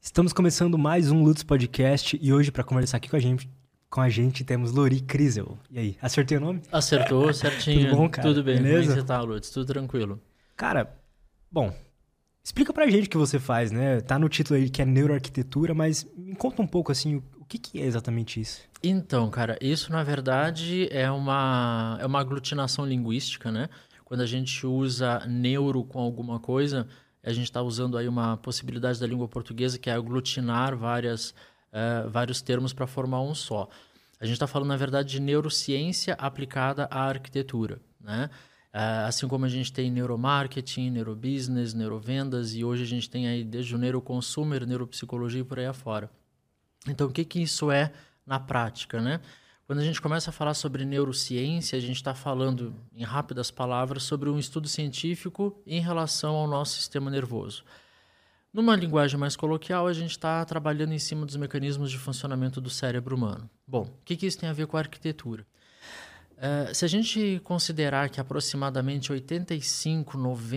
Estamos começando mais um Lutz Podcast e hoje para conversar aqui com a gente temos Lori Crisel. E aí, acertei o nome? Acertou, certinho. Tudo bom, cara? Tudo bem. Beleza? Como é que você tá, Lutz? Tudo tranquilo. Cara, bom, explica pra gente o que você faz, né? Tá no título aí que é neuroarquitetura, mas me conta um pouco assim, o que é exatamente isso? Então, cara, isso na verdade é uma aglutinação linguística, né? Quando a gente usa neuro com alguma coisa, a gente está usando aí uma possibilidade da língua portuguesa que é aglutinar vários termos para formar um só. A gente está falando, na verdade, de neurociência aplicada à arquitetura, né? Assim como a gente tem neuromarketing, neurobusiness, neurovendas, e hoje a gente tem aí desde o neuroconsumer, neuropsicologia e por aí afora. Então, o que isso é na prática, né? Quando a gente começa a falar sobre neurociência, a gente está falando, em rápidas palavras, sobre um estudo científico em relação ao nosso sistema nervoso. Numa linguagem mais coloquial, a gente está trabalhando em cima dos mecanismos de funcionamento do cérebro humano. Bom, o que isso tem a ver com a arquitetura? Se a gente considerar que aproximadamente 85%,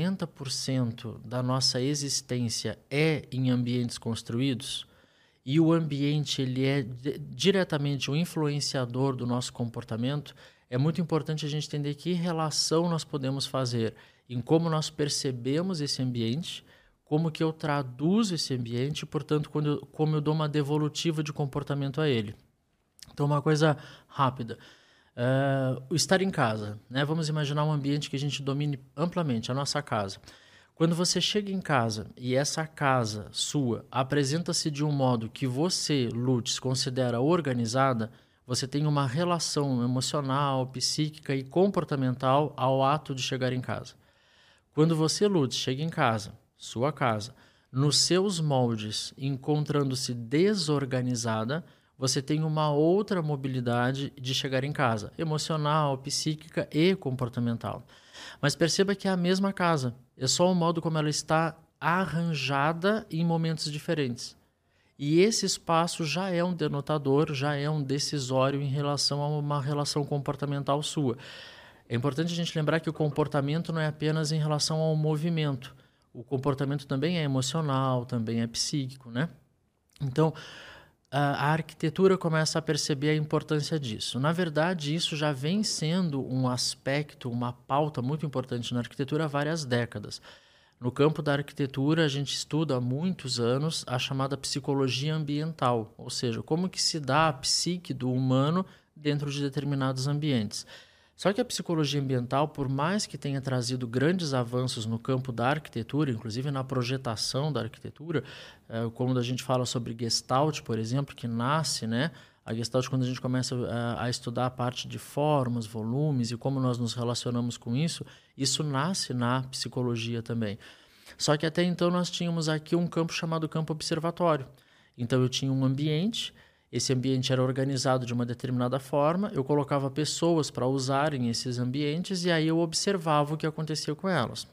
90% da nossa existência é em ambientes construídos, e o ambiente ele é diretamente o influenciador do nosso comportamento, é muito importante a gente entender que relação nós podemos fazer em como nós percebemos esse ambiente, como que eu traduzo esse ambiente, portanto, como eu dou uma devolutiva de comportamento a ele. Então, uma coisa rápida. O estar em casa, né? Vamos imaginar um ambiente que a gente domine amplamente, a nossa casa. Quando você chega em casa e essa casa sua apresenta-se de um modo que você, Lutz, considera organizada, você tem uma relação emocional, psíquica e comportamental ao ato de chegar em casa. Quando você, Lutz, chega em casa, sua casa, nos seus moldes, encontrando-se desorganizada, você tem uma outra mobilidade de chegar em casa, emocional, psíquica e comportamental. Mas perceba que é a mesma casa, é só o modo como ela está arranjada em momentos diferentes. E esse espaço já é um denotador, já é um decisório em relação a uma relação comportamental sua. É importante a gente lembrar que o comportamento não é apenas em relação ao movimento. O comportamento também é emocional, também é psíquico, né? Então, a arquitetura começa a perceber a importância disso. Na verdade, isso já vem sendo um aspecto, uma pauta muito importante na arquitetura há várias décadas. No campo da arquitetura, a gente estuda há muitos anos a chamada psicologia ambiental, ou seja, como que se dá a psique do humano dentro de determinados ambientes. Só que a psicologia ambiental, por mais que tenha trazido grandes avanços no campo da arquitetura, inclusive na projetação da arquitetura, como a gente fala sobre Gestalt, por exemplo, que nasce, né? A Gestalt, quando a gente começa a estudar a parte de formas, volumes e como nós nos relacionamos com isso nasce na psicologia também. Só que até então nós tínhamos aqui um campo chamado campo observatório. Então eu tinha um ambiente. Esse ambiente era organizado de uma determinada forma, eu colocava pessoas para usarem esses ambientes e aí eu observava o que acontecia com elas.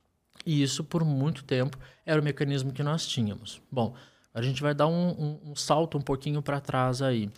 E isso, por muito tempo, era o mecanismo que nós tínhamos. Bom, a gente vai dar um salto um pouquinho para trás aí.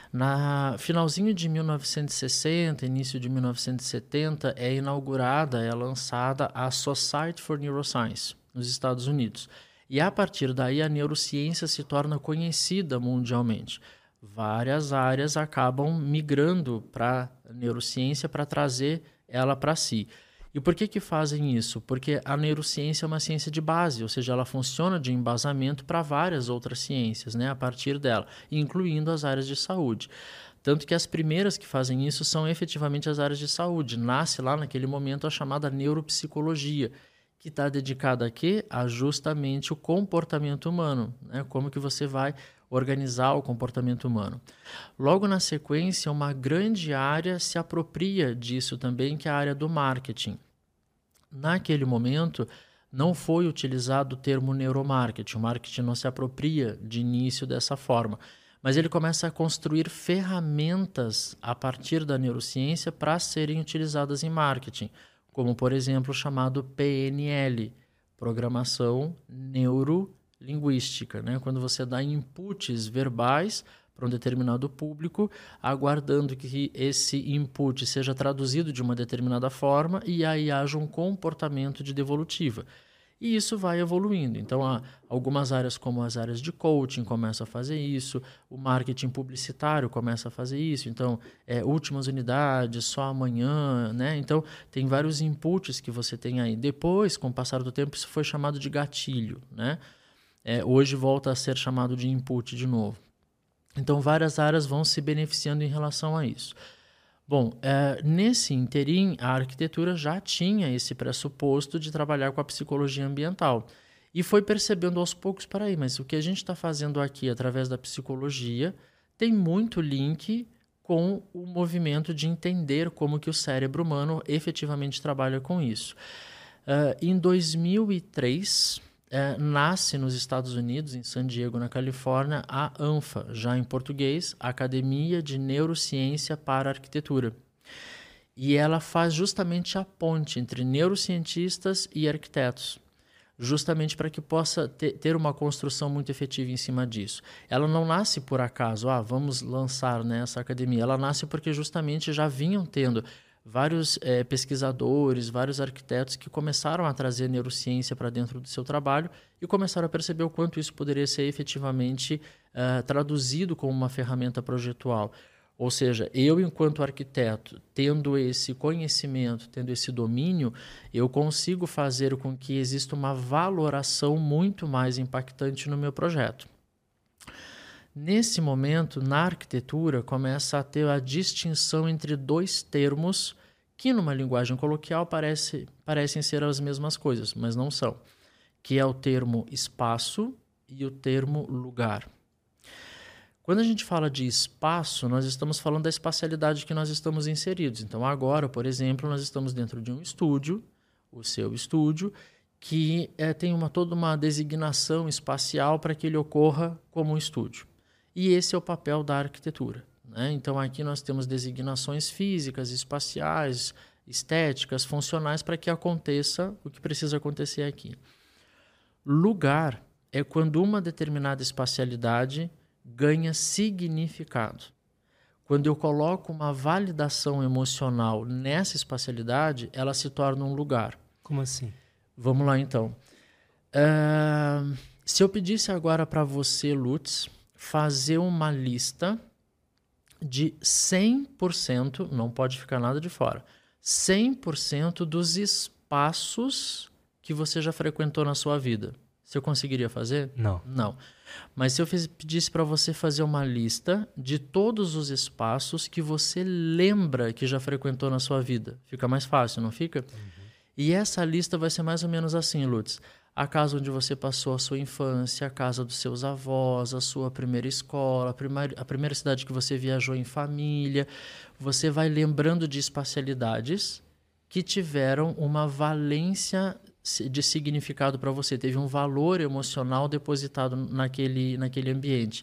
Na finalzinho de 1960, início de 1970, é inaugurada, é lançada a Society for Neuroscience, nos Estados Unidos. E a partir daí a neurociência se torna conhecida mundialmente. Várias áreas acabam migrando para a neurociência para trazer ela para si. E por que fazem isso? Porque a neurociência é uma ciência de base, ou seja, ela funciona de embasamento para várias outras ciências, né, a partir dela, incluindo as áreas de saúde. Tanto que as primeiras que fazem isso são efetivamente as áreas de saúde. Nasce lá naquele momento a chamada neuropsicologia, que está dedicada a quê? A justamente o comportamento humano, né? Como que você vai organizar o comportamento humano. Logo na sequência, uma grande área se apropria disso também, que é a área do marketing. Naquele momento, não foi utilizado o termo neuromarketing, o marketing não se apropria de início dessa forma, mas ele começa a construir ferramentas a partir da neurociência para serem utilizadas em marketing, como, por exemplo, o chamado PNL, Programação Neurolinguística, né? Quando você dá inputs verbais para um determinado público, aguardando que esse input seja traduzido de uma determinada forma e aí haja um comportamento de devolutiva. E isso vai evoluindo. Então, algumas áreas como as áreas de coaching começam a fazer isso, o marketing publicitário começa a fazer isso. Então, últimas unidades, só amanhã, né? Então, tem vários inputs que você tem aí. Depois, com o passar do tempo, isso foi chamado de gatilho, né? Hoje volta a ser chamado de input de novo. Então, várias áreas vão se beneficiando em relação a isso. Bom, nesse interim, a arquitetura já tinha esse pressuposto de trabalhar com a psicologia ambiental. E foi percebendo aos poucos, mas o que a gente está fazendo aqui através da psicologia tem muito link com o movimento de entender como que o cérebro humano efetivamente trabalha com isso. Em 2003... nasce nos Estados Unidos, em San Diego, na Califórnia, a ANFA, já em português, Academia de Neurociência para Arquitetura. E ela faz justamente a ponte entre neurocientistas e arquitetos, justamente para que possa ter uma construção muito efetiva em cima disso. Ela não nasce por acaso, vamos lançar essa academia. Ela nasce porque justamente já vinham tendo vários pesquisadores, vários arquitetos que começaram a trazer neurociência para dentro do seu trabalho e começaram a perceber o quanto isso poderia ser efetivamente traduzido como uma ferramenta projetual. Ou seja, eu, enquanto arquiteto, tendo esse conhecimento, tendo esse domínio, eu consigo fazer com que exista uma valoração muito mais impactante no meu projeto. Nesse momento, na arquitetura, começa a ter a distinção entre dois termos que, numa linguagem coloquial, parecem ser as mesmas coisas, mas não são, que é o termo espaço e o termo lugar. Quando a gente fala de espaço, nós estamos falando da espacialidade que nós estamos inseridos. Então, agora, por exemplo, nós estamos dentro de um estúdio, o seu estúdio, que tem toda uma designação espacial para que ele ocorra como um estúdio. E esse é o papel da arquitetura, né? Então, aqui nós temos designações físicas, espaciais, estéticas, funcionais para que aconteça o que precisa acontecer aqui. Lugar é quando uma determinada espacialidade ganha significado. Quando eu coloco uma validação emocional nessa espacialidade, ela se torna um lugar. Como assim? Vamos lá, então. Se eu pedisse agora para você, Lutz, fazer uma lista de 100%, não pode ficar nada de fora, 100% dos espaços que você já frequentou na sua vida. Você conseguiria fazer? Não. Não. Mas se eu pedisse para você fazer uma lista de todos os espaços que você lembra que já frequentou na sua vida, fica mais fácil, não fica? Uhum. E essa lista vai ser mais ou menos assim, Lutz. A casa onde você passou a sua infância, a casa dos seus avós, a sua primeira escola, a primeira cidade que você viajou em família. Você vai lembrando de espacialidades que tiveram uma valência de significado para você. Teve um valor emocional depositado naquele ambiente.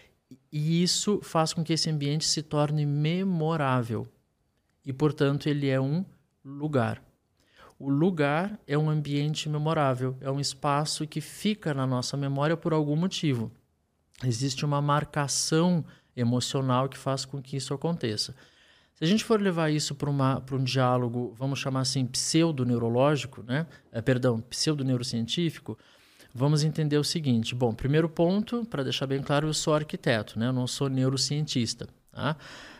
E isso faz com que esse ambiente se torne memorável. E, portanto, ele é um lugar. O lugar é um ambiente memorável, é um espaço que fica na nossa memória por algum motivo. Existe uma marcação emocional que faz com que isso aconteça. Se a gente for levar isso para um diálogo, vamos chamar assim, pseudo-neurológico, né? Pseudo-neurocientífico, vamos entender o seguinte. Bom, primeiro ponto, para deixar bem claro, eu sou arquiteto, né? Eu não sou neurocientista, tá?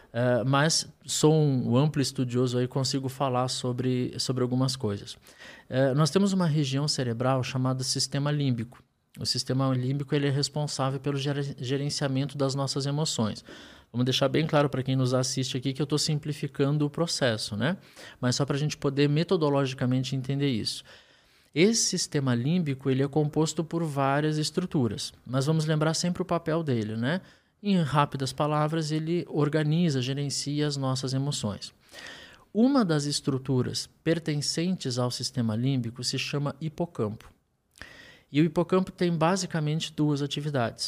Mas sou um amplo estudioso e consigo falar sobre algumas coisas. Nós temos uma região cerebral chamada sistema límbico. O sistema límbico ele é responsável pelo gerenciamento das nossas emoções. Vamos deixar bem claro para quem nos assiste aqui que eu estou simplificando o processo, né? Mas só para a gente poder metodologicamente entender isso. Esse sistema límbico ele é composto por várias estruturas, mas vamos lembrar sempre o papel dele, né? Em rápidas palavras, ele organiza, gerencia as nossas emoções. Uma das estruturas pertencentes ao sistema límbico se chama hipocampo. E o hipocampo tem basicamente duas atividades.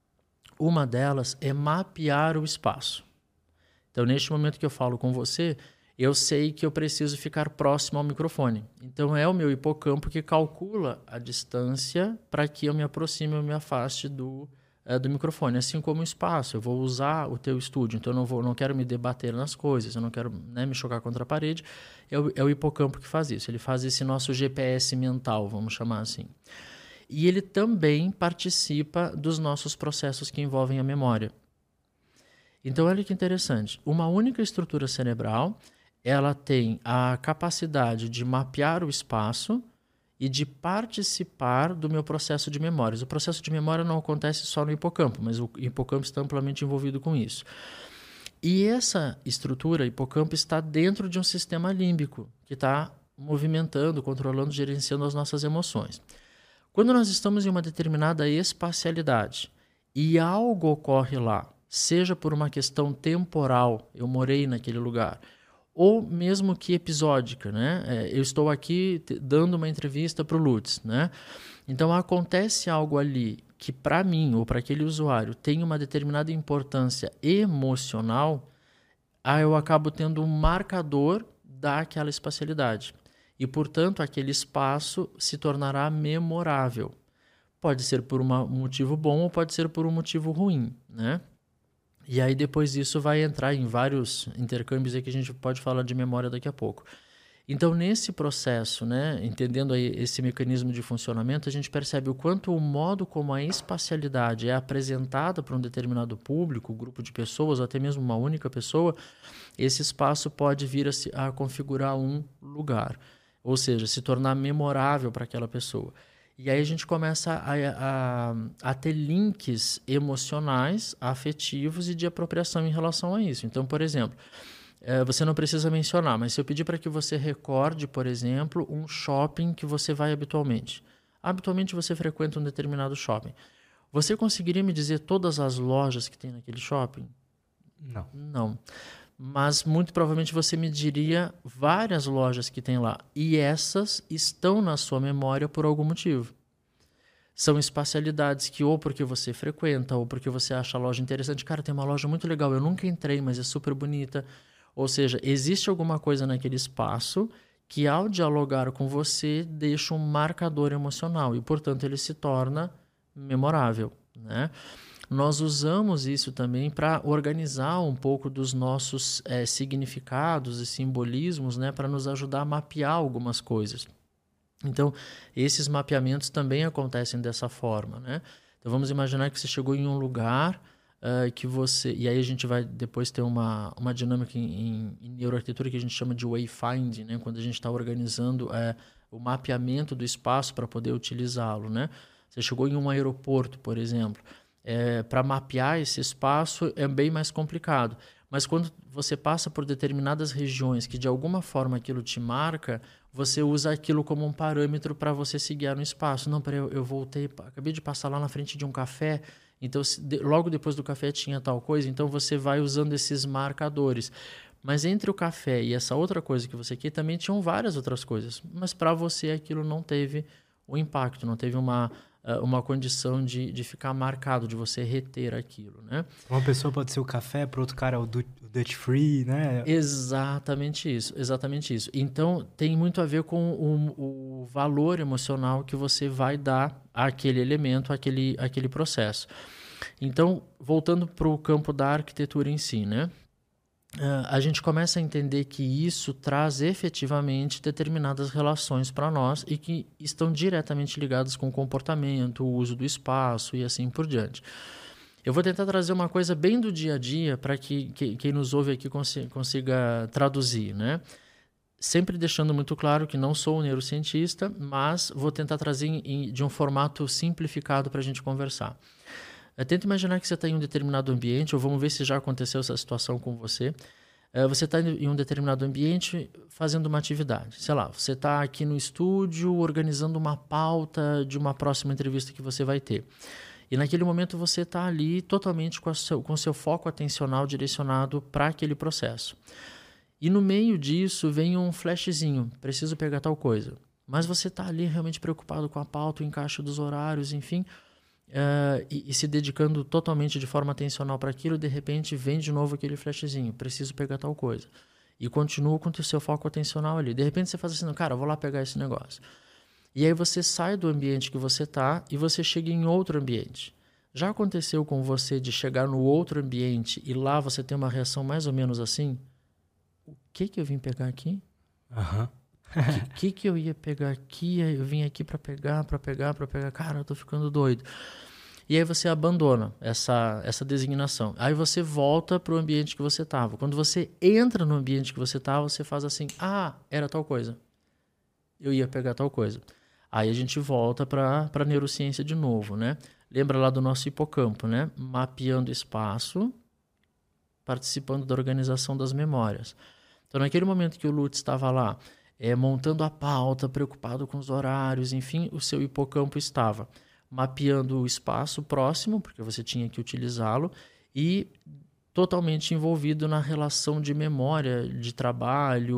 Uma delas é mapear o espaço. Então, neste momento que eu falo com você, eu sei que eu preciso ficar próximo ao microfone. Então, é o meu hipocampo que calcula a distância para que eu me aproxime ou me afaste do do microfone, assim como o espaço. Eu vou usar o teu estúdio, então eu não quero me debater nas coisas, eu não quero, né, me chocar contra a parede. É o hipocampo que faz isso. Ele faz esse nosso GPS mental, vamos chamar assim. E ele também participa dos nossos processos que envolvem a memória. Então, olha que interessante. Uma única estrutura cerebral, ela tem a capacidade de mapear o espaço e de participar do meu processo de memórias. O processo de memória não acontece só no hipocampo, mas o hipocampo está amplamente envolvido com isso. E essa estrutura, hipocampo, está dentro de um sistema límbico, que está movimentando, controlando, gerenciando as nossas emoções. Quando nós estamos em uma determinada espacialidade e algo ocorre lá, seja por uma questão temporal, eu morei naquele lugar, ou mesmo que episódica, né? Eu estou aqui dando uma entrevista para o Lutz, né? Então acontece algo ali que para mim ou para aquele usuário tem uma determinada importância emocional, eu acabo tendo um marcador daquela espacialidade. E, portanto, aquele espaço se tornará memorável. Pode ser por um motivo bom ou pode ser por um motivo ruim, né? E aí depois disso vai entrar em vários intercâmbios aí que a gente pode falar de memória daqui a pouco. Então, nesse processo, né, entendendo aí esse mecanismo de funcionamento, a gente percebe o quanto o modo como a espacialidade é apresentada para um determinado público, grupo de pessoas, ou até mesmo uma única pessoa, esse espaço pode vir a configurar um lugar, ou seja, se tornar memorável para aquela pessoa. E aí a gente começa a ter links emocionais, afetivos e de apropriação em relação a isso. Então, por exemplo, você não precisa mencionar, mas se eu pedir para que você recorde, por exemplo, um shopping que você vai habitualmente. Habitualmente você frequenta um determinado shopping. Você conseguiria me dizer todas as lojas que tem naquele shopping? Não. Não. Mas muito provavelmente você me diria várias lojas que tem lá. E essas estão na sua memória por algum motivo. São espacialidades que ou porque você frequenta, ou porque você acha a loja interessante. Cara, tem uma loja muito legal, eu nunca entrei, mas é super bonita. Ou seja, existe alguma coisa naquele espaço que ao dialogar com você deixa um marcador emocional e, portanto, ele se torna memorável, né? Nós usamos isso também para organizar um pouco dos nossos significados e simbolismos, né, para nos ajudar a mapear algumas coisas. Então, esses mapeamentos também acontecem dessa forma, né? Então, vamos imaginar que você chegou em um lugar que você... E aí a gente vai depois ter uma dinâmica em neuroarquitetura que a gente chama de wayfinding, né? Quando a gente está organizando o mapeamento do espaço para poder utilizá-lo, né? Você chegou em um aeroporto, por exemplo. Para mapear esse espaço é bem mais complicado. Mas quando você passa por determinadas regiões que de alguma forma aquilo te marca, você usa aquilo como um parâmetro para você se guiar no espaço. Não, peraí, eu voltei, acabei de passar lá na frente de um café, então logo depois do café tinha tal coisa, então você vai usando esses marcadores. Mas entre o café e essa outra coisa que você quer, também tinham várias outras coisas. Mas para você aquilo não teve o impacto, não teve uma condição de ficar marcado, de você reter aquilo, né? Uma pessoa pode ser o café, para outro cara o Dutch Free, né? Exatamente isso, exatamente isso. Então, tem muito a ver com o valor emocional que você vai dar àquele elemento, àquele processo. Então, voltando para o campo da arquitetura em si, né? A gente começa a entender que isso traz efetivamente determinadas relações para nós e que estão diretamente ligadas com o comportamento, o uso do espaço e assim por diante. Eu vou tentar trazer uma coisa bem do dia a dia para que quem nos ouve aqui consiga traduzir, né? Sempre deixando muito claro que não sou um neurocientista, mas vou tentar trazer de um formato simplificado para a gente conversar. Tenta imaginar que você está em um determinado ambiente, ou vamos ver se já aconteceu essa situação com você. Você está em um determinado ambiente fazendo uma atividade. Sei lá, você está aqui no estúdio organizando uma pauta de uma próxima entrevista que você vai ter. E naquele momento você está ali totalmente com o seu foco atencional direcionado para aquele processo. E no meio disso vem um flashzinho, preciso pegar tal coisa. Mas você está ali realmente preocupado com a pauta, o encaixe dos horários, enfim... e se dedicando totalmente de forma atencional para aquilo, de repente vem de novo aquele flashzinho, preciso pegar tal coisa. E continua com o seu foco atencional ali. De repente você faz assim, cara, vou lá pegar esse negócio. E aí você sai do ambiente que você está e você chega em outro ambiente. Já aconteceu com você de chegar no outro ambiente e lá você tem uma reação mais ou menos assim? O que eu vim pegar aqui? Aham. O que eu ia pegar aqui? Eu vim aqui para pegar. Cara, eu tô ficando doido. E aí você abandona essa designação. Aí você volta para o ambiente que você estava. Quando você entra no ambiente que você estava, você faz assim: ah, era tal coisa. Eu ia pegar tal coisa. Aí a gente volta para a neurociência de novo, né? Lembra lá do nosso hipocampo, né? Mapeando espaço, participando da organização das memórias. Então, naquele momento que o Lutz estava lá, montando a pauta, preocupado com os horários, enfim, o seu hipocampo estava mapeando o espaço próximo, porque você tinha que utilizá-lo, e totalmente envolvido na relação de memória, de trabalho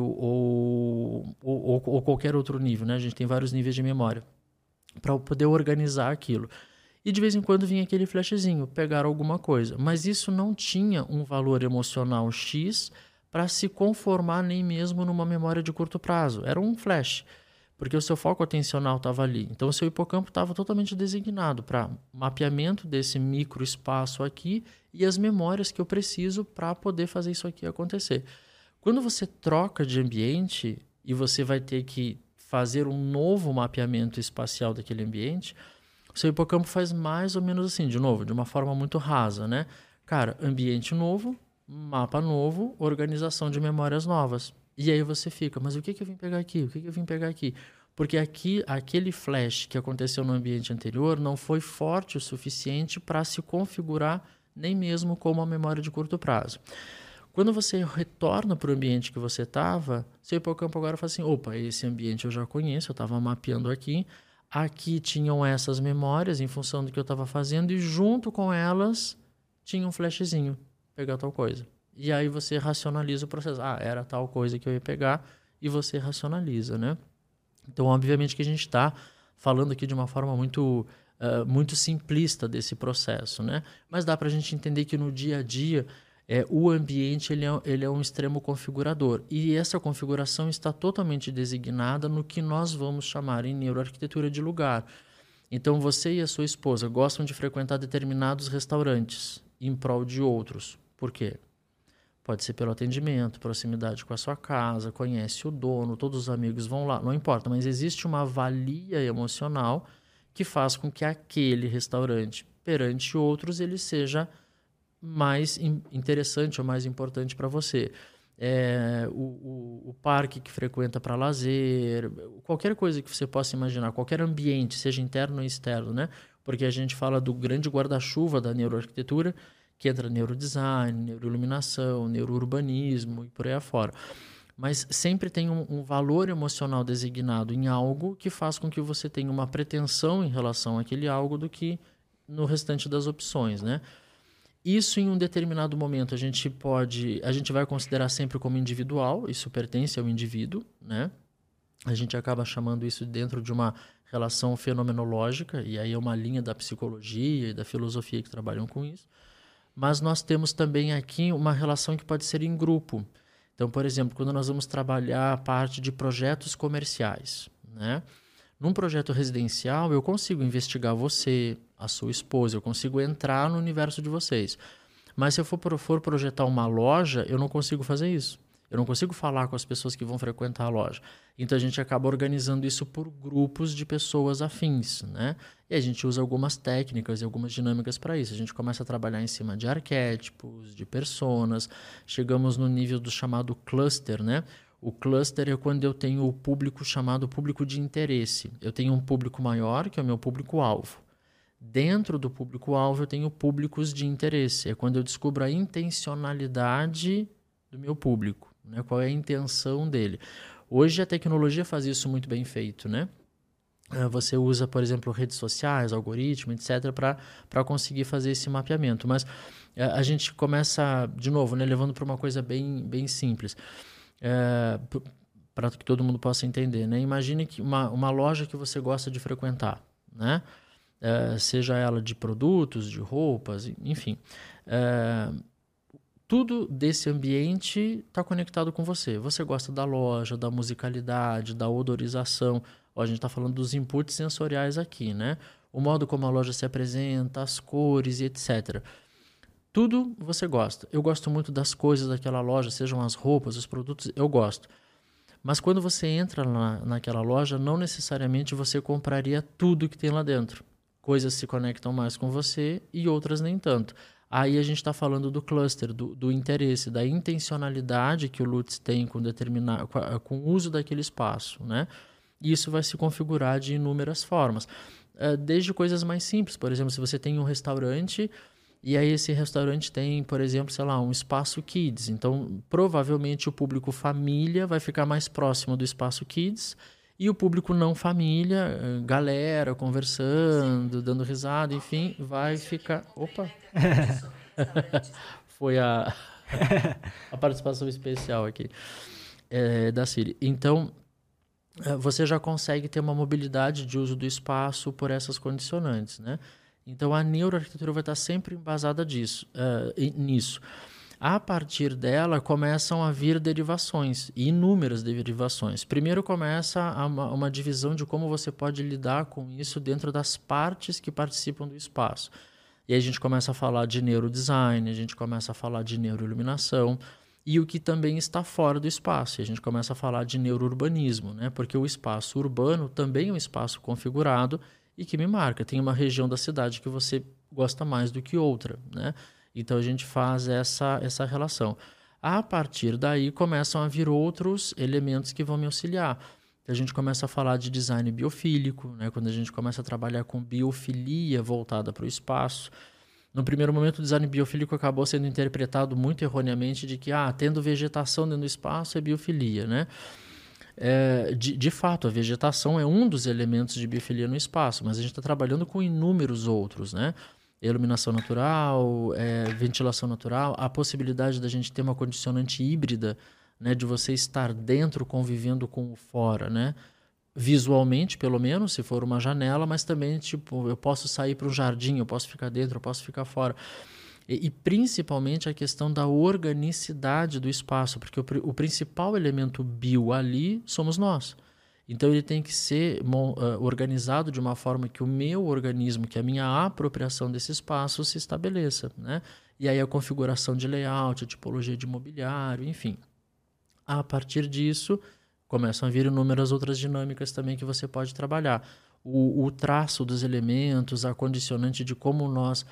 ou qualquer outro nível, né? A gente tem vários níveis de memória para poder organizar aquilo. E de vez em quando vinha aquele flashzinho, pegar alguma coisa. Mas isso não tinha um valor emocional X para se conformar nem mesmo numa memória de curto prazo. Era um flash, porque o seu foco atencional estava ali. Então, o seu hipocampo estava totalmente designado para mapeamento desse microespaço aqui e as memórias que eu preciso para poder fazer isso aqui acontecer. Quando você troca de ambiente e você vai ter que fazer um novo mapeamento espacial daquele ambiente, o seu hipocampo faz mais ou menos assim, de novo, de uma forma muito rasa, né? Cara, ambiente novo, mapa novo, organização de memórias novas. E aí você fica, mas o que eu vim pegar aqui? O que eu vim pegar aqui? Porque aquele flash que aconteceu no ambiente anterior não foi forte o suficiente para se configurar nem mesmo como uma memória de curto prazo. Quando você retorna para o ambiente que você estava, seu hipocampo agora fala assim, opa, esse ambiente eu já conheço, eu estava mapeando aqui tinham essas memórias em função do que eu estava fazendo e junto com elas tinha um flashzinho, pegar tal coisa. E aí você racionaliza o processo. Ah, era tal coisa que eu ia pegar e você racionaliza, né? Então, obviamente que a gente está falando aqui de uma forma muito, muito simplista desse processo, né? Mas dá para a gente entender que no dia a dia o ambiente ele é um extremo configurador. E essa configuração está totalmente designada no que nós vamos chamar em neuroarquitetura de lugar. Então, você e a sua esposa gostam de frequentar determinados restaurantes em prol de outros. Por quê? Pode ser pelo atendimento, proximidade com a sua casa, conhece o dono, todos os amigos vão lá, não importa, mas existe uma valia emocional que faz com que aquele restaurante, perante outros, ele seja mais interessante ou mais importante para você. O parque que frequenta para lazer, qualquer coisa que você possa imaginar, qualquer ambiente, seja interno ou externo, né? Porque a gente fala do grande guarda-chuva da neuroarquitetura, que entra neurodesign, neuroiluminação, neurourbanismo e por aí afora. Mas sempre tem um valor emocional designado em algo que faz com que você tenha uma pretensão em relação àquele algo do que no restante das opções, né? Isso em um determinado momento a gente vai considerar sempre como individual, isso pertence ao indivíduo, né? A gente acaba chamando isso dentro de uma relação fenomenológica, e aí é uma linha da psicologia e da filosofia que trabalham com isso. Mas nós temos também aqui uma relação que pode ser em grupo. Então, por exemplo, quando nós vamos trabalhar a parte de projetos comerciais, né? Num projeto residencial, eu consigo investigar você, a sua esposa, eu consigo entrar no universo de vocês. Mas se eu for projetar uma loja, eu não consigo fazer isso. Eu não consigo falar com as pessoas que vão frequentar a loja. Então, a gente acaba organizando isso por grupos de pessoas afins, né? E a gente usa algumas técnicas e algumas dinâmicas para isso. A gente começa a trabalhar em cima de arquétipos, de personas. Chegamos no nível do chamado cluster, né? O cluster é quando eu tenho o público chamado público de interesse. Eu tenho um público maior, que é o meu público-alvo. Dentro do público-alvo, eu tenho públicos de interesse. É quando eu descubro a intencionalidade do meu público, né? Qual é a intenção dele. Hoje a tecnologia faz isso muito bem feito, né? Você usa, por exemplo, redes sociais, algoritmo, etc., para conseguir fazer esse mapeamento. Mas a gente começa, de novo, né, levando para uma coisa bem simples. Para que todo mundo possa entender, né? Imagine que uma loja que você gosta de frequentar, né? Seja ela de produtos, de roupas, enfim. Tudo desse ambiente está conectado com você. Você gosta da loja, da musicalidade, da odorização. A gente está falando dos inputs sensoriais aqui, né? o modo como a loja se apresenta, as cores e etc. Tudo você gosta. Eu gosto muito das coisas daquela loja, sejam as roupas, os produtos, eu gosto. Mas quando você entra naquela loja, não necessariamente você compraria tudo que tem lá dentro. Coisas se conectam mais com você e outras nem tanto. Aí a gente está falando do cluster, do interesse, da intencionalidade que o Lutz tem com o uso daquele espaço, né? E isso vai se configurar de inúmeras formas. Desde coisas mais simples, por exemplo, se você tem um restaurante e aí esse restaurante tem, por exemplo, sei lá, um espaço kids. Então, provavelmente o público família vai ficar mais próximo do espaço kids e o público não família, galera conversando, dando risada, enfim, vai ficar... Opa! Foi a participação especial aqui da Siri. Então, você já consegue ter uma mobilidade de uso do espaço por essas condicionantes, né? Então, a neuroarquitetura vai estar sempre embasada nisso. A partir dela, começam a vir derivações, inúmeras derivações. Primeiro começa uma divisão de como você pode lidar com isso dentro das partes que participam do espaço. E aí a gente começa a falar de neurodesign, a gente começa a falar de neuroiluminação e o que também está fora do espaço. E a gente começa a falar de neurourbanismo, né? Porque o espaço urbano também é um espaço configurado e que me marca. Tem uma região da cidade que você gosta mais do que outra, né? Então, a gente faz essa relação. A partir daí, começam a vir outros elementos que vão me auxiliar. A gente começa a falar de design biofílico, né? Quando a gente começa a trabalhar com biofilia voltada para o espaço. No primeiro momento, o design biofílico acabou sendo interpretado muito erroneamente de que, tendo vegetação dentro do espaço é biofilia, né? De fato, a vegetação é um dos elementos de biofilia no espaço, mas a gente está trabalhando com inúmeros outros, né? Iluminação natural, ventilação natural, a possibilidade da gente ter uma condicionante híbrida, né? De você estar dentro convivendo com o fora, né? Visualmente, pelo menos, se for uma janela, mas também, tipo, eu posso sair para um jardim, eu posso ficar dentro, eu posso ficar fora. E principalmente a questão da organicidade do espaço, porque o principal elemento bio ali somos nós. Então ele tem que ser organizado de uma forma que o meu organismo, que a minha apropriação desse espaço se estabeleça, né? E aí a configuração de layout, a tipologia de mobiliário, enfim. A partir disso, começam a vir inúmeras outras dinâmicas também que você pode trabalhar. O traço dos elementos, a condicionante de como nós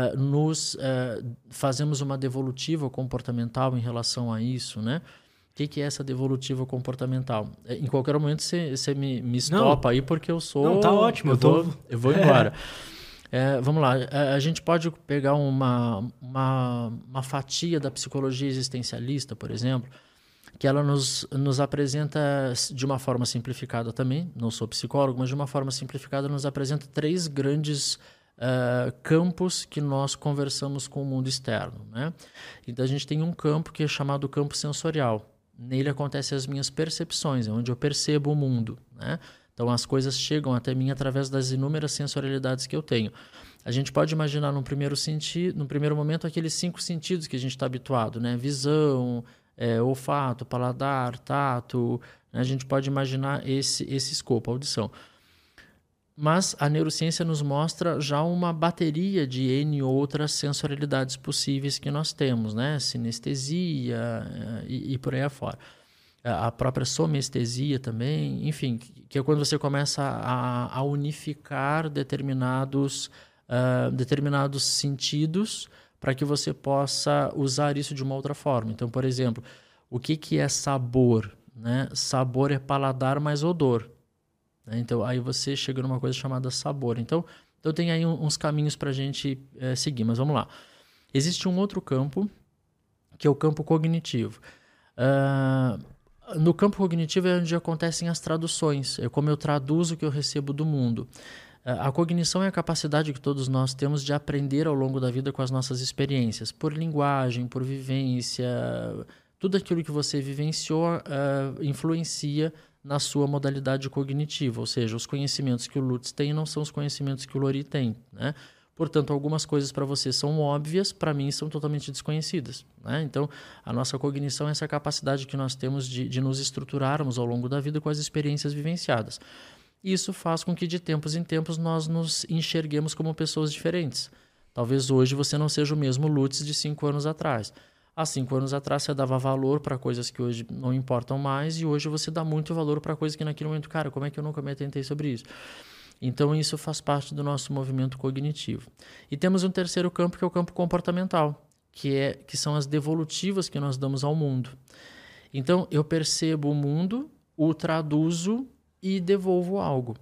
fazemos uma devolutiva comportamental em relação a isso, né? O que é essa devolutiva comportamental? Em qualquer momento você me estopa aí, porque eu sou... Não, tá ótimo. Eu vou embora. Vamos lá. A gente pode pegar uma fatia da psicologia existencialista, por exemplo, que ela nos apresenta de uma forma simplificada também. Não sou psicólogo, mas de uma forma simplificada nos apresenta 3 grandes campos que nós conversamos com o mundo externo, né? Então, a gente tem um campo que é chamado campo sensorial. Nele acontecem as minhas percepções, é onde eu percebo o mundo, né? Então, as coisas chegam até mim através das inúmeras sensorialidades que eu tenho. A gente pode imaginar, num primeiro momento, aqueles 5 sentidos que a gente está habituado, né? Visão, olfato, paladar, tato, né? A gente pode imaginar esse escopo, audição. Mas a neurociência nos mostra já uma bateria de N outras sensorialidades possíveis que nós temos, né? Sinestesia e por aí afora. A própria somestesia também, enfim, que é quando você começa a unificar determinados sentidos para que você possa usar isso de uma outra forma. Então, por exemplo, o que é sabor, né? Sabor é paladar mais odor. Então, aí você chega numa coisa chamada sabor. Então tem aí uns caminhos para a gente seguir, mas vamos lá. Existe um outro campo, que é o campo cognitivo. No campo cognitivo é onde acontecem as traduções, é como eu traduzo o que eu recebo do mundo. A cognição é a capacidade que todos nós temos de aprender ao longo da vida com as nossas experiências, por linguagem, por vivência, tudo aquilo que você vivenciou influencia na sua modalidade cognitiva, ou seja, os conhecimentos que o Lutz tem não são os conhecimentos que o Lori tem, né? Portanto, algumas coisas para você são óbvias, para mim são totalmente desconhecidas, né? Então, a nossa cognição é essa capacidade que nós temos de nos estruturarmos ao longo da vida com as experiências vivenciadas. E isso faz com que de tempos em tempos nós nos enxerguemos como pessoas diferentes. Talvez hoje você não seja o mesmo Lutz de 5 anos atrás. Há 5 anos atrás você dava valor para coisas que hoje não importam mais e hoje você dá muito valor para coisas que naquele momento, cara, como é que eu nunca me atentei sobre isso? Então isso faz parte do nosso movimento cognitivo. E temos um terceiro campo que é o campo comportamental, que são as devolutivas que nós damos ao mundo. Então eu percebo o mundo, o traduzo e devolvo algo.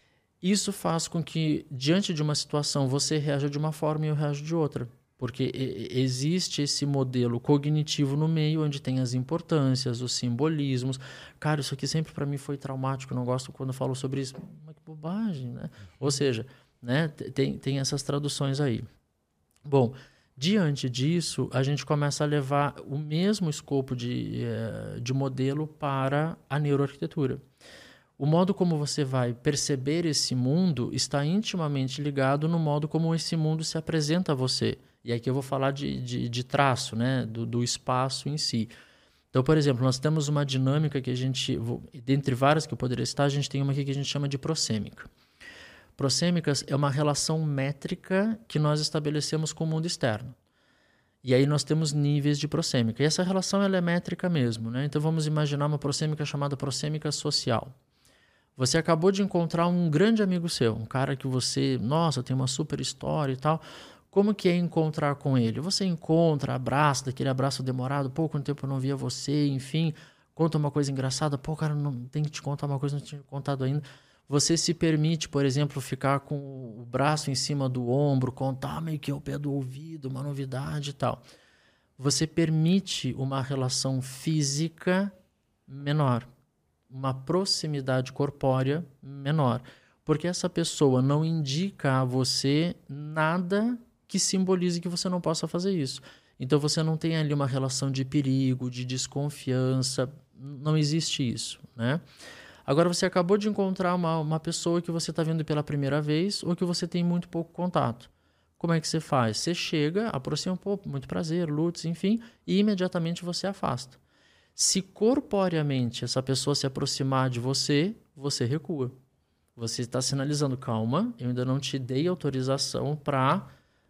Isso faz com que, diante de uma situação, você reaja de uma forma e eu reajo de outra. Porque existe esse modelo cognitivo no meio, onde tem as importâncias, os simbolismos. Cara, isso aqui sempre para mim foi traumático, eu não gosto quando eu falo sobre isso. Mas que bobagem, né? Ou seja, né, tem essas traduções aí. Bom, diante disso, a gente começa a levar o mesmo escopo de modelo para a neuroarquitetura. O modo como você vai perceber esse mundo está intimamente ligado no modo como esse mundo se apresenta a você. E aqui eu vou falar de traço, né? do espaço em si. Então, por exemplo, nós temos uma dinâmica que a gente, dentre várias que eu poderia citar, a gente tem uma aqui que a gente chama de prosêmica. Prosêmicas é uma relação métrica que nós estabelecemos com o mundo externo. E aí nós temos níveis de prosêmica. E essa relação ela é métrica mesmo, né? Então vamos imaginar uma prosêmica chamada prosêmica social. Você acabou de encontrar um grande amigo seu, um cara que você, nossa, tem uma super história e tal. Como que é encontrar com ele? Você encontra, abraça, daquele abraço demorado, pô, quanto tempo eu não via você, enfim, conta uma coisa engraçada, pô, cara, não tem que te contar uma coisa, não tinha contado ainda. Você se permite, por exemplo, ficar com o braço em cima do ombro, contar meio que ao pé do ouvido, uma novidade e tal. Você permite uma relação física menor, uma proximidade corpórea menor, porque essa pessoa não indica a você nada que simbolize que você não possa fazer isso. Então você não tem ali uma relação de perigo, de desconfiança, não existe isso, né? Agora você acabou de encontrar uma pessoa que você está vendo pela primeira vez ou que você tem muito pouco contato. Como é que você faz? Você chega, aproxima um pouco, muito prazer, Lutz, enfim, e imediatamente você afasta. Se corporeamente essa pessoa se aproximar de você, você recua. Você está sinalizando, calma, eu ainda não te dei autorização para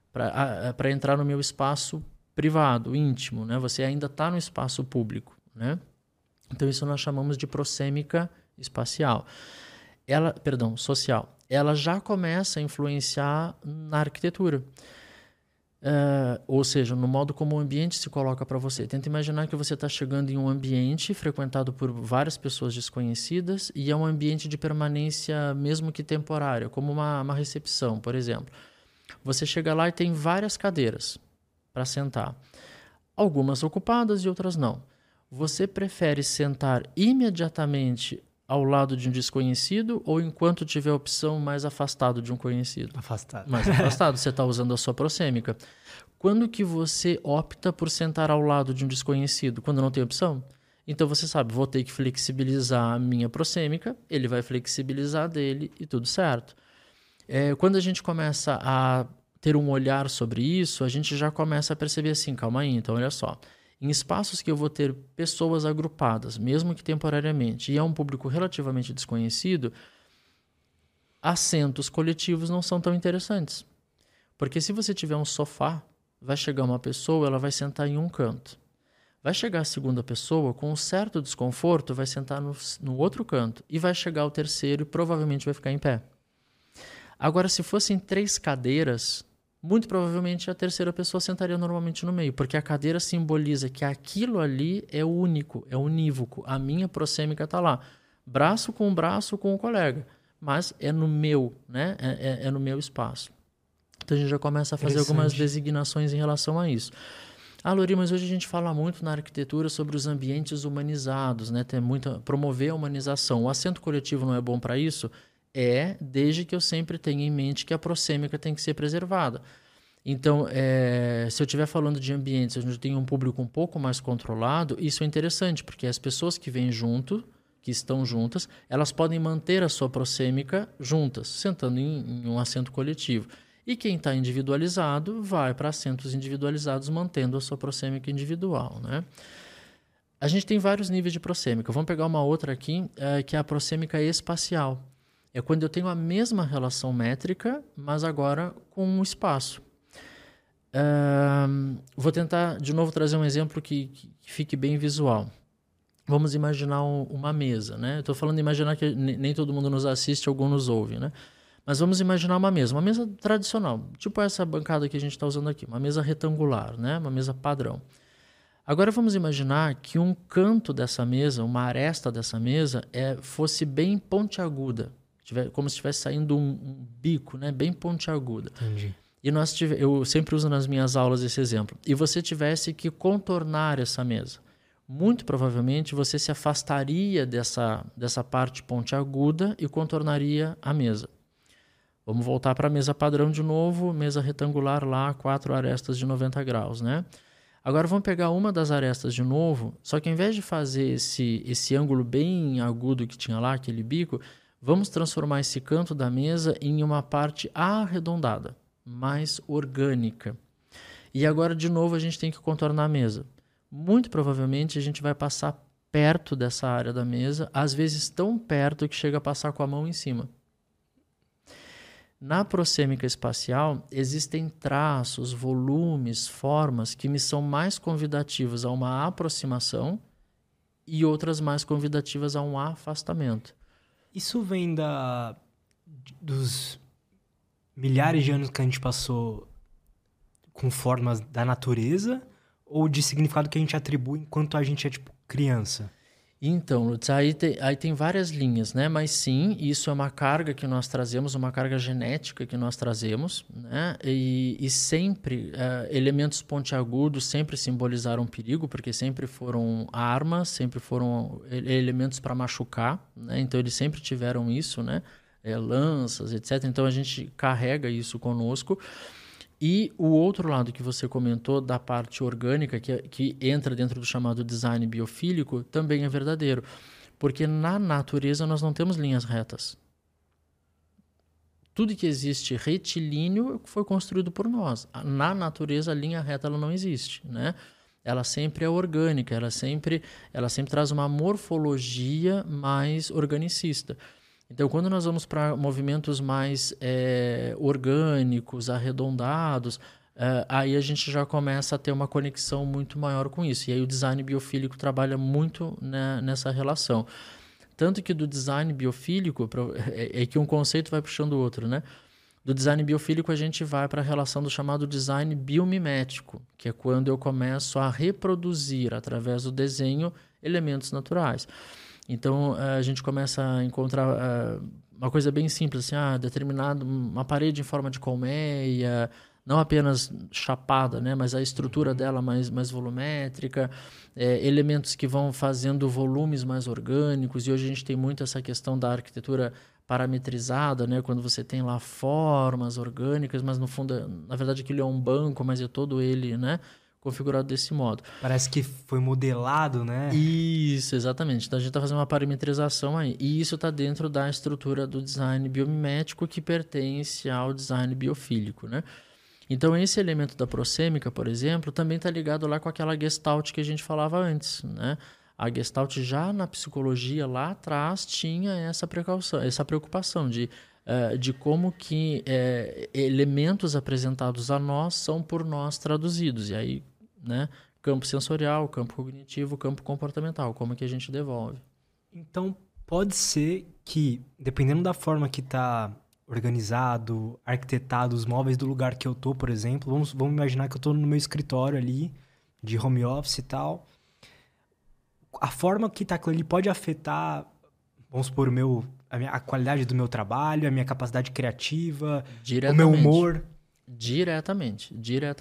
entrar no meu espaço privado, íntimo, né? Você ainda está no espaço público, né? Então isso nós chamamos de prosêmica espacial. Social. Ela já começa a influenciar na arquitetura. Ou seja, no modo como o ambiente se coloca para você. Tenta imaginar que você está chegando em um ambiente frequentado por várias pessoas desconhecidas e é um ambiente de permanência mesmo que temporária, como uma recepção, por exemplo. Você chega lá e tem várias cadeiras para sentar. Algumas ocupadas e outras não. Você prefere sentar imediatamente ao lado de um desconhecido ou enquanto tiver a opção mais afastado de um conhecido? Afastado. Mais afastado, você está usando a sua prosêmica. Quando que você opta por sentar ao lado de um desconhecido? Quando não tem opção? Então você sabe, vou ter que flexibilizar a minha prosêmica, ele vai flexibilizar a dele e tudo certo. Quando a gente começa a ter um olhar sobre isso, a gente já começa a perceber assim, calma aí, então olha só. Em espaços que eu vou ter pessoas agrupadas, mesmo que temporariamente, e é um público relativamente desconhecido, assentos coletivos não são tão interessantes. Porque se você tiver um sofá, vai chegar uma pessoa, ela vai sentar em um canto. Vai chegar a segunda pessoa, com um certo desconforto, vai sentar no outro canto. E vai chegar o terceiro e provavelmente vai ficar em pé. Agora, se fossem 3 cadeiras, muito provavelmente a terceira pessoa sentaria normalmente no meio, porque a cadeira simboliza que aquilo ali é único, é unívoco. A minha prosêmica está lá, braço com o colega, mas é no meu, né? É no meu espaço. Então a gente já começa a fazer algumas designações em relação a isso. Lori, mas hoje a gente fala muito na arquitetura sobre os ambientes humanizados, né? Tem promover a humanização. O assento coletivo não é bom para isso? Desde que eu sempre tenha em mente que a prosêmica tem que ser preservada. Então, se eu estiver falando de ambientes onde eu tenho um público um pouco mais controlado, isso é interessante, porque as pessoas que vêm junto, que estão juntas, elas podem manter a sua prosêmica juntas, sentando em um assento coletivo. E quem está individualizado vai para assentos individualizados, mantendo a sua prosêmica individual, né? A gente tem vários níveis de prosêmica. Vamos pegar uma outra aqui, que é a prosêmica espacial. É quando eu tenho a mesma relação métrica, mas agora com um espaço. Vou tentar, de novo, trazer um exemplo que fique bem visual. Vamos imaginar uma mesa, né? Estou falando de imaginar que nem todo mundo nos assiste, algum nos ouve, né? Mas vamos imaginar uma mesa tradicional, tipo essa bancada que a gente está usando aqui, uma mesa retangular, né? Uma mesa padrão. Agora vamos imaginar que um canto dessa mesa, uma aresta dessa mesa, fosse bem pontiaguda, como se estivesse saindo um bico, né? Bem pontiaguda. Entendi. E eu sempre uso nas minhas aulas esse exemplo. E você tivesse que contornar essa mesa. Muito provavelmente você se afastaria dessa parte pontiaguda e contornaria a mesa. Vamos voltar para a mesa padrão de novo, mesa retangular lá, 4 arestas de 90 graus, né? Agora vamos pegar uma das arestas de novo, só que ao invés de fazer esse ângulo bem agudo que tinha lá, aquele bico, vamos transformar esse canto da mesa em uma parte arredondada, mais orgânica. E agora de novo a gente tem que contornar a mesa. Muito provavelmente a gente vai passar perto dessa área da mesa, às vezes tão perto que chega a passar com a mão em cima. Na proxêmica espacial, existem traços, volumes, formas que me são mais convidativos a uma aproximação e outras mais convidativas a um afastamento. Isso vem dos milhares de anos que a gente passou com formas da natureza ou de significado que a gente atribui enquanto a gente é, tipo, criança? Então, Lutz, aí tem várias linhas, né? Mas sim, isso é uma carga que nós trazemos, uma carga genética que nós trazemos, né? E sempre, elementos pontiagudos sempre simbolizaram perigo, porque sempre foram armas, sempre foram elementos para machucar, né? Então, eles sempre tiveram isso, né? Lanças, etc. Então, a gente carrega isso conosco. E o outro lado que você comentou, da parte orgânica, que entra dentro do chamado design biofílico, também é verdadeiro. Porque na natureza nós não temos linhas retas. Tudo que existe retilíneo foi construído por nós. Na natureza, a linha reta ela não existe, né? Ela sempre é orgânica, ela sempre traz uma morfologia mais organicista. Então, quando nós vamos para movimentos mais orgânicos, arredondados, aí a gente já começa a ter uma conexão muito maior com isso. E aí o design biofílico trabalha muito, né, nessa relação. Tanto que do design biofílico, é que um conceito vai puxando o outro, né? Do design biofílico a gente vai para a relação do chamado design biomimético, que é quando eu começo a reproduzir, através do desenho, elementos naturais. Então, a gente começa a encontrar uma coisa bem simples, assim, uma parede em forma de colmeia, não apenas chapada, né, mas a estrutura dela mais volumétrica, elementos que vão fazendo volumes mais orgânicos, e hoje a gente tem muito essa questão da arquitetura parametrizada, né, quando você tem lá formas orgânicas, mas no fundo, na verdade, aquilo é um banco, mas é todo ele, né, configurado desse modo. Parece que foi modelado, né? Isso, exatamente. Então a gente está fazendo uma parametrização aí. E isso está dentro da estrutura do design biomimético que pertence ao design biofílico, né? Então esse elemento da proxêmica, por exemplo, também está ligado lá com aquela Gestalt que a gente falava antes, né? A Gestalt já na psicologia lá atrás tinha essa preocupação de como que elementos apresentados a nós são por nós traduzidos. E aí, né, campo sensorial, campo cognitivo, campo comportamental, como que a gente devolve. Então, pode ser que, dependendo da forma que está organizado, arquitetado os móveis do lugar que eu tô, por exemplo, vamos imaginar que eu tô no meu escritório ali, de home office e tal, a forma que tá aquilo ali pode afetar, vamos supor, a qualidade do meu trabalho, a minha capacidade criativa, o meu humor. Diretamente.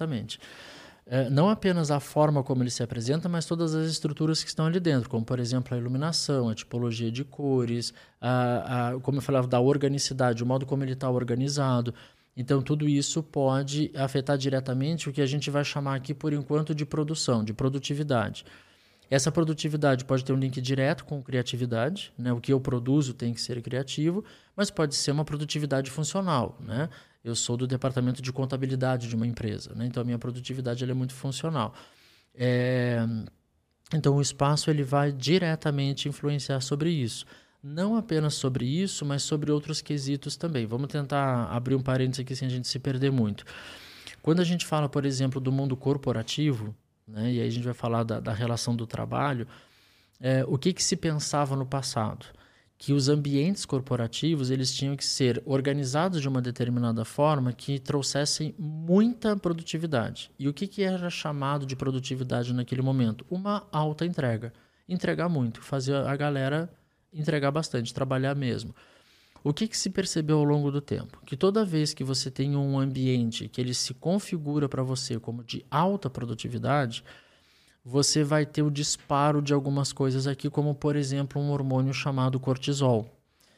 Não apenas a forma como ele se apresenta, mas todas as estruturas que estão ali dentro, como, por exemplo, a iluminação, a tipologia de cores, como eu falava, da organicidade, o modo como ele está organizado. Então, tudo isso pode afetar diretamente o que a gente vai chamar aqui, por enquanto, de produção, de produtividade. Essa produtividade pode ter um link direto com criatividade, né? O que eu produzo tem que ser criativo, mas pode ser uma produtividade funcional, né? Eu sou do departamento de contabilidade de uma empresa, né? Então a minha produtividade ela é muito funcional. Então o espaço ele vai diretamente influenciar sobre isso. Não apenas sobre isso, mas sobre outros quesitos também. Vamos tentar abrir um parênteses aqui sem a gente se perder muito. Quando a gente fala, por exemplo, do mundo corporativo, né, e aí a gente vai falar da relação do trabalho, o que se pensava no passado? Que os ambientes corporativos eles tinham que ser organizados de uma determinada forma que trouxessem muita produtividade. E o que era chamado de produtividade naquele momento? Uma alta entrega. Entregar muito, fazer a galera entregar bastante, trabalhar mesmo. O que se percebeu ao longo do tempo? Que toda vez que você tem um ambiente que ele se configura para você como de alta produtividade, você vai ter o disparo de algumas coisas aqui, como, por exemplo, um hormônio chamado cortisol.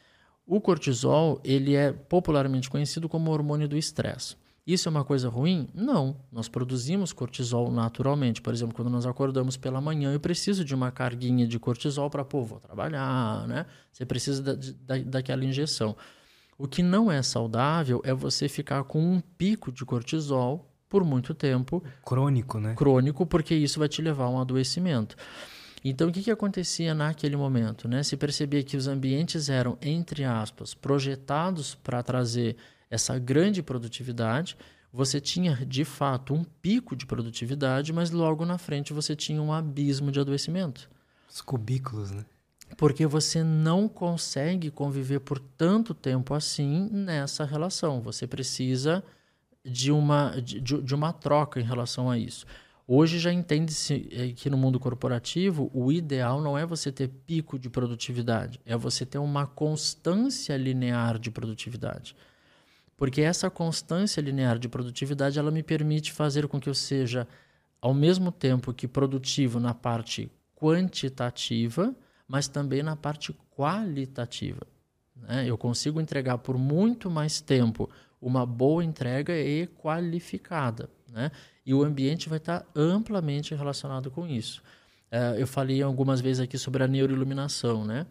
O cortisol ele é popularmente conhecido como hormônio do estresse. Isso é uma coisa ruim? Não. Nós produzimos cortisol naturalmente. Por exemplo, quando nós acordamos pela manhã, eu preciso de uma carguinha de cortisol para, vou trabalhar, né? Você precisa daquela injeção. O que não é saudável é você ficar com um pico de cortisol por muito tempo. Crônico, né? Crônico, porque isso vai te levar a um adoecimento. Então, o que acontecia naquele momento? Né? Se percebia que os ambientes eram, entre aspas, projetados para trazer essa grande produtividade, você tinha, de fato, um pico de produtividade, mas logo na frente você tinha um abismo de adoecimento. Os cubículos, né? Porque você não consegue conviver por tanto tempo assim nessa relação. Você precisa de uma troca em relação a isso. Hoje já entende-se que no mundo corporativo o ideal não é você ter pico de produtividade, é você ter uma constância linear de produtividade. Porque essa constância linear de produtividade ela me permite fazer com que eu seja, ao mesmo tempo que produtivo na parte quantitativa, mas também na parte qualitativa. Né? Eu consigo entregar por muito mais tempo uma boa entrega e qualificada, né? E o ambiente vai estar amplamente relacionado com isso. Eu falei algumas vezes aqui sobre a neuroiluminação, né?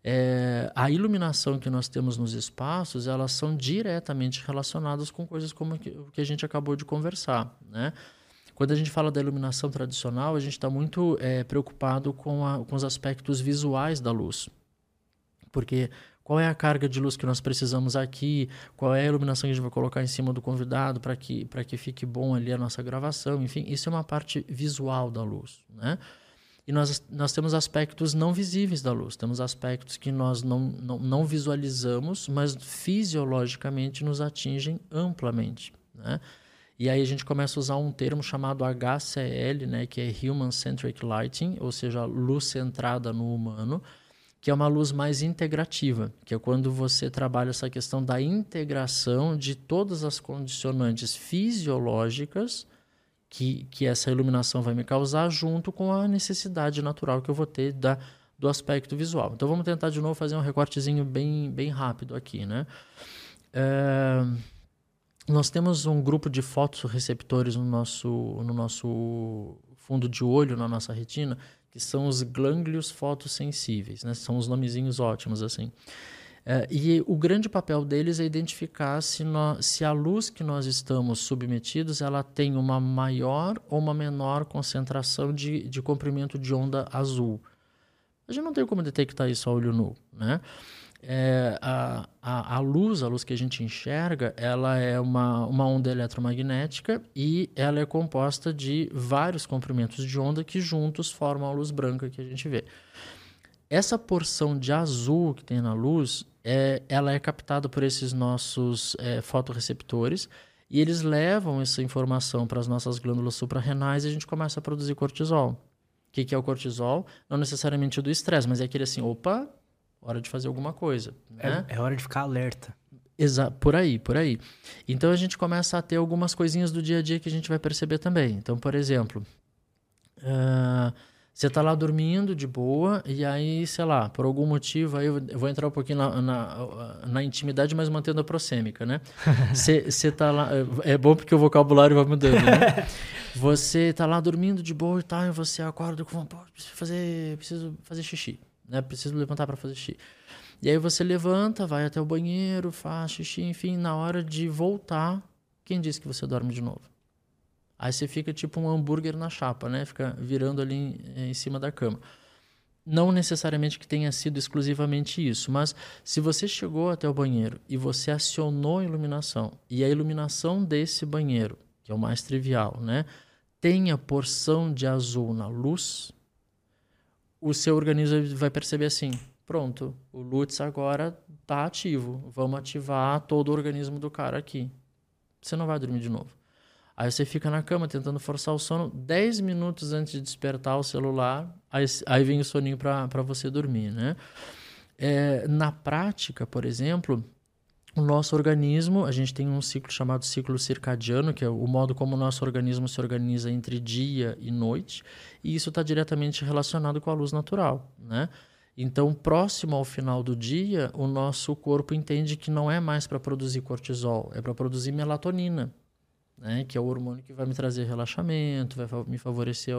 A iluminação que nós temos nos espaços, elas são diretamente relacionadas com coisas como o que a gente acabou de conversar, né? Quando a gente fala da iluminação tradicional, a gente está muito preocupado com os aspectos visuais da luz. Porque qual é a carga de luz que nós precisamos aqui, qual é a iluminação que a gente vai colocar em cima do convidado para que fique bom ali a nossa gravação, enfim, isso é uma parte visual da luz, né? E nós temos aspectos não visíveis da luz, temos aspectos que nós não visualizamos, mas fisiologicamente nos atingem amplamente, né? E aí a gente começa a usar um termo chamado HCL, né, que é Human Centric Lighting, ou seja, luz centrada no humano, que é uma luz mais integrativa, que é quando você trabalha essa questão da integração de todas as condicionantes fisiológicas que essa iluminação vai me causar, junto com a necessidade natural que eu vou ter do aspecto visual. Então vamos tentar de novo fazer um recortezinho bem rápido aqui, né? Nós temos um grupo de fotorreceptores no nosso fundo de olho, na nossa retina, que são os glânglios fotossensíveis, né? São os nomezinhos ótimos, assim. E o grande papel deles é identificar se a luz que nós estamos submetidos ela tem uma maior ou uma menor concentração de comprimento de onda azul. A gente não tem como detectar isso a olho nu, né? A luz que a gente enxerga, ela é uma onda eletromagnética e ela é composta de vários comprimentos de onda que juntos formam a luz branca que a gente vê. Essa porção de azul que tem na luz, ela é captada por esses nossos fotorreceptores e eles levam essa informação para as nossas glândulas suprarrenais e a gente começa a produzir cortisol. O que é o cortisol? Não necessariamente o do estresse, mas é aquele assim, opa, hora de fazer alguma coisa. Né? É hora de ficar alerta. Por aí. Então a gente começa a ter algumas coisinhas do dia a dia que a gente vai perceber também. Então, por exemplo, você está lá dormindo de boa e aí, sei lá, por algum motivo, aí eu vou entrar um pouquinho na intimidade, mas mantendo a proxêmica, né? Você tá lá, é bom porque o vocabulário vai mudando, né? Você está lá dormindo de boa e tal, e você acorda com vontade, preciso fazer xixi, né? Preciso levantar para fazer xixi. E aí você levanta, vai até o banheiro, faz xixi, enfim, na hora de voltar, quem disse que você dorme de novo? Aí você fica tipo um hambúrguer na chapa, né? Fica virando ali em cima da cama. Não necessariamente que tenha sido exclusivamente isso, mas se você chegou até o banheiro e você acionou a iluminação, e a iluminação desse banheiro, que é o mais trivial, né, tem a porção de azul na luz, o seu organismo vai perceber assim, pronto, o LUTs agora está ativo, vamos ativar todo o organismo do cara aqui. Você não vai dormir de novo. Aí você fica na cama tentando forçar o sono, 10 minutos antes de despertar o celular, aí vem o soninho para você dormir, né? Na prática, por exemplo, o nosso organismo, a gente tem um ciclo chamado ciclo circadiano, que é o modo como o nosso organismo se organiza entre dia e noite, e isso está diretamente relacionado com a luz natural, né? Então, próximo ao final do dia, o nosso corpo entende que não é mais para produzir cortisol, é para produzir melatonina, né? Que é o hormônio que vai me trazer relaxamento, vai me favorecer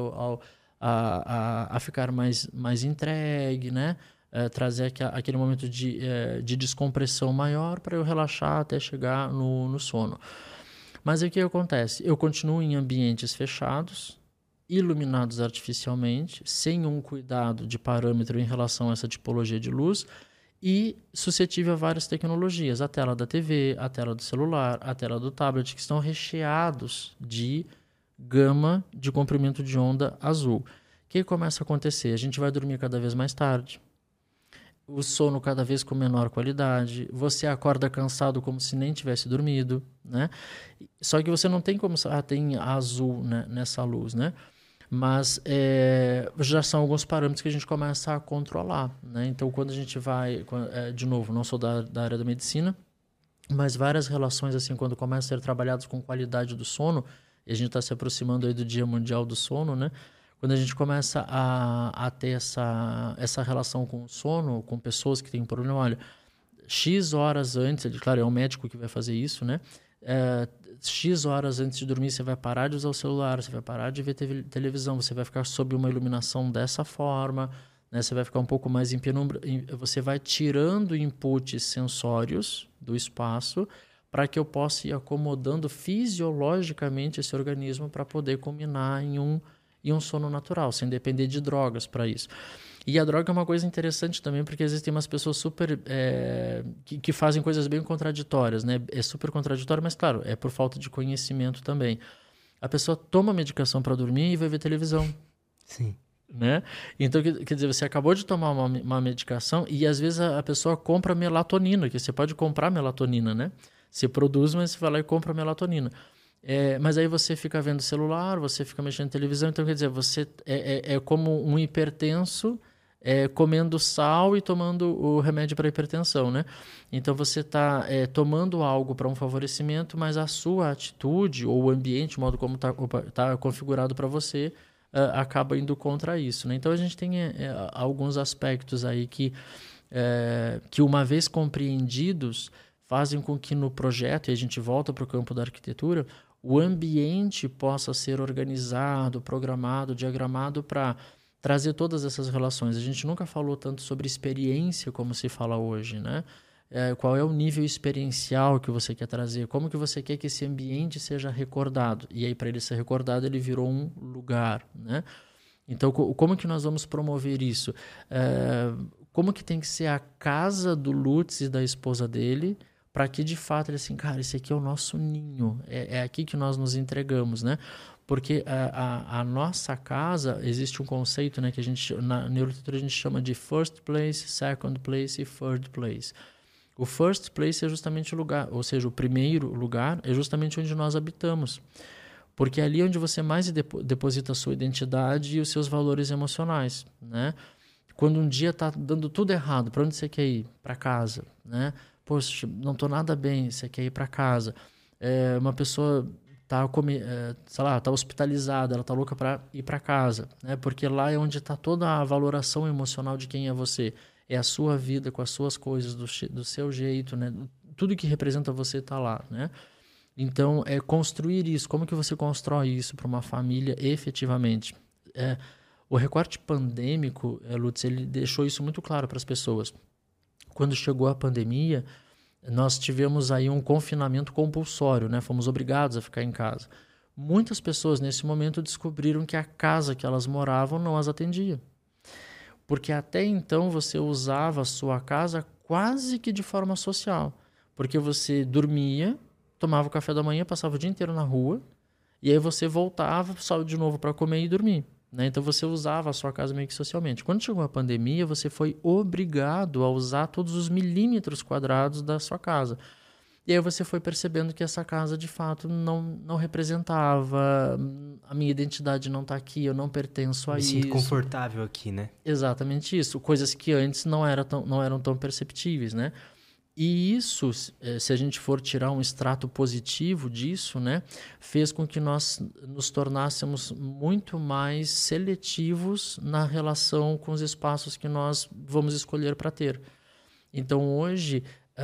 a ficar mais entregue, né? Trazer aquele momento de descompressão maior para eu relaxar até chegar no sono. Mas aí o que acontece? Eu continuo em ambientes fechados, iluminados artificialmente, sem um cuidado de parâmetro em relação a essa tipologia de luz e suscetível a várias tecnologias. A tela da TV, a tela do celular, a tela do tablet, que estão recheados de gama de comprimento de onda azul. O que começa a acontecer? A gente vai dormir cada vez mais tarde, o sono cada vez com menor qualidade, você acorda cansado como se nem tivesse dormido, né? Só que você não tem como... tem azul, né, nessa luz, né? Mas já são alguns parâmetros que a gente começa a controlar, né? Então, quando a gente vai... de novo, não sou da área da medicina, mas várias relações, assim, quando começam a ser trabalhadas com qualidade do sono, e a gente está se aproximando aí do Dia Mundial do Sono, né? Quando a gente começa a ter essa relação com o sono, com pessoas que têm um problema, olha, X horas antes, claro, é um médico que vai fazer isso, né? X horas antes de dormir, você vai parar de usar o celular, você vai parar de ver televisão, você vai ficar sob uma iluminação dessa forma, né? Você vai ficar um pouco mais em penumbra, você vai tirando inputs sensórios do espaço para que eu possa ir acomodando fisiologicamente esse organismo para poder culminar em um sono natural, sem depender de drogas para isso. E a droga é uma coisa interessante também, porque existem umas pessoas super... que fazem coisas bem contraditórias, né? É super contraditório, mas claro, é por falta de conhecimento também. A pessoa toma medicação para dormir e vai ver televisão. Sim. Né? Então, quer dizer, você acabou de tomar uma medicação e às vezes a pessoa compra melatonina, que você pode comprar melatonina, né? Você produz, mas você vai lá e compra melatonina. Mas aí você fica vendo celular, você fica mexendo em televisão, então quer dizer, você é como um hipertenso comendo sal e tomando o remédio para hipertensão, né? Então você está tomando algo para um favorecimento, mas a sua atitude ou o ambiente, o modo como está configurado para você, acaba indo contra isso, né? Então a gente tem alguns aspectos aí que uma vez compreendidos fazem com que no projeto, e a gente volta para o campo da arquitetura, o ambiente possa ser organizado, programado, diagramado para trazer todas essas relações. A gente nunca falou tanto sobre experiência como se fala hoje, né? Qual é o nível experiencial que você quer trazer? Como que você quer que esse ambiente seja recordado? E aí, para ele ser recordado, ele virou um lugar, né? Então, como que nós vamos promover isso? Como que tem que ser a casa do Lutz e da esposa dele, para que de fato ele assim, cara, esse aqui é o nosso ninho, é aqui que nós nos entregamos, né? Porque a nossa casa, existe um conceito, né, que na neuroarquitetura a gente chama de first place, second place e third place. O first place é justamente o lugar, ou seja, o primeiro lugar é justamente onde nós habitamos. Porque é ali onde você mais deposita a sua identidade e os seus valores emocionais, né? Quando um dia está dando tudo errado, para onde você quer ir? Para casa, né? Poxa, não estou nada bem, você quer ir para casa. Uma pessoa está hospitalizada, ela está louca para ir para casa, né? Porque lá é onde está toda a valoração emocional de quem é você. É a sua vida com as suas coisas, do seu jeito, né? Tudo que representa você está lá, né? Então, construir isso. Como que você constrói isso para uma família efetivamente? O recorte pandêmico, Lutz, ele deixou isso muito claro para as pessoas. Quando chegou a pandemia, nós tivemos aí um confinamento compulsório, né? Fomos obrigados a ficar em casa. Muitas pessoas, nesse momento, descobriram que a casa que elas moravam não as atendia. Porque até então você usava a sua casa quase que de forma social. Porque você dormia, tomava o café da manhã, passava o dia inteiro na rua, e aí você voltava só de novo para comer e dormir. Né? Então você usava a sua casa meio que socialmente. Quando chegou a pandemia, você foi obrigado a usar todos os milímetros quadrados da sua casa. E aí você foi percebendo que essa casa, de fato, não representava, a minha identidade não está aqui, eu não pertenço a isso. Me sinto confortável aqui, né? Exatamente isso. Coisas que antes não eram tão perceptíveis, né? E isso, se a gente for tirar um extrato positivo disso, né, fez com que nós nos tornássemos muito mais seletivos na relação com os espaços que nós vamos escolher para ter. Então, hoje,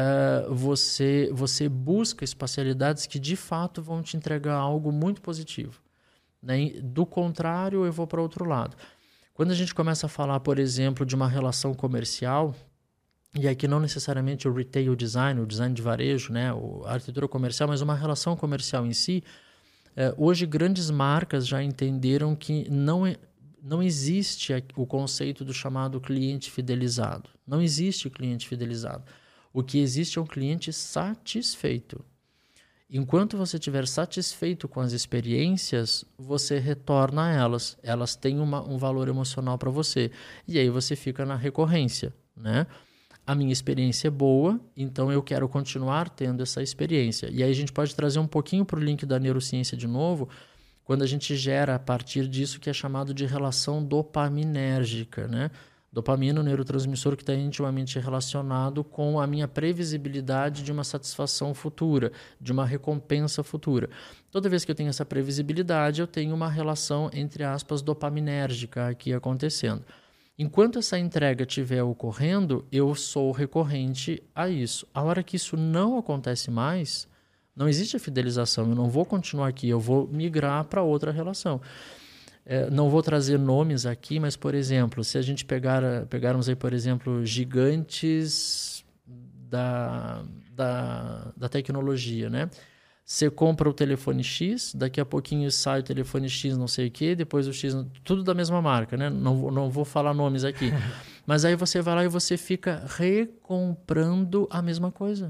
você busca espacialidades que, de fato, vão te entregar algo muito positivo. Né? Do contrário, eu vou para outro lado. Quando a gente começa a falar, por exemplo, de uma relação comercial, e aqui não necessariamente o retail design, o design de varejo, né, a arquitetura comercial, mas uma relação comercial em si, hoje grandes marcas já entenderam que não existe o conceito do chamado cliente fidelizado. Não existe cliente fidelizado. O que existe é um cliente satisfeito. Enquanto você estiver satisfeito com as experiências, você retorna a elas. Elas têm um valor emocional para você. E aí você fica na recorrência, né? A minha experiência é boa, então eu quero continuar tendo essa experiência. E aí a gente pode trazer um pouquinho para o link da neurociência de novo, quando a gente gera a partir disso que é chamado de relação dopaminérgica, né? Dopamina, o neurotransmissor que está intimamente relacionado com a minha previsibilidade de uma satisfação futura, de uma recompensa futura. Toda vez que eu tenho essa previsibilidade, eu tenho uma relação, entre aspas, dopaminérgica aqui acontecendo. Enquanto essa entrega estiver ocorrendo, eu sou recorrente a isso. A hora que isso não acontece mais, não existe a fidelização. Eu não vou continuar aqui, eu vou migrar para outra relação. Não vou trazer nomes aqui, mas, por exemplo, se a gente pegarmos aí, por exemplo, gigantes da tecnologia, né? Você compra o telefone X, daqui a pouquinho sai o telefone X não sei o quê, depois o X... Tudo da mesma marca, né? Não vou falar nomes aqui. Mas aí você vai lá e você fica recomprando a mesma coisa.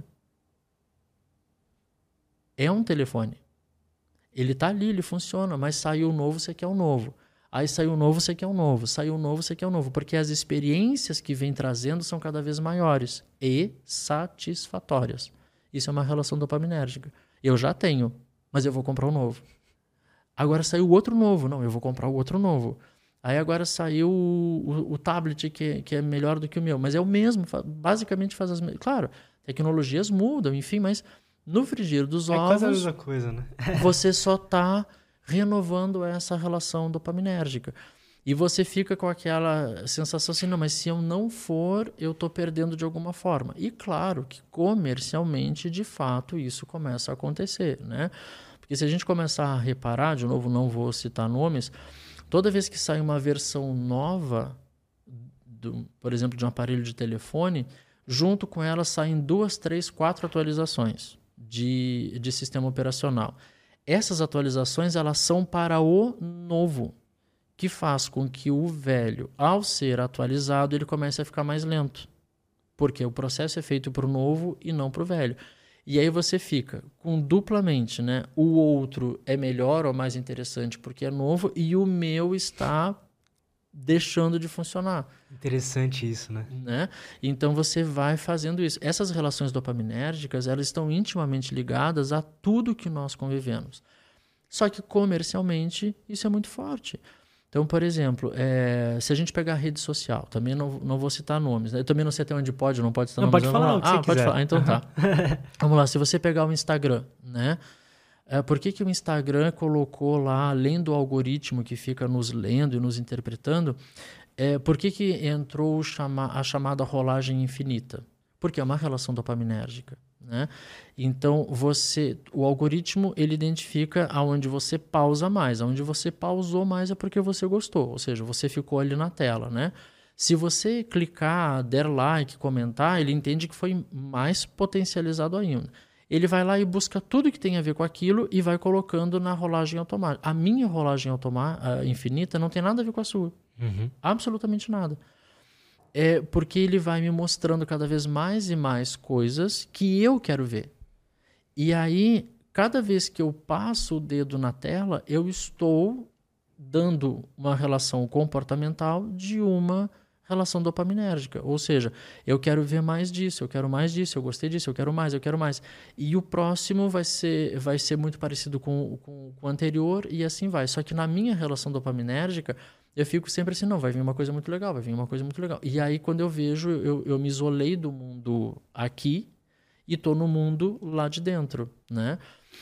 É um telefone. Ele está ali, ele funciona, mas saiu o novo, você quer o novo. Aí saiu o novo, você quer o novo. Saiu o novo, você quer o novo. Porque as experiências que vem trazendo são cada vez maiores e satisfatórias. Isso é uma relação dopaminérgica. Eu já tenho, mas eu vou comprar um novo. Agora saiu outro novo. Não, eu vou comprar o outro novo. Aí agora saiu o tablet que é melhor do que o meu. Mas é o mesmo, basicamente faz as mesmas... Claro, tecnologias mudam, enfim, mas no frigir dos ovos... É quase a mesma coisa, né? Você só está renovando essa relação dopaminérgica. E você fica com aquela sensação assim, não, mas se eu não for, eu estou perdendo de alguma forma. E claro que comercialmente, de fato, isso começa a acontecer, né? Porque se a gente começar a reparar, de novo, não vou citar nomes, toda vez que sai uma versão nova, por exemplo, de um aparelho de telefone, junto com ela saem 2, 3, 4 atualizações de sistema operacional. Essas atualizações, elas são para o novo, que faz com que o velho, ao ser atualizado, ele comece a ficar mais lento. Porque o processo é feito para o novo e não para o velho. E aí você fica com duplamente, né? O outro é melhor ou mais interessante porque é novo e o meu está deixando de funcionar. Interessante isso, né? Então você vai fazendo isso. Essas relações dopaminérgicas, elas estão intimamente ligadas a tudo que nós convivemos. Só que comercialmente isso é muito forte. Então, por exemplo, se a gente pegar a rede social, também não vou citar nomes, né? Eu também não sei até onde pode, não pode citar nomes. Pode falar o que você pode quiser. falar. Então tá. Vamos lá, se você pegar o Instagram, né? Por que o Instagram colocou lá, além do algoritmo que fica nos lendo e nos interpretando, por que entrou a chamada rolagem infinita? Porque é uma relação dopaminérgica. Né? Então, o algoritmo ele identifica aonde você pausa mais. Aonde você pausou mais é porque você gostou, ou seja, você ficou ali na tela. Né? Se você clicar, der like, comentar, ele entende que foi mais potencializado ainda. Ele vai lá e busca tudo que tem a ver com aquilo e vai colocando na rolagem automática. A minha rolagem infinita não tem nada a ver com a sua. Uhum. Absolutamente nada. É porque ele vai me mostrando cada vez mais e mais coisas que eu quero ver. E aí, cada vez que eu passo o dedo na tela, eu estou dando uma relação comportamental de uma relação dopaminérgica. Ou seja, eu quero ver mais disso, eu quero mais disso, eu gostei disso, eu quero mais, eu quero mais. E o próximo vai ser muito parecido com o anterior e assim vai. Só que na minha relação dopaminérgica, eu fico sempre assim, não, vai vir uma coisa muito legal, vai vir uma coisa muito legal. E aí, quando eu vejo, eu me isolei do mundo aqui e estou no mundo lá de dentro, né?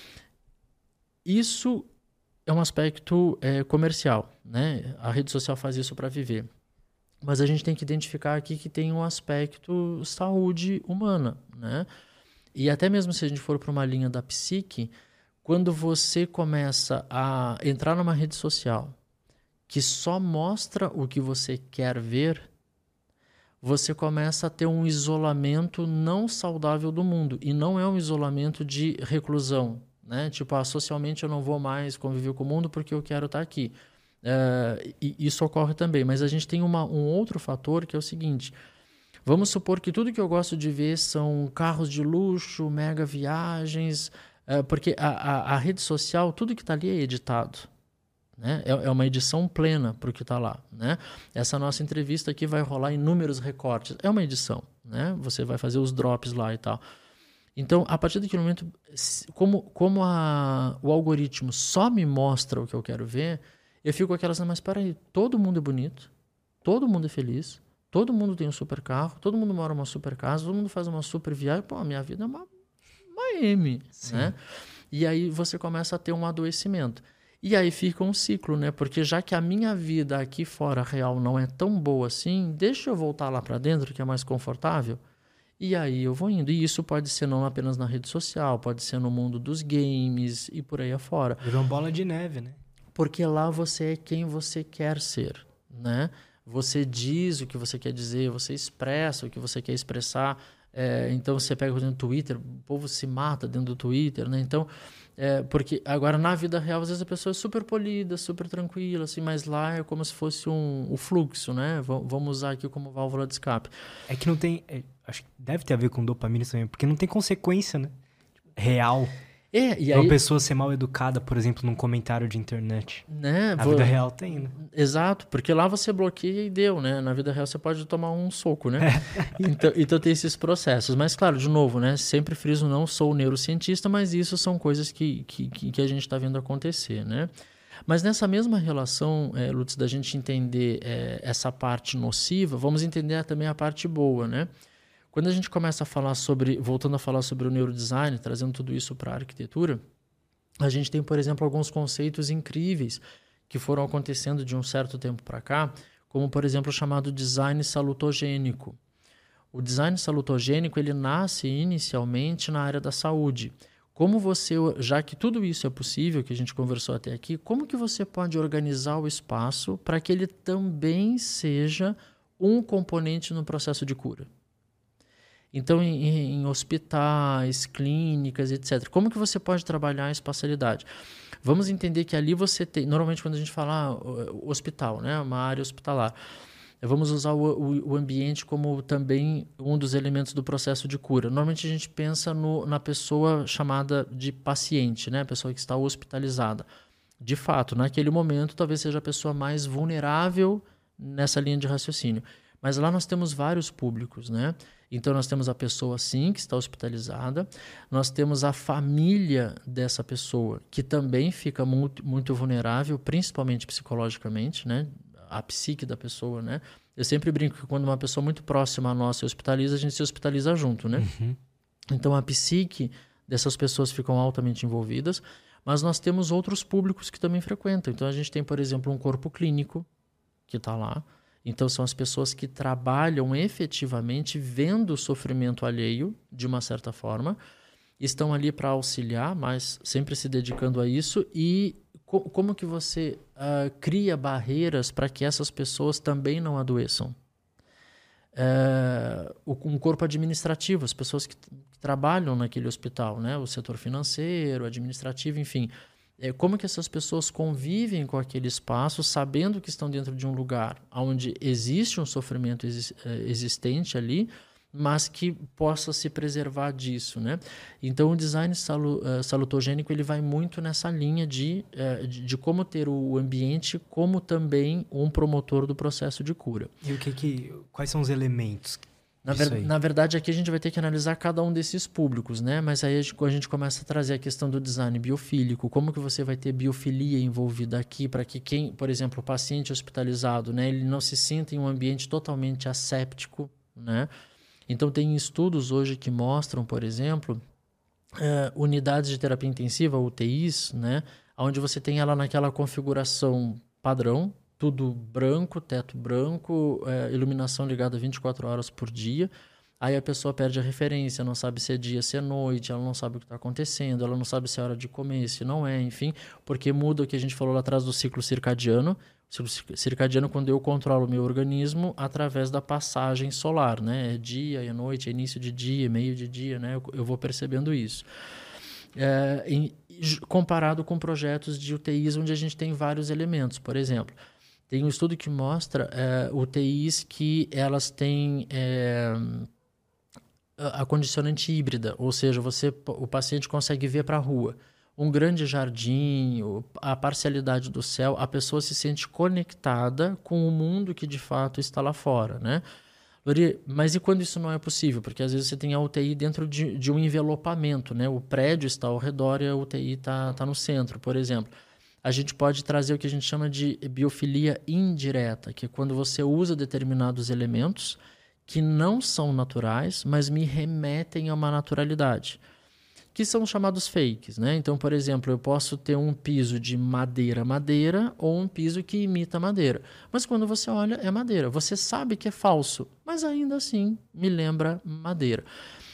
Isso é um aspecto comercial, né? A rede social faz isso para viver. Mas a gente tem que identificar aqui que tem um aspecto saúde humana, né? E até mesmo se a gente for para uma linha da psique, quando você começa a entrar numa rede social que só mostra o que você quer ver, você começa a ter um isolamento não saudável do mundo. E não é um isolamento de reclusão, né? Tipo, socialmente eu não vou mais conviver com o mundo porque eu quero estar aqui. E isso ocorre também. Mas a gente tem um outro fator que é o seguinte. Vamos supor que tudo que eu gosto de ver são carros de luxo, mega viagens, porque a rede social, tudo que está ali é editado. Né? É uma edição plena para o que está lá. Né? Essa nossa entrevista aqui vai rolar inúmeros recortes. É uma edição. Né? Você vai fazer os drops lá e tal. Então, a partir daquele momento, como o algoritmo só me mostra o que eu quero ver, eu fico com aquelas, mas espera aí, todo mundo é bonito, todo mundo é feliz, todo mundo tem um super carro, todo mundo mora numa super casa, todo mundo faz uma super viagem. Pô, a minha vida é uma M, né? E aí você começa a ter um adoecimento. E aí fica um ciclo, né? Porque já que a minha vida aqui fora real não é tão boa assim, deixa eu voltar lá para dentro, que é mais confortável. E aí eu vou indo. E isso pode ser não apenas na rede social, pode ser no mundo dos games e por aí afora. Virou uma bola de neve, né? Porque lá você é quem você quer ser, né? Você diz o que você quer dizer, você expressa o que você quer expressar. Então, você pega, por exemplo, o Twitter, o povo se mata dentro do Twitter, né? Então, porque agora na vida real, às vezes a pessoa é super polida, super tranquila, assim, mas lá é como se fosse o fluxo, né? Vamos usar aqui como válvula de escape. É que não tem... acho que deve ter a ver com dopamina também, porque não tem consequência, né? Real. E aí, uma pessoa ser mal educada, por exemplo, num comentário de internet. Né? Na vida real tem, né? Exato, porque lá você bloqueia e deu, né? Na vida real você pode tomar um soco, né? Então tem esses processos. Mas claro, de novo, né? Sempre friso, não sou neurocientista, mas isso são coisas que a gente está vendo acontecer, né? Mas nessa mesma relação, Lutz, da gente entender essa parte nociva, vamos entender também a parte boa, né? Quando a gente começa a falar voltando a falar sobre o neurodesign, trazendo tudo isso para a arquitetura, a gente tem, por exemplo, alguns conceitos incríveis que foram acontecendo de um certo tempo para cá, como, por exemplo, o chamado design salutogênico. O design salutogênico, ele nasce inicialmente na área da saúde. Como você, já que tudo isso é possível, que a gente conversou até aqui, como que você pode organizar o espaço para que ele também seja um componente no processo de cura? Então, em hospitais, clínicas, etc. Como que você pode trabalhar a espacialidade? Vamos entender que ali você tem... Normalmente, quando a gente fala hospital, né? Uma área hospitalar, vamos usar o ambiente como também um dos elementos do processo de cura. Normalmente, a gente pensa na pessoa chamada de paciente, né? A pessoa que está hospitalizada. De fato, naquele momento, talvez seja a pessoa mais vulnerável nessa linha de raciocínio. Mas lá nós temos vários públicos, né? Então, nós temos a pessoa, sim, que está hospitalizada. Nós temos a família dessa pessoa, que também fica muito, muito vulnerável, principalmente psicologicamente, né? A psique da pessoa, né? Eu sempre brinco que quando uma pessoa muito próxima a nós se hospitaliza, a gente se hospitaliza junto, né? Uhum. Então, a psique dessas pessoas ficam altamente envolvidas. Mas nós temos outros públicos que também frequentam. Então, a gente tem, por exemplo, um corpo clínico que está lá. Então, são as pessoas que trabalham efetivamente vendo o sofrimento alheio, de uma certa forma, estão ali para auxiliar, mas sempre se dedicando a isso. E como que você cria barreiras para que essas pessoas também não adoeçam? Um corpo administrativo, as pessoas que trabalham naquele hospital, né? O setor financeiro, administrativo, enfim. como que essas pessoas convivem com aquele espaço, sabendo que estão dentro de um lugar onde existe um sofrimento existente ali, mas que possa se preservar disso, né? Então, o design salutogênico ele vai muito nessa linha de como ter o ambiente como também um promotor do processo de cura. E quais são os elementos? Na verdade, aqui a gente vai ter que analisar cada um desses públicos, né? Mas aí a gente começa a trazer a questão do design biofílico. Como que você vai ter biofilia envolvida aqui para que por exemplo, o paciente hospitalizado, né? Ele não se sinta em um ambiente totalmente asséptico, né? Então, tem estudos hoje que mostram, por exemplo, unidades de terapia intensiva, UTIs, né? Onde você tem ela naquela configuração padrão, tudo branco, teto branco, iluminação ligada 24 horas por dia. Aí a pessoa perde a referência, não sabe se é dia, se é noite, ela não sabe o que está acontecendo, ela não sabe se é hora de comer, se não é, enfim, porque muda o que a gente falou lá atrás do ciclo circadiano. O ciclo circadiano, quando eu controlo o meu organismo através da passagem solar, né? É dia, é noite, é início de dia, meio de dia, né? Eu vou percebendo isso. Comparado com projetos de UTIs onde a gente tem vários elementos, por exemplo. Tem um estudo que mostra UTIs que elas têm a condicionante híbrida, ou seja, o paciente consegue ver para a rua. Um grande jardim, a parcialidade do céu, a pessoa se sente conectada com o mundo que de fato está lá fora, né? Mas e quando isso não é possível? Porque às vezes você tem a UTI dentro de um envelopamento, né? O prédio está ao redor e a UTI está no centro, por exemplo. A gente pode trazer o que a gente chama de biofilia indireta, que é quando você usa determinados elementos que não são naturais, mas me remetem a uma naturalidade, que são chamados fakes, né? Então, por exemplo, eu posso ter um piso de madeira ou um piso que imita madeira. Mas quando você olha, é madeira. Você sabe que é falso, mas ainda assim me lembra madeira.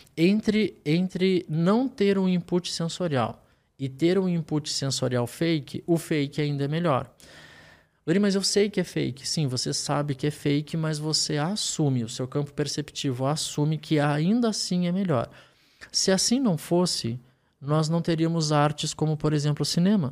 Entre não ter um input sensorial e ter um input sensorial fake, o fake ainda é melhor. Mas eu sei que é fake. Sim, você sabe que é fake, mas você assume, o seu campo perceptivo assume que ainda assim é melhor. Se assim não fosse, nós não teríamos artes como, por exemplo, o cinema.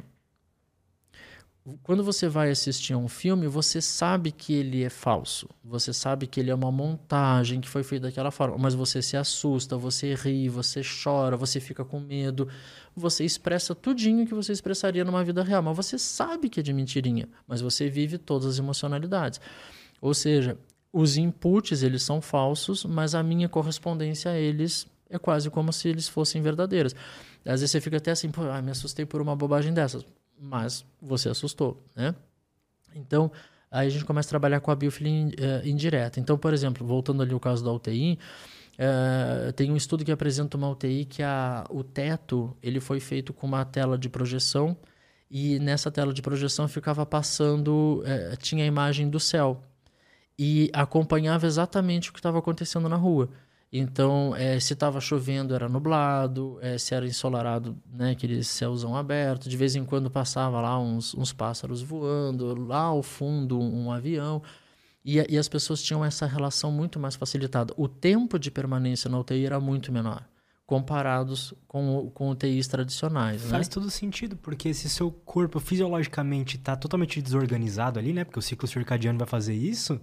Quando você vai assistir a um filme, você sabe que ele é falso. Você sabe que ele é uma montagem que foi feita daquela forma. Mas você se assusta, você ri, você chora, você fica com medo. Você expressa tudinho que você expressaria numa vida real. Mas você sabe que é de mentirinha. Mas você vive todas as emocionalidades. Ou seja, os inputs eles são falsos, mas a minha correspondência a eles é quase como se eles fossem verdadeiros. Às vezes você fica até assim, me assustei por uma bobagem dessas. Mas você assustou, né? Então, aí a gente começa a trabalhar com a biofilia indireta. Então, por exemplo, voltando ali ao caso da UTI, tem um estudo que apresenta uma UTI que o teto ele foi feito com uma tela de projeção e nessa tela de projeção ficava passando, tinha a imagem do céu e acompanhava exatamente o que estava acontecendo na rua. Então, se estava chovendo era nublado, se era ensolarado, né, aquele céuzão aberto, de vez em quando passava lá uns pássaros voando, lá ao fundo um avião, e as pessoas tinham essa relação muito mais facilitada. O tempo de permanência na UTI era muito menor, comparados com UTIs tradicionais. Faz todo sentido, porque se seu corpo fisiologicamente está totalmente desorganizado ali, né, porque o ciclo circadiano vai fazer isso,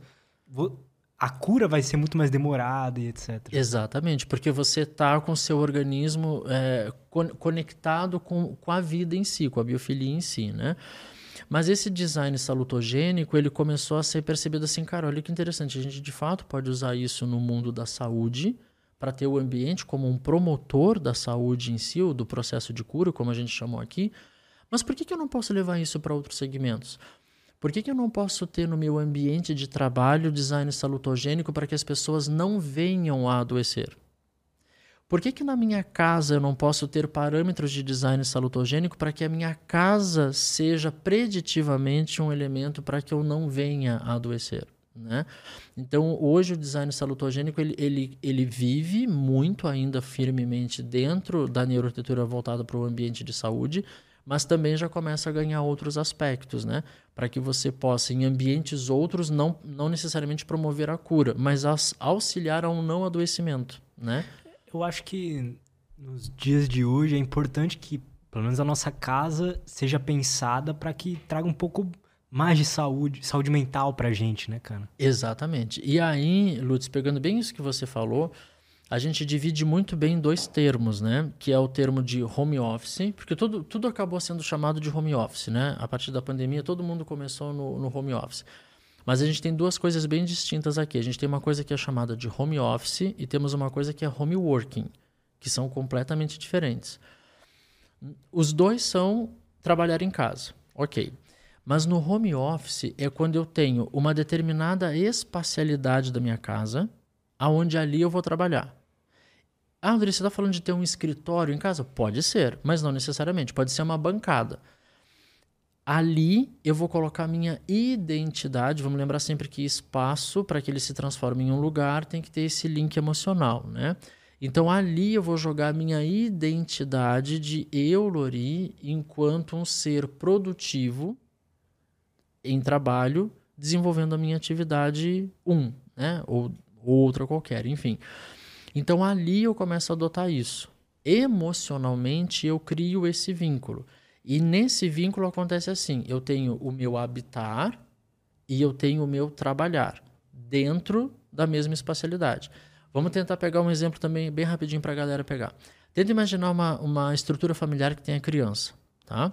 a cura vai ser muito mais demorada e etc. Exatamente, porque você está com o seu organismo conectado com a vida em si, com a biofilia em si, né? Mas esse design salutogênico, ele começou a ser percebido assim, cara, olha que interessante, a gente de fato pode usar isso no mundo da saúde para ter o ambiente como um promotor da saúde em si, ou do processo de cura, como a gente chamou aqui. Mas por que eu não posso levar isso para outros segmentos? Por que eu não posso ter no meu ambiente de trabalho design salutogênico para que as pessoas não venham a adoecer? Por que na minha casa eu não posso ter parâmetros de design salutogênico para que a minha casa seja preditivamente um elemento para que eu não venha a adoecer? Né? Então, hoje o design salutogênico ele vive muito ainda firmemente dentro da neuroarquitetura voltada para o ambiente de saúde, mas também já começa a ganhar outros aspectos, né? Para que você possa, em ambientes outros, não necessariamente promover a cura, mas auxiliar a um não adoecimento, né? Eu acho que nos dias de hoje é importante que pelo menos a nossa casa seja pensada para que traga um pouco mais de saúde mental pra gente, né, cara? Exatamente. E aí, Lutz, pegando bem isso que você falou, a gente divide muito bem em dois termos, né? Que é o termo de home office, porque tudo acabou sendo chamado de home office, né? A partir da pandemia, todo mundo começou no home office. Mas a gente tem duas coisas bem distintas aqui. A gente tem uma coisa que é chamada de home office e temos uma coisa que é home working, que são completamente diferentes. Os dois são trabalhar em casa, ok. Mas no home office é quando eu tenho uma determinada espacialidade da minha casa, aonde ali eu vou trabalhar. Ah, André, você está falando de ter um escritório em casa? Pode ser, mas não necessariamente. Pode ser uma bancada. Ali eu vou colocar minha identidade. Vamos lembrar sempre que espaço, para que ele se transforme em um lugar, tem que ter esse link emocional, né? Então ali eu vou jogar minha identidade de eu, Lori, enquanto um ser produtivo em trabalho, desenvolvendo a minha atividade né? Ou outra qualquer, enfim. Então ali eu começo a adotar isso. Emocionalmente eu crio esse vínculo. E nesse vínculo acontece assim, eu tenho o meu habitar e eu tenho o meu trabalhar dentro da mesma espacialidade. Vamos tentar pegar um exemplo também bem rapidinho para a galera pegar. Tenta imaginar uma estrutura familiar que tem a criança, tá?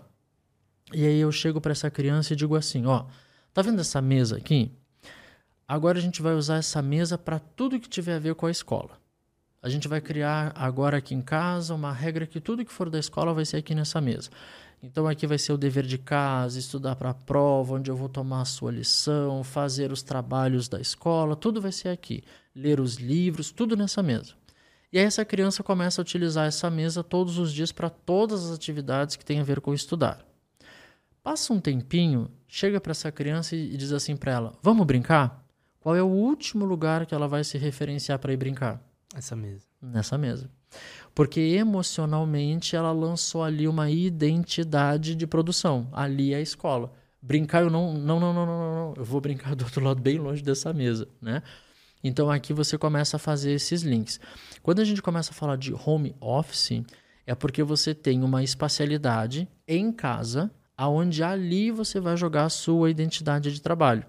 E aí eu chego para essa criança e digo assim, ó, tá vendo essa mesa aqui? Agora a gente vai usar essa mesa para tudo que tiver a ver com a escola. A gente vai criar agora aqui em casa uma regra que tudo que for da escola vai ser aqui nessa mesa. Então aqui vai ser o dever de casa, estudar para a prova, onde eu vou tomar a sua lição, fazer os trabalhos da escola, tudo vai ser aqui. Ler os livros, tudo nessa mesa. E aí essa criança começa a utilizar essa mesa todos os dias para todas as atividades que têm a ver com estudar. Passa um tempinho, chega para essa criança e diz assim para ela, vamos brincar? Qual é o último lugar que ela vai se referenciar para ir brincar? Essa mesa. Nessa mesa. Porque emocionalmente ela lançou ali uma identidade de produção. Ali é a escola. Brincar eu não. Eu vou brincar do outro lado, bem longe dessa mesa, né? Então aqui você começa a fazer esses links. Quando a gente começa a falar de home office, é porque você tem uma espacialidade em casa, aonde ali você vai jogar a sua identidade de trabalho.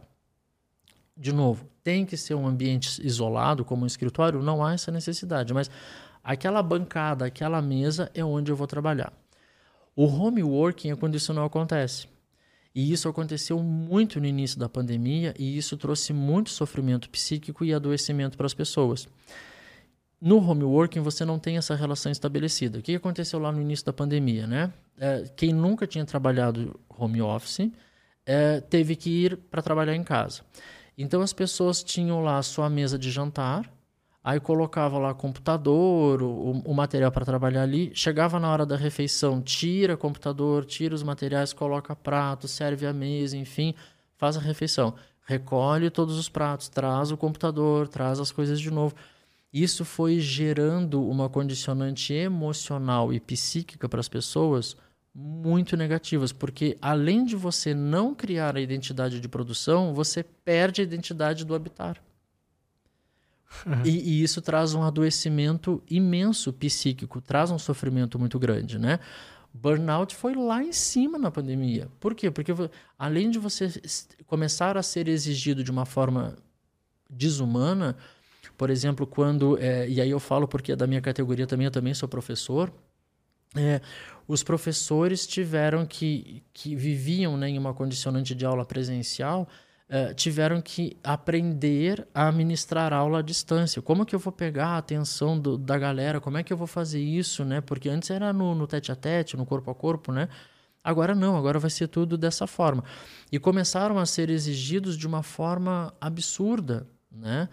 De novo, tem que ser um ambiente isolado, como um escritório? Não há essa necessidade, mas aquela bancada, aquela mesa é onde eu vou trabalhar. O home working é quando isso não acontece. E isso aconteceu muito no início da pandemia e isso trouxe muito sofrimento psíquico e adoecimento para as pessoas. No home working você não tem essa relação estabelecida. O que aconteceu lá no início da pandemia, né? Quem nunca tinha trabalhado home office teve que ir para trabalhar em casa. Então as pessoas tinham lá a sua mesa de jantar, aí colocava lá computador, o material para trabalhar ali, chegava na hora da refeição, tira computador, tira os materiais, coloca prato, serve a mesa, enfim, faz a refeição. Recolhe todos os pratos, traz o computador, traz as coisas de novo. Isso foi gerando uma condicionante emocional e psíquica para as pessoas muito negativas, porque além de você não criar a identidade de produção, você perde a identidade do habitar. E isso traz um adoecimento imenso psíquico, traz um sofrimento muito grande, né? Burnout foi lá em cima na pandemia. Por quê? Porque além de você começar a ser exigido de uma forma desumana, por exemplo, quando... e aí eu falo porque é da minha categoria também, eu também sou professor. Os professores tiveram que viviam, né, em uma condicionante de aula presencial, tiveram que aprender a ministrar aula à distância. Como que eu vou pegar a atenção da galera? Como é que eu vou fazer isso, né? Porque antes era no tete-a-tete, no corpo a corpo, né? Agora não, agora vai ser tudo dessa forma. E começaram a ser exigidos de uma forma absurda, né?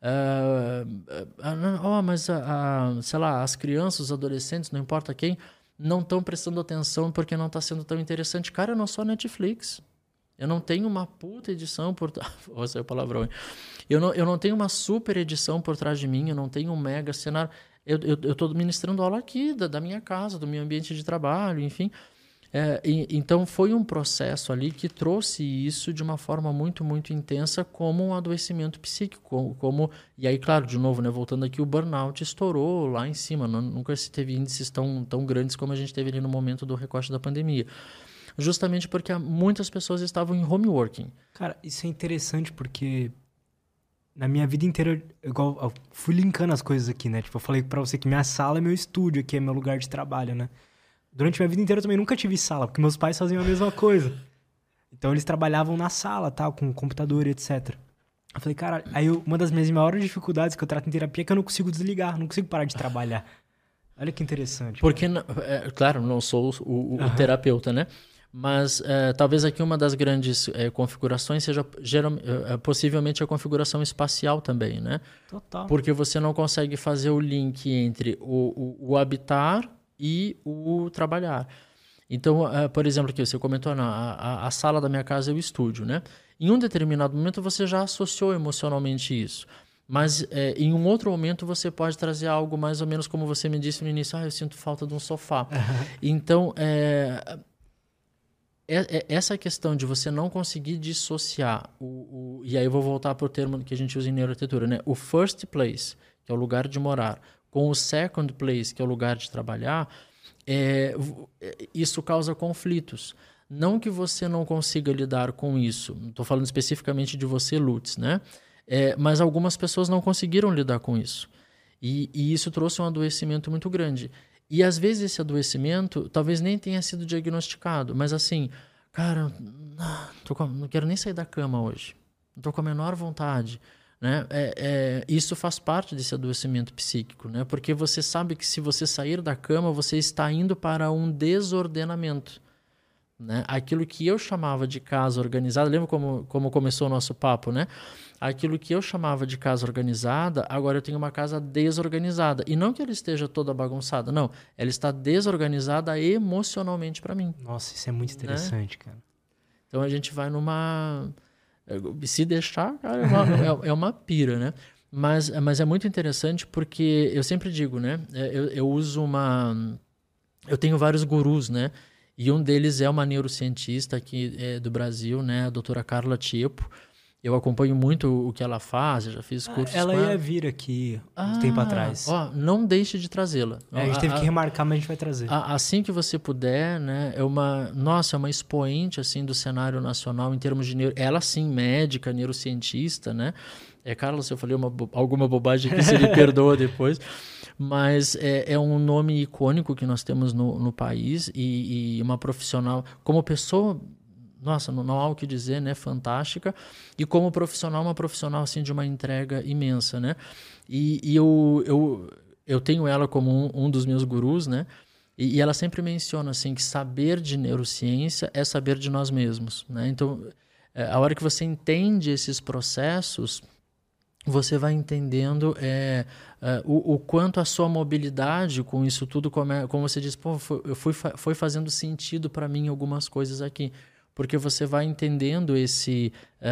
Mas sei lá, as crianças, os adolescentes, não importa quem, não estão prestando atenção porque não está sendo tão interessante. Cara, eu não sou Eu não tenho uma puta edição por trás. Vou sair o palavrão, hein? Eu não tenho uma super edição por trás de mim, eu não tenho um mega cenário. Eu estou ministrando aula aqui, da minha casa, do meu ambiente de trabalho, enfim. Então foi um processo ali que trouxe isso de uma forma muito, muito intensa como um adoecimento psíquico. E aí, claro, de novo, né, voltando aqui, o burnout estourou lá em cima. Nunca se teve índices tão grandes como a gente teve ali no momento do recorte da pandemia. Justamente porque muitas pessoas estavam em home working. Cara, isso é interessante porque na minha vida inteira, igual, eu fui linkando as coisas aqui, né? Tipo, eu falei pra você que minha sala é meu estúdio, aqui é meu lugar de trabalho, né? Durante minha vida inteira eu também nunca tive sala, porque meus pais faziam a mesma coisa. Então eles trabalhavam na sala, tal, com computador e etc. Eu falei, cara, uma das minhas maiores dificuldades que eu trato em terapia é que eu não consigo desligar, não consigo parar de trabalhar. Olha que interessante. Porque, claro, não sou o terapeuta, né? Mas talvez aqui uma das grandes configurações seja possivelmente a configuração espacial também, né? Total. Porque você não consegue fazer o link entre o habitar e o trabalhar. Então, por exemplo, aqui você comentou, a sala da minha casa é o estúdio, né? Em um determinado momento você já associou emocionalmente isso. Mas em um outro momento você pode trazer algo mais ou menos como você me disse no início, eu sinto falta de um sofá. Então, essa questão de você não conseguir dissociar, e aí eu vou voltar para o termo que a gente usa em neuroarquitetura, né? O first place, que é o lugar de morar, com o second place, que é o lugar de trabalhar, isso causa conflitos. Não que você não consiga lidar com isso, estou falando especificamente de você, Lutz, né? Mas algumas pessoas não conseguiram lidar com isso. E isso trouxe um adoecimento muito grande. E às vezes esse adoecimento talvez nem tenha sido diagnosticado, mas assim, cara, não quero nem sair da cama hoje. Não estou com a menor vontade. Né? Isso faz parte desse adoecimento psíquico, né? Porque você sabe que se você sair da cama, você está indo para um desordenamento. Né? Aquilo que eu chamava de casa organizada, lembra como começou o nosso papo, né? Aquilo que eu chamava de casa organizada, agora eu tenho uma casa desorganizada. E não que ela esteja toda bagunçada, não. Ela está desorganizada emocionalmente para mim. Nossa, isso é muito interessante, né? cara. Então a gente vai numa... Se deixar, cara, é uma pira, né? Mas é muito interessante porque eu sempre digo, né? Eu uso eu tenho vários gurus, né? E um deles é uma neurocientista aqui do Brasil, né? A doutora Carla Tiepo. Eu acompanho muito o que ela faz, eu já fiz cursos ela com ela. Ela ia vir aqui um tempo atrás. Não deixe de trazê-la. A gente teve que remarcar, mas a gente vai trazer. Assim que você puder, né? É uma expoente assim, do cenário nacional em termos de ela sim, médica, neurocientista, né? Carla, se eu falei alguma bobagem aqui, você me perdoa depois. Mas é um nome icônico que nós temos no país e uma profissional, como pessoa, nossa, não há o que dizer, né? Fantástica. E como profissional, uma profissional assim, de uma entrega imensa, né? E eu tenho ela como um dos meus gurus, né? E ela sempre menciona assim, que saber de neurociência é saber de nós mesmos, né? Então, a hora que você entende esses processos, você vai entendendo o quanto a sua mobilidade com isso tudo, como você diz, foi fazendo sentido para mim algumas coisas aqui. Porque você vai entendendo esse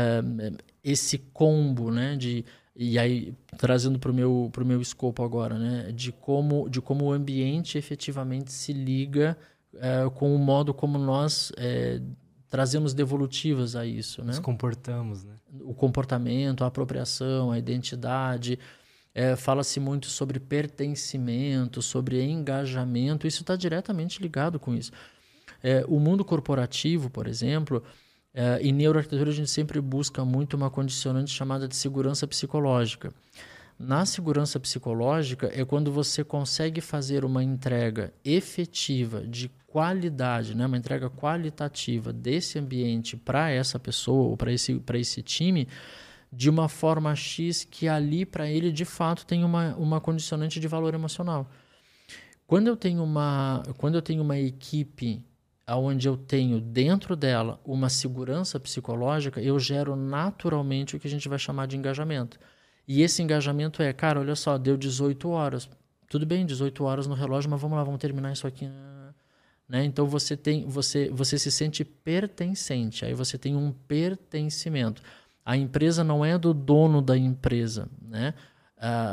combo, né? E aí, trazendo para o meu escopo agora, né? De como o ambiente efetivamente se liga com o modo como nós trazemos devolutivas a isso. Né? Nos comportamos, né? O comportamento, a apropriação, a identidade. Fala-se muito sobre pertencimento, sobre engajamento. Isso está diretamente ligado com isso. O mundo corporativo, por exemplo, em neuroarquitetura a gente sempre busca muito uma condicionante chamada de segurança psicológica. Na segurança psicológica é quando você consegue fazer uma entrega efetiva de qualidade, né? Uma entrega qualitativa desse ambiente para essa pessoa ou para esse time de uma forma X que ali para ele de fato tem uma condicionante de valor emocional. Quando eu tenho uma equipe onde eu tenho dentro dela uma segurança psicológica, eu gero naturalmente o que a gente vai chamar de engajamento. E esse engajamento cara, olha só, deu 18 horas. Tudo bem, 18 horas no relógio, mas vamos lá, vamos terminar isso aqui. Né? Então você se sente pertencente, aí você tem um pertencimento. A empresa não é do dono da empresa, né?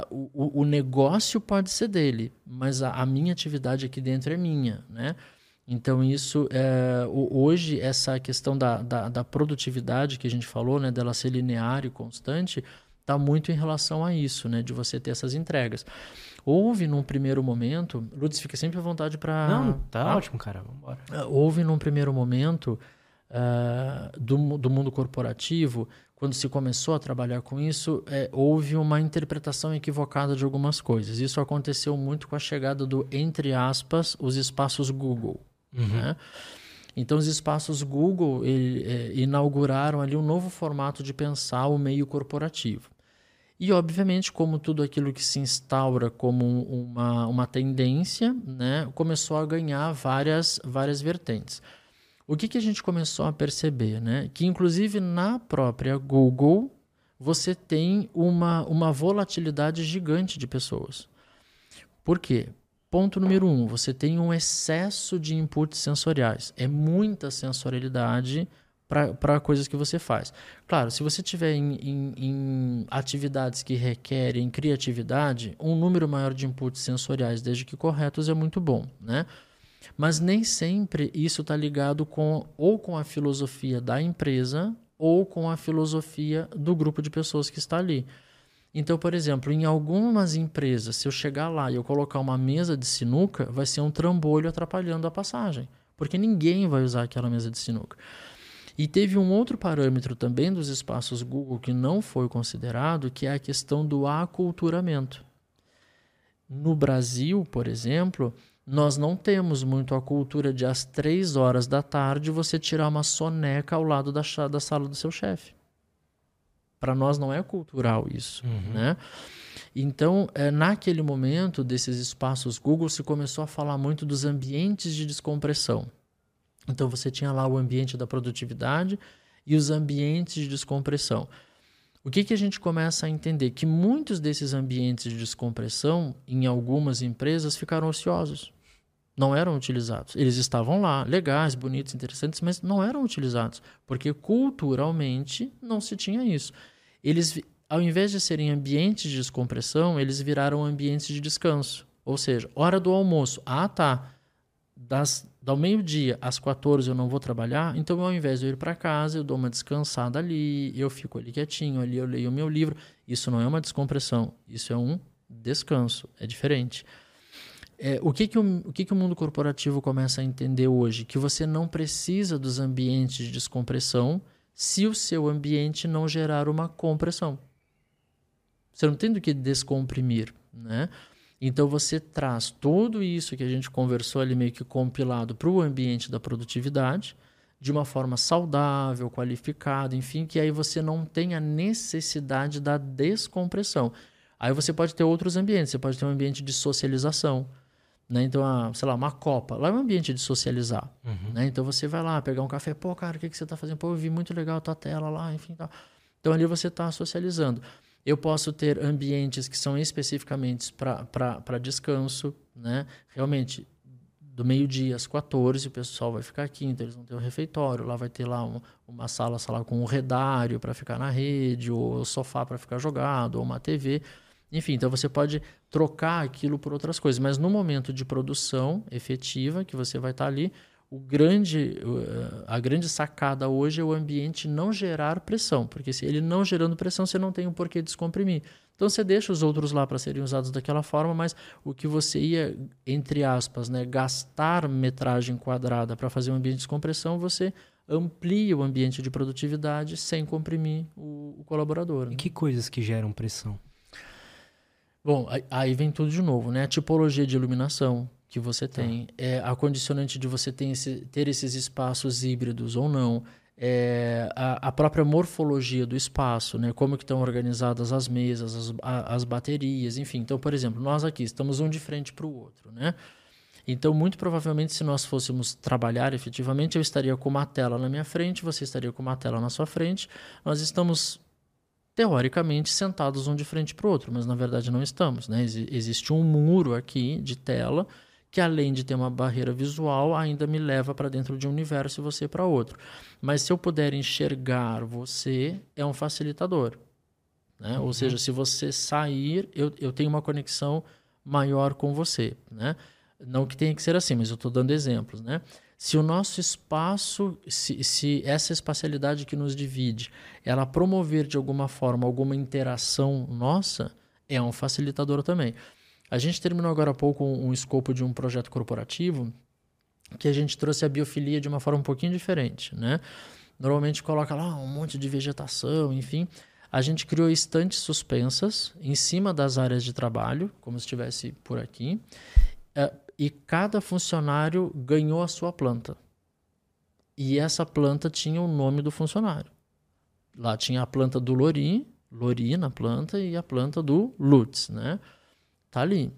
O negócio pode ser dele, mas a minha atividade aqui dentro é minha, né? Então, isso, hoje, essa questão da produtividade que a gente falou, né, dela ser linear e constante, está muito em relação a isso, né, de você ter essas entregas. Houve num primeiro momento, Lutz, fica sempre à vontade para... Não, tá ótimo, cara, vamos embora. Houve num primeiro momento do mundo corporativo, quando se começou a trabalhar com isso, houve uma interpretação equivocada de algumas coisas. Isso aconteceu muito com a chegada do, entre aspas, os espaços Google. Né? Então, os espaços Google inauguraram ali um novo formato de pensar o meio corporativo. E, obviamente, como tudo aquilo que se instaura como uma tendência, né, começou a ganhar várias vertentes. O que a gente começou a perceber? Né? Que, inclusive, na própria Google, você tem uma volatilidade gigante de pessoas. Por quê? Ponto número 1, você tem um excesso de inputs sensoriais. É muita sensorialidade para coisas que você faz. Claro, se você tiver em atividades que requerem criatividade, um número maior de inputs sensoriais, desde que corretos, é muito bom, né? Mas nem sempre isso está ligado com a filosofia da empresa ou com a filosofia do grupo de pessoas que está ali. Então, por exemplo, em algumas empresas, se eu chegar lá e eu colocar uma mesa de sinuca, vai ser um trambolho atrapalhando a passagem, porque ninguém vai usar aquela mesa de sinuca. E teve um outro parâmetro também dos espaços Google que não foi considerado, que é a questão do aculturamento. No Brasil, por exemplo, nós não temos muito a cultura de às 3 horas da tarde você tirar uma soneca ao lado da sala do seu chefe. Para nós não é cultural isso, né? Então, naquele momento desses espaços Google, se começou a falar muito dos ambientes de descompressão. Então, você tinha lá o ambiente da produtividade e os ambientes de descompressão. O que a gente começa a entender? Que muitos desses ambientes de descompressão, em algumas empresas, ficaram ociosos. Não eram utilizados. Eles estavam lá, legais, bonitos, interessantes, mas não eram utilizados, porque culturalmente não se tinha isso. Eles, ao invés de serem ambientes de descompressão, eles viraram ambientes de descanso. Ou seja, hora do almoço. Ah, tá. Do meio-dia às 14 eu não vou trabalhar, então ao invés de eu ir para casa, eu dou uma descansada ali, eu fico ali quietinho, ali eu leio o meu livro. Isso não é uma descompressão, isso é um descanso, é diferente. O que o mundo corporativo começa a entender hoje? Que você não precisa dos ambientes de descompressão se o seu ambiente não gerar uma compressão. Você não tem do que descomprimir, né? Então, você traz tudo isso que a gente conversou ali meio que compilado para o ambiente da produtividade, de uma forma saudável, qualificada, enfim, que aí você não tem a necessidade da descompressão. Aí você pode ter outros ambientes, você pode ter um ambiente de socialização, né? Então, sei lá, uma copa, lá é um ambiente de socializar, né? Então, você vai lá pegar um café, pô, cara, o que você está fazendo? Pô, eu vi muito legal a tua tela lá, enfim, tal. Então, ali você está socializando. Eu posso ter ambientes que são especificamente para descanso, né? Realmente, do meio-dia às 14, o pessoal vai ficar aqui, então eles vão ter um refeitório, lá vai ter lá uma sala, sei lá, com um redário para ficar na rede, ou sofá para ficar jogado, ou uma TV. Enfim, então você pode trocar aquilo por outras coisas. Mas no momento de produção efetiva, que você vai estar ali, a grande sacada hoje é o ambiente não gerar pressão, porque se ele não gerando pressão, você não tem o porquê descomprimir. Então você deixa os outros lá para serem usados daquela forma, mas o que você ia, entre aspas, né, gastar metragem quadrada para fazer um ambiente de descompressão, você amplia o ambiente de produtividade sem comprimir o colaborador. Né? E que coisas que geram pressão? Bom, aí vem tudo de novo, né? A tipologia de iluminação que você tem, a condicionante de você ter esses espaços híbridos ou não, a própria morfologia do espaço, né? Como que estão organizadas as mesas, as baterias, enfim. Então, por exemplo, nós aqui estamos um de frente para o outro, né? Então, muito provavelmente, se nós fôssemos trabalhar efetivamente, eu estaria com uma tela na minha frente, você estaria com uma tela na sua frente, nós estamos teoricamente sentados um de frente para o outro, mas na verdade não estamos, né? Existe um muro aqui de tela que, além de ter uma barreira visual, ainda me leva para dentro de um universo e você para outro. Mas se eu puder enxergar você, é um facilitador, né? Ou seja, se você sair, eu tenho uma conexão maior com você, né? Não que tenha que ser assim, mas eu estou dando exemplos, né? Se o nosso espaço, se essa espacialidade que nos divide, ela promover de alguma forma alguma interação nossa, é um facilitador também. A gente terminou agora há pouco um escopo de um projeto corporativo que a gente trouxe a biofilia de uma forma um pouquinho diferente, né? Normalmente coloca lá um monte de vegetação, enfim. A gente criou estantes suspensas em cima das áreas de trabalho, como se estivesse por aqui. E cada funcionário ganhou a sua planta. E essa planta tinha o nome do funcionário. Lá tinha a planta do Lori na planta, e a planta do Lutz, né? Tá ali.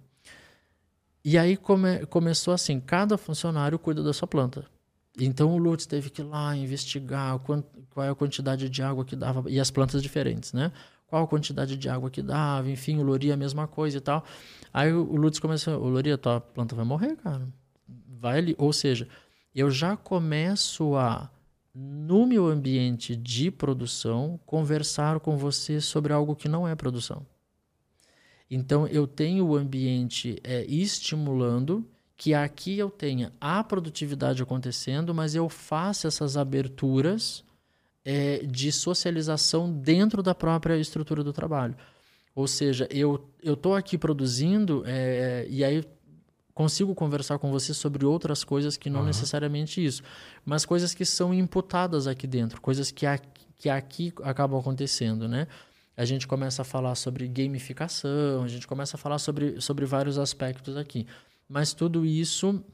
E aí começou assim, cada funcionário cuida da sua planta. Então o Lutz teve que ir lá investigar qual é a quantidade de água que dava, e as plantas diferentes, né? Qual a quantidade de água que dava, enfim, o Lori a mesma coisa e tal. Aí o Lutz começou, o Lori, a tua planta vai morrer, cara. Vai ali. Ou seja, eu já começo a, no meu ambiente de produção, conversar com você sobre algo que não é produção. Então, eu tenho o ambiente estimulando que aqui eu tenha a produtividade acontecendo, mas eu faço essas aberturas de socialização dentro da própria estrutura do trabalho. Ou seja, eu estou aqui produzindo e aí consigo conversar com você sobre outras coisas que não necessariamente isso, mas coisas que são imputadas aqui dentro, coisas que aqui acabam acontecendo, né? A gente começa a falar sobre gamificação, a gente começa a falar sobre vários aspectos aqui. Mas tudo isso...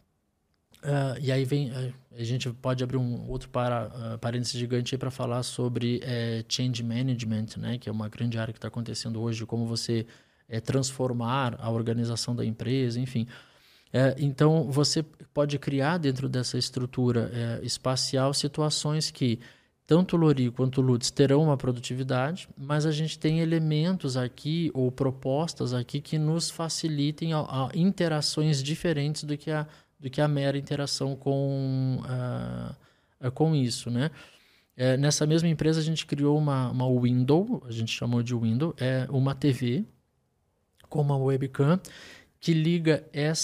e aí a gente pode abrir um outro parênteses gigante para falar sobre change management, né? Que é uma grande área que está acontecendo hoje, como você transformar a organização da empresa, enfim. Então, você pode criar dentro dessa estrutura espacial situações que tanto o Lori quanto o Lutz terão uma produtividade, mas a gente tem elementos aqui ou propostas aqui que nos facilitem a interações diferentes do que a mera interação com isso, né? Nessa mesma empresa a gente criou uma window, a gente chamou de window, uma TV com uma webcam que liga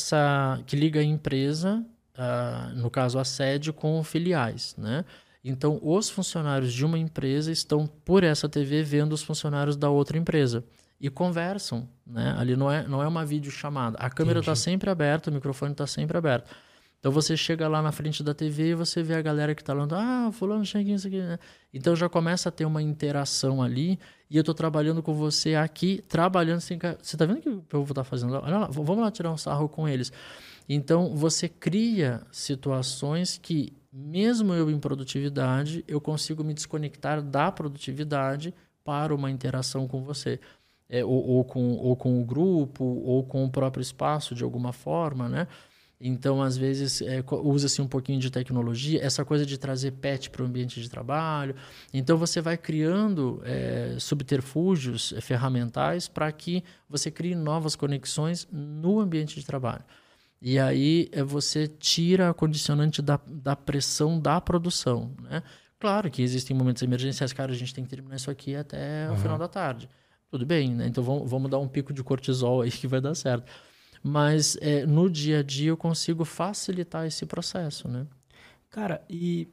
a empresa, no caso a sede, com filiais, né? Então, os funcionários de uma empresa estão por essa TV vendo os funcionários da outra empresa e conversam, né? Ali não é uma videochamada. A câmera está sempre aberta, o microfone está sempre aberto. Então, você chega lá na frente da TV e você vê a galera que está falando, fulano, chega isso aqui, né? Então, já começa a ter uma interação ali e eu estou trabalhando com você aqui, trabalhando sem... Você está vendo o que o povo está fazendo? Olha lá, vamos lá tirar um sarro com eles. Então, você cria situações que, mesmo eu em produtividade, eu consigo me desconectar da produtividade para uma interação com você. Ou com o grupo, ou com o próprio espaço, de alguma forma, né? Então, às vezes, usa-se um pouquinho de tecnologia, essa coisa de trazer pet para o ambiente de trabalho. Então, você vai criando subterfúgios ferramentais para que você crie novas conexões no ambiente de trabalho. E aí você tira a condicionante da pressão da produção, né? Claro que existem momentos emergenciais, cara, a gente tem que terminar isso aqui até o final da tarde. Tudo bem, né? Então vamos dar um pico de cortisol aí que vai dar certo. Mas no dia a dia eu consigo facilitar esse processo, né? Cara, e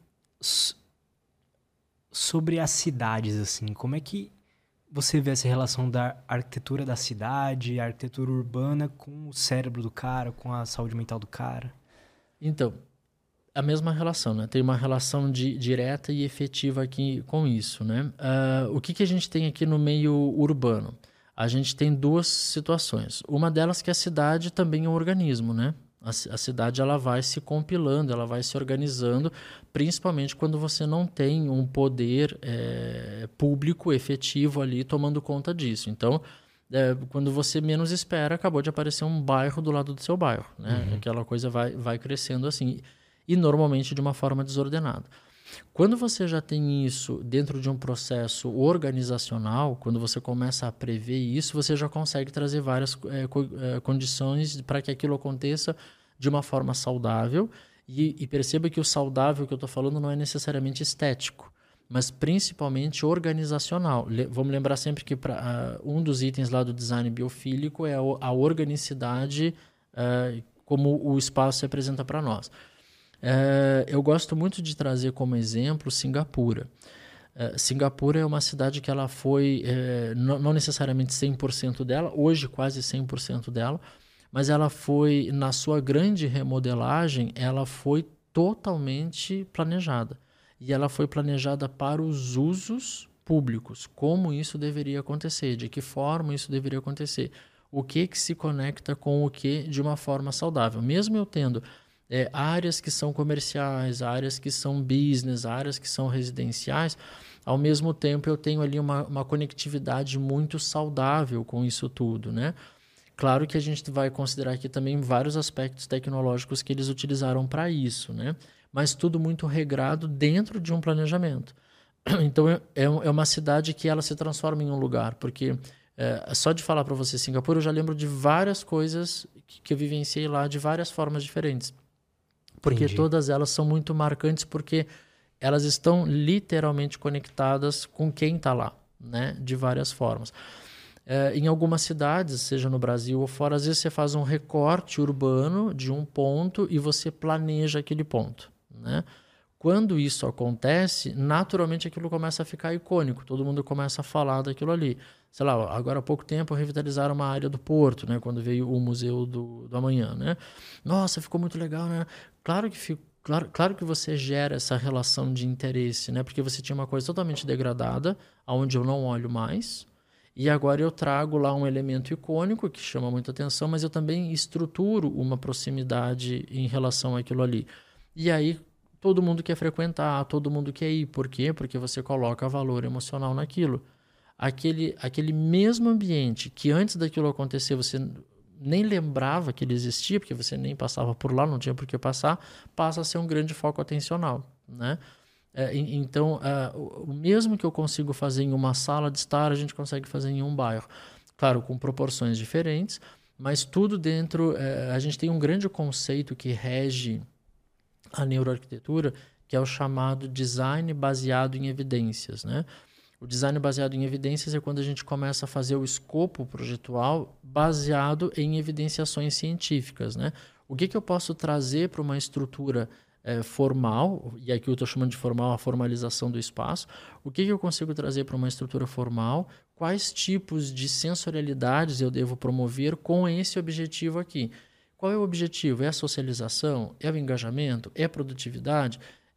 sobre as cidades, assim, como é que você vê essa relação da arquitetura da cidade, a arquitetura urbana com o cérebro do cara, com a saúde mental do cara? Então, a mesma relação, né? Tem uma relação direta e efetiva aqui com isso, né? O que a gente tem aqui no meio urbano? A gente tem duas situações. Uma delas que a cidade também é um organismo, né? A cidade ela vai se compilando, ela vai se organizando, principalmente quando você não tem um poder público efetivo ali tomando conta disso. Então, quando você menos espera, acabou de aparecer um bairro do lado do seu bairro, né? Aquela coisa vai crescendo assim, e normalmente de uma forma desordenada. Quando você já tem isso dentro de um processo organizacional, quando você começa a prever isso, você já consegue trazer várias condições para que aquilo aconteça de uma forma saudável. E perceba que o saudável que eu estou falando não é necessariamente estético, mas principalmente organizacional. Vamos lembrar sempre que um dos itens lá do design biofílico é a organicidade como o espaço se apresenta para nós. Eu gosto muito de trazer como exemplo Singapura. Singapura é uma cidade que ela foi, não necessariamente 100% dela, hoje quase 100% dela, mas ela foi, na sua grande remodelagem, ela foi totalmente planejada. E ela foi planejada para os usos públicos, como isso deveria acontecer, de que forma isso deveria acontecer, o que se conecta com o que de uma forma saudável. Mesmo eu tendo áreas que são comerciais, áreas que são business, áreas que são residenciais, ao mesmo tempo eu tenho ali uma conectividade muito saudável com isso tudo, né? Claro que a gente vai considerar aqui também vários aspectos tecnológicos que eles utilizaram para isso, né? Mas tudo muito regrado dentro de um planejamento. Então, é uma cidade que ela se transforma em um lugar, porque só de falar para você Singapura, eu já lembro de várias coisas que eu vivenciei lá de várias formas diferentes. Porque Entendi. todas elas são muito marcantes, porque elas estão literalmente conectadas com quem está lá, né? De várias formas. Em algumas cidades, seja no Brasil ou fora, às vezes você faz um recorte urbano de um ponto e você planeja aquele ponto, né? Quando isso acontece, naturalmente aquilo começa a ficar icônico, todo mundo começa a falar daquilo ali. Sei lá, agora há pouco tempo revitalizaram uma área do Porto, né? Quando veio o Museu do Amanhã, né? Nossa, ficou muito legal, né? Claro que você gera essa relação de interesse, né? Porque você tinha uma coisa totalmente degradada, onde eu não olho mais, e agora eu trago lá um elemento icônico que chama muita atenção, mas eu também estruturo uma proximidade em relação àquilo ali. E aí todo mundo quer frequentar, todo mundo quer ir. Por quê? Porque você coloca valor emocional naquilo. Aquele mesmo ambiente que antes daquilo acontecer você nem lembrava que ele existia, porque você nem passava por lá, não tinha por que passar, passa a ser um grande foco atencional, né? Então, o mesmo que eu consigo fazer em uma sala de estar, a gente consegue fazer em um bairro. Claro, com proporções diferentes, mas tudo dentro... a gente tem um grande conceito que rege a neuroarquitetura, que é o chamado design baseado em evidências, né? O design baseado em evidências é quando a gente começa a fazer o escopo projetual baseado em evidenciações científicas, né? O que eu posso trazer para uma estrutura formal, e aqui eu estou chamando de formal a formalização do espaço, o que eu consigo trazer para uma estrutura formal, quais tipos de sensorialidades eu devo promover com esse objetivo aqui. Qual é o objetivo? É a socialização? É o engajamento? É a produtividade?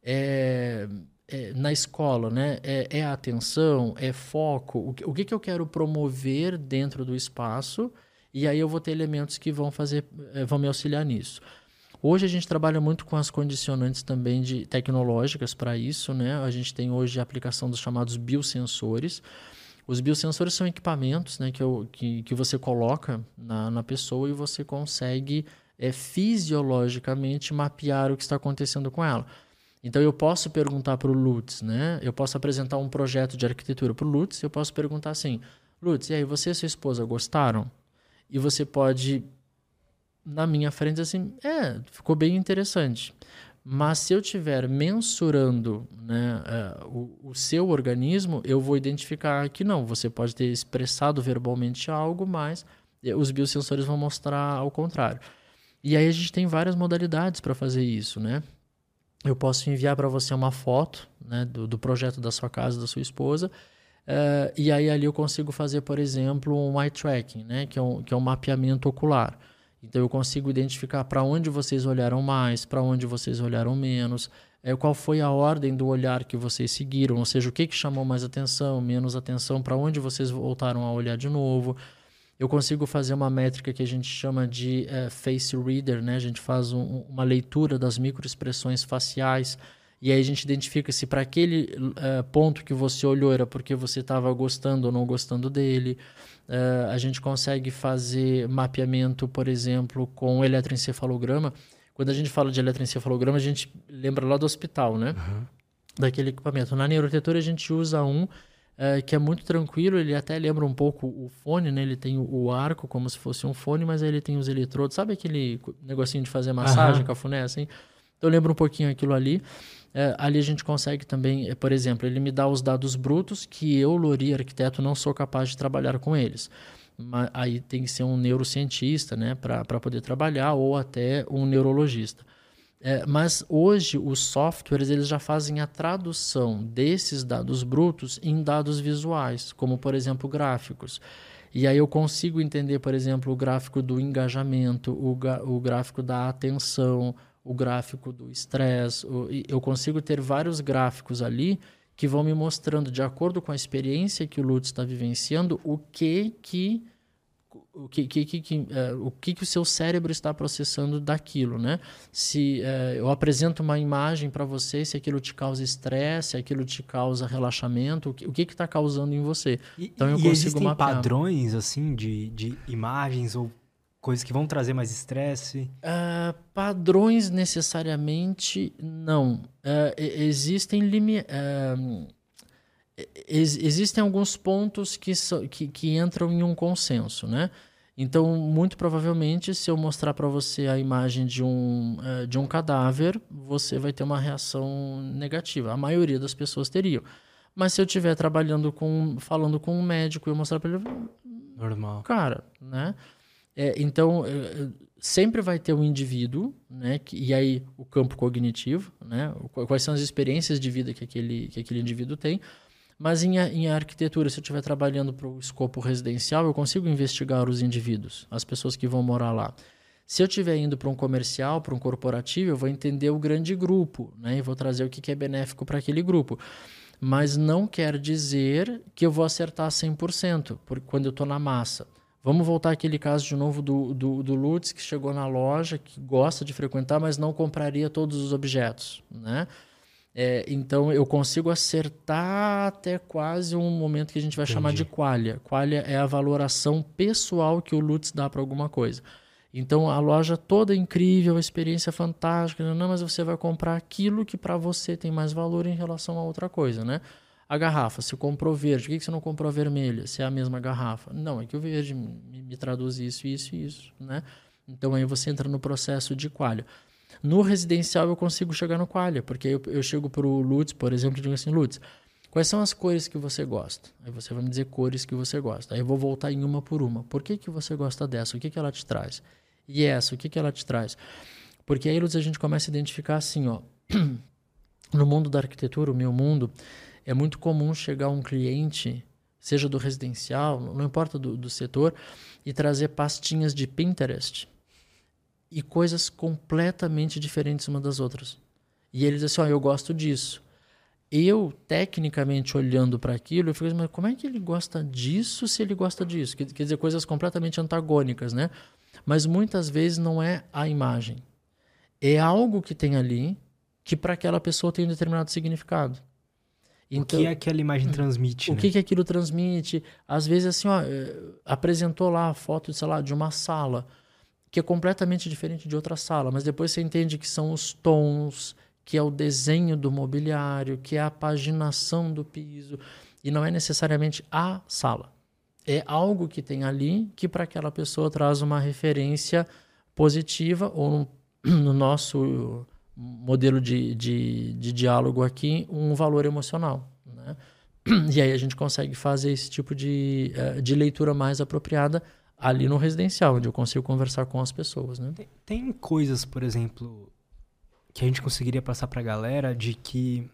Na escola, né? É a atenção? É foco? O que eu quero promover dentro do espaço? E aí eu vou ter elementos que vão me auxiliar nisso. Hoje a gente trabalha muito com as condicionantes também tecnológicas para isso, né? A gente tem hoje a aplicação dos chamados biosensores. Os biosensores são equipamentos, né, que você coloca na pessoa e você consegue fisiologicamente mapear o que está acontecendo com ela. Então eu posso perguntar para o Lutz, né? Eu posso apresentar um projeto de arquitetura para o Lutz, eu posso perguntar assim, Lutz, e aí, você e sua esposa gostaram? E você pode, na minha frente, assim, ficou bem interessante. Mas se eu estiver mensurando, né, o seu organismo, eu vou identificar que não, você pode ter expressado verbalmente algo, mas os biosensores vão mostrar ao contrário. E aí a gente tem várias modalidades para fazer isso, né? Eu posso enviar para você uma foto, né, do projeto da sua casa, da sua esposa, e aí ali eu consigo fazer, por exemplo, um eye tracking, né, que é um mapeamento ocular. Então, eu consigo identificar para onde vocês olharam mais, para onde vocês olharam menos, qual foi a ordem do olhar que vocês seguiram, ou seja, o que chamou mais atenção, menos atenção, para onde vocês voltaram a olhar de novo. Eu consigo fazer uma métrica que a gente chama de face reader, né? A gente faz uma leitura das microexpressões faciais e aí a gente identifica se para aquele ponto que você olhou era porque você estava gostando ou não gostando dele. A gente consegue fazer mapeamento, por exemplo, com eletroencefalograma. Quando a gente fala de eletroencefalograma, a gente lembra lá do hospital, né? Uhum. Daquele equipamento. Na neuroarquitetura, a gente usa que é muito tranquilo, ele até lembra um pouco o fone, né? Ele tem o arco como se fosse um fone, mas aí ele tem os eletrodos. Sabe aquele negocinho de fazer massagem, cafuné, assim? Então, lembra um pouquinho aquilo ali. Ali a gente consegue também, por exemplo, ele me dá os dados brutos que eu, Lori, arquiteto, não sou capaz de trabalhar com eles. Aí tem que ser um neurocientista, né, para poder trabalhar, ou até um neurologista. Mas hoje os softwares eles já fazem a tradução desses dados brutos em dados visuais, como por exemplo gráficos. E aí eu consigo entender, por exemplo, o gráfico do engajamento, o gráfico da atenção, o gráfico do estresse. Eu consigo ter vários gráficos ali que vão me mostrando, de acordo com a experiência que o Lutz está vivenciando, o que o seu cérebro está processando daquilo, né? Se eu apresento uma imagem para você, se aquilo te causa estresse, se aquilo te causa relaxamento, o que está causando em você. Então eu consigo existem mapear. Padrões assim de imagens ou coisas que vão trazer mais estresse? Padrões necessariamente não. Existem alguns pontos que entram em um consenso, né? Então, muito provavelmente, se eu mostrar para você a imagem de um cadáver, você vai ter uma reação negativa. A maioria das pessoas teriam. Mas se eu estiver falando com um médico e eu mostrar para ele... Normal. Cara, né? Então, sempre vai ter um indivíduo, né? E aí o campo cognitivo, né? Quais são as experiências de vida que aquele indivíduo tem. Mas em arquitetura, se eu estiver trabalhando para o escopo residencial, eu consigo investigar os indivíduos, as pessoas que vão morar lá. Se eu estiver indo para um comercial, para um corporativo, eu vou entender o grande grupo, né? E vou trazer o que é benéfico para aquele grupo. Mas não quer dizer que eu vou acertar 100%, quando eu estou na massa. Vamos voltar àquele caso de novo do Lutz, que chegou na loja, que gosta de frequentar, mas não compraria todos os objetos, né? Então, eu consigo acertar até quase um momento que a gente vai chamar de qualia. Qualia é a valoração pessoal que o Lutz dá para alguma coisa. Então, a loja toda é incrível, a experiência é fantástica, não, mas você vai comprar aquilo que para você tem mais valor em relação a outra coisa, né? A garrafa, você comprou verde, por que você não comprou a vermelha? Se é a mesma garrafa. Não, é que o verde me traduz isso, isso e isso, né? Então, aí você entra no processo de qualia. No residencial eu consigo chegar no qualia, porque eu chego para o Lutz, por exemplo, e digo assim, Lutz, quais são as cores que você gosta? Aí você vai me dizer cores que você gosta. Aí eu vou voltar em uma por uma. Por que você gosta dessa? O que ela te traz? E essa, o que ela te traz? Porque aí, Lutz, a gente começa a identificar assim, ó, no mundo da arquitetura, o meu mundo, é muito comum chegar um cliente, seja do residencial, não importa do setor, e trazer pastinhas de Pinterest e coisas completamente diferentes umas das outras. E ele diz assim, eu gosto disso. Eu, tecnicamente, olhando para aquilo, eu fico assim, mas como é que ele gosta disso se ele gosta disso? Quer dizer, coisas completamente antagônicas, né? Mas muitas vezes não é a imagem. É algo que tem ali que para aquela pessoa tem um determinado significado. Então, o que aquela imagem transmite, né? O que aquilo transmite? Às vezes, assim, apresentou lá a foto, sei lá, de uma sala que é completamente diferente de outra sala, mas depois você entende que são os tons, que é o desenho do mobiliário, que é a paginação do piso, e não é necessariamente a sala. É algo que tem ali que para aquela pessoa traz uma referência positiva, ou no nosso modelo de diálogo aqui, um valor emocional, né? E aí a gente consegue fazer esse tipo de leitura mais apropriada ali no residencial, onde eu consigo conversar com as pessoas, né? Tem coisas, por exemplo, que a gente conseguiria passar pra galera de que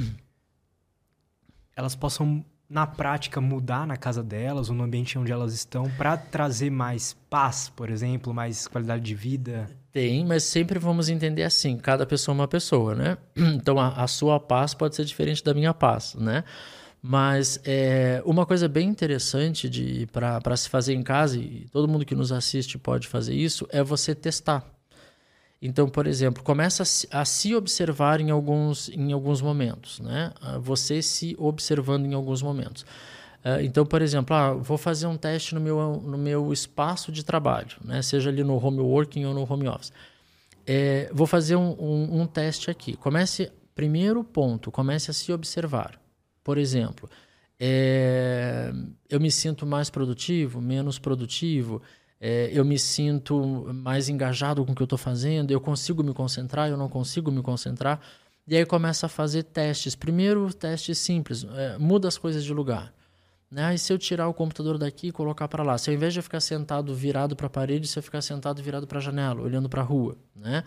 elas possam, na prática, mudar na casa delas ou no ambiente onde elas estão para trazer mais paz, por exemplo, mais qualidade de vida? Tem, mas sempre vamos entender assim, cada pessoa é uma pessoa, né? Então, a sua paz pode ser diferente da minha paz, né? Mas uma coisa bem interessante para se fazer em casa, e todo mundo que nos assiste pode fazer isso, é você testar. Então, por exemplo, começa a se observar em alguns momentos, né? Você se observando em alguns momentos. Então, por exemplo, vou fazer um teste no meu espaço de trabalho, né? Seja ali no home working ou no home office. Vou fazer um teste aqui. Primeiro ponto, comece a se observar. Por exemplo, eu me sinto mais produtivo, menos produtivo, eu me sinto mais engajado com o que eu estou fazendo, eu consigo me concentrar, eu não consigo me concentrar. E aí começa a fazer testes. Primeiro, teste simples, muda as coisas de lugar. né? E se eu tirar o computador daqui e colocar para lá? Se ao invés de eu ficar sentado virado para a parede, se eu ficar sentado virado para a janela, olhando para a rua, né?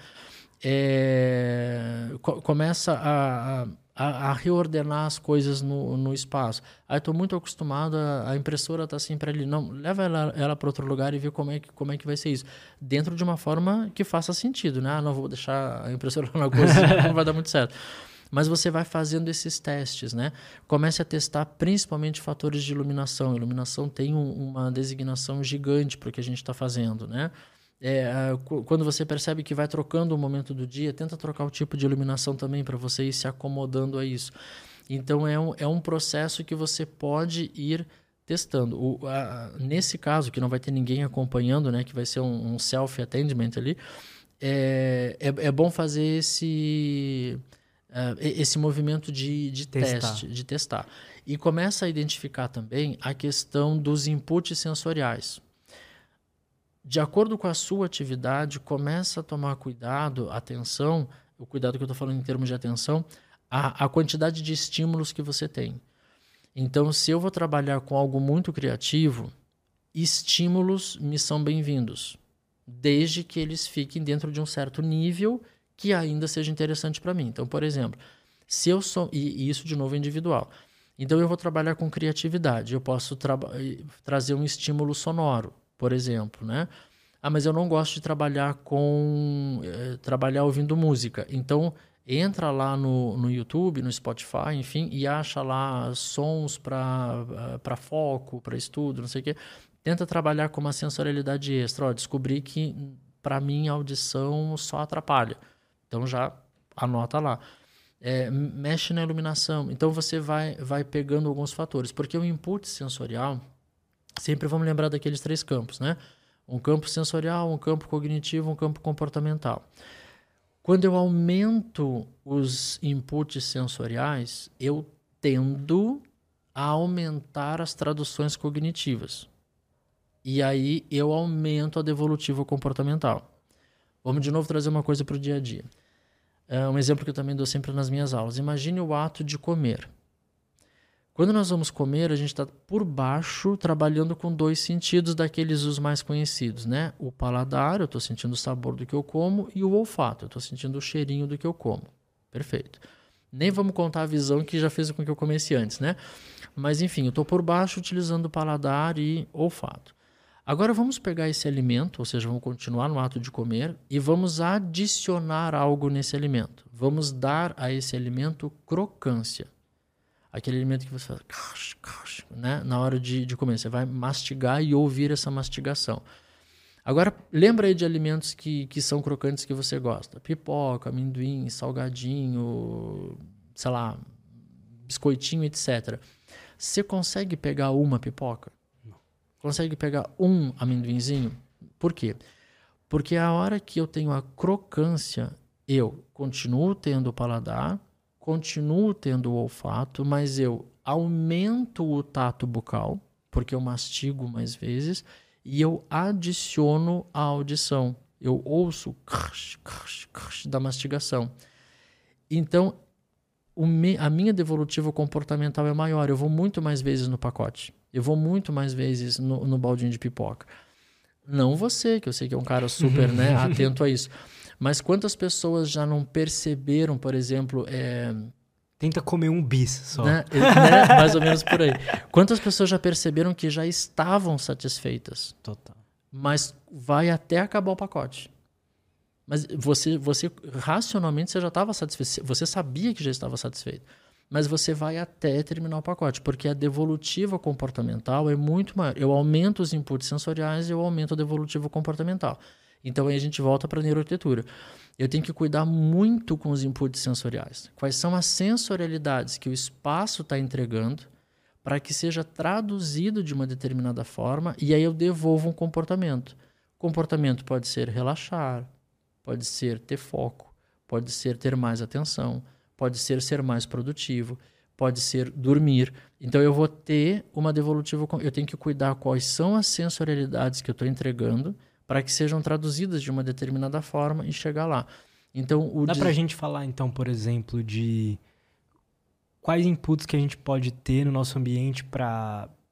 Começa a reordenar as coisas no espaço. Aí estou muito acostumado, a impressora está sempre ali. Não, leva ela para outro lugar e vê como é que vai ser isso. Dentro de uma forma que faça sentido, né? Não vou deixar a impressora na cozinha, não vai dar muito certo. Mas você vai fazendo esses testes, né? Comece a testar principalmente fatores de iluminação. A iluminação tem uma designação gigante para o que a gente está fazendo, né? Quando você percebe que vai trocando o momento do dia, tenta trocar o tipo de iluminação também para você ir se acomodando a isso. Então, é um processo que você pode ir testando. Nesse caso, que não vai ter ninguém acompanhando, né? Que vai ser um self-attendment ali, é bom fazer esse movimento de teste, de testar. E começa a identificar também a questão dos inputs sensoriais. De acordo com a sua atividade, começa a tomar cuidado, atenção, o cuidado que eu estou falando em termos de atenção, a quantidade de estímulos que você tem. Então, se eu vou trabalhar com algo muito criativo, estímulos me são bem-vindos, desde que eles fiquem dentro de um certo nível que ainda seja interessante para mim. Então, por exemplo, se eu sou... E isso, de novo, é individual. Então, eu vou trabalhar com criatividade. Eu posso trazer um estímulo sonoro, por exemplo, né? Mas eu não gosto de trabalhar ouvindo música. Então, entra lá no YouTube, no Spotify, enfim, e acha lá sons para foco, para estudo, não sei o quê. Tenta trabalhar com uma sensorialidade extra. Descobri que, para mim, a audição só atrapalha. Então, já anota lá. Mexe na iluminação. Então, você vai pegando alguns fatores. Porque o input sensorial... Sempre vamos lembrar daqueles 3 campos, né? Um campo sensorial, um campo cognitivo, um campo comportamental. Quando eu aumento os inputs sensoriais, eu tendo a aumentar as traduções cognitivas. E aí eu aumento a devolutiva comportamental. Vamos de novo trazer uma coisa para o dia a dia. Um exemplo que eu também dou sempre nas minhas aulas. Imagine o ato de comer. Quando nós vamos comer, a gente está por baixo trabalhando com 2 sentidos daqueles os mais conhecidos, né? O paladar, eu estou sentindo o sabor do que eu como, e o olfato, eu estou sentindo o cheirinho do que eu como. Perfeito. Nem vamos contar a visão que já fez com que eu comesse antes, né? Mas enfim, eu estou por baixo utilizando o paladar e olfato. Agora vamos pegar esse alimento, ou seja, vamos continuar no ato de comer e vamos adicionar algo nesse alimento. Vamos dar a esse alimento crocância. Aquele alimento que você faz, né? Na hora de comer. Você vai mastigar e ouvir essa mastigação. Agora, lembra aí de alimentos que são crocantes que você gosta. Pipoca, amendoim, salgadinho, sei lá, biscoitinho, etc. Você consegue pegar uma pipoca? Não. Consegue pegar um amendoinzinho? Por quê? Porque a hora que eu tenho a crocância, eu continuo tendo o paladar, continuo tendo o olfato, mas eu aumento o tato bucal, porque eu mastigo mais vezes, e eu adiciono a audição. Eu ouço da mastigação. Então, a minha devolutiva comportamental é maior. Eu vou muito mais vezes no pacote. Eu vou muito mais vezes no baldinho de pipoca. Não você, que eu sei que é um cara super atento a isso. Mas quantas pessoas já não perceberam, por exemplo... Tenta comer um bis só. Né? Mais ou menos por aí. Quantas pessoas já perceberam que já estavam satisfeitas? Total. Mas vai até acabar o pacote. Mas você racionalmente, você já estava satisfeito. Você sabia que já estava satisfeito. Mas você vai até terminar o pacote. Porque a devolutiva comportamental é muito maior. Eu aumento os inputs sensoriais e eu aumento a devolutiva comportamental. Então, aí a gente volta para a neuroarquitetura. Eu tenho que cuidar muito com os inputs sensoriais. Quais são as sensorialidades que o espaço está entregando para que seja traduzido de uma determinada forma e aí eu devolvo um comportamento. Comportamento pode ser relaxar, pode ser ter foco, pode ser ter mais atenção, pode ser mais produtivo, pode ser dormir. Então, eu vou ter uma devolutiva... Eu tenho que cuidar quais são as sensorialidades que eu estou entregando para que sejam traduzidas de uma determinada forma e chegar lá. Então, dá para a gente falar, então, por exemplo, de quais inputs que a gente pode ter no nosso ambiente para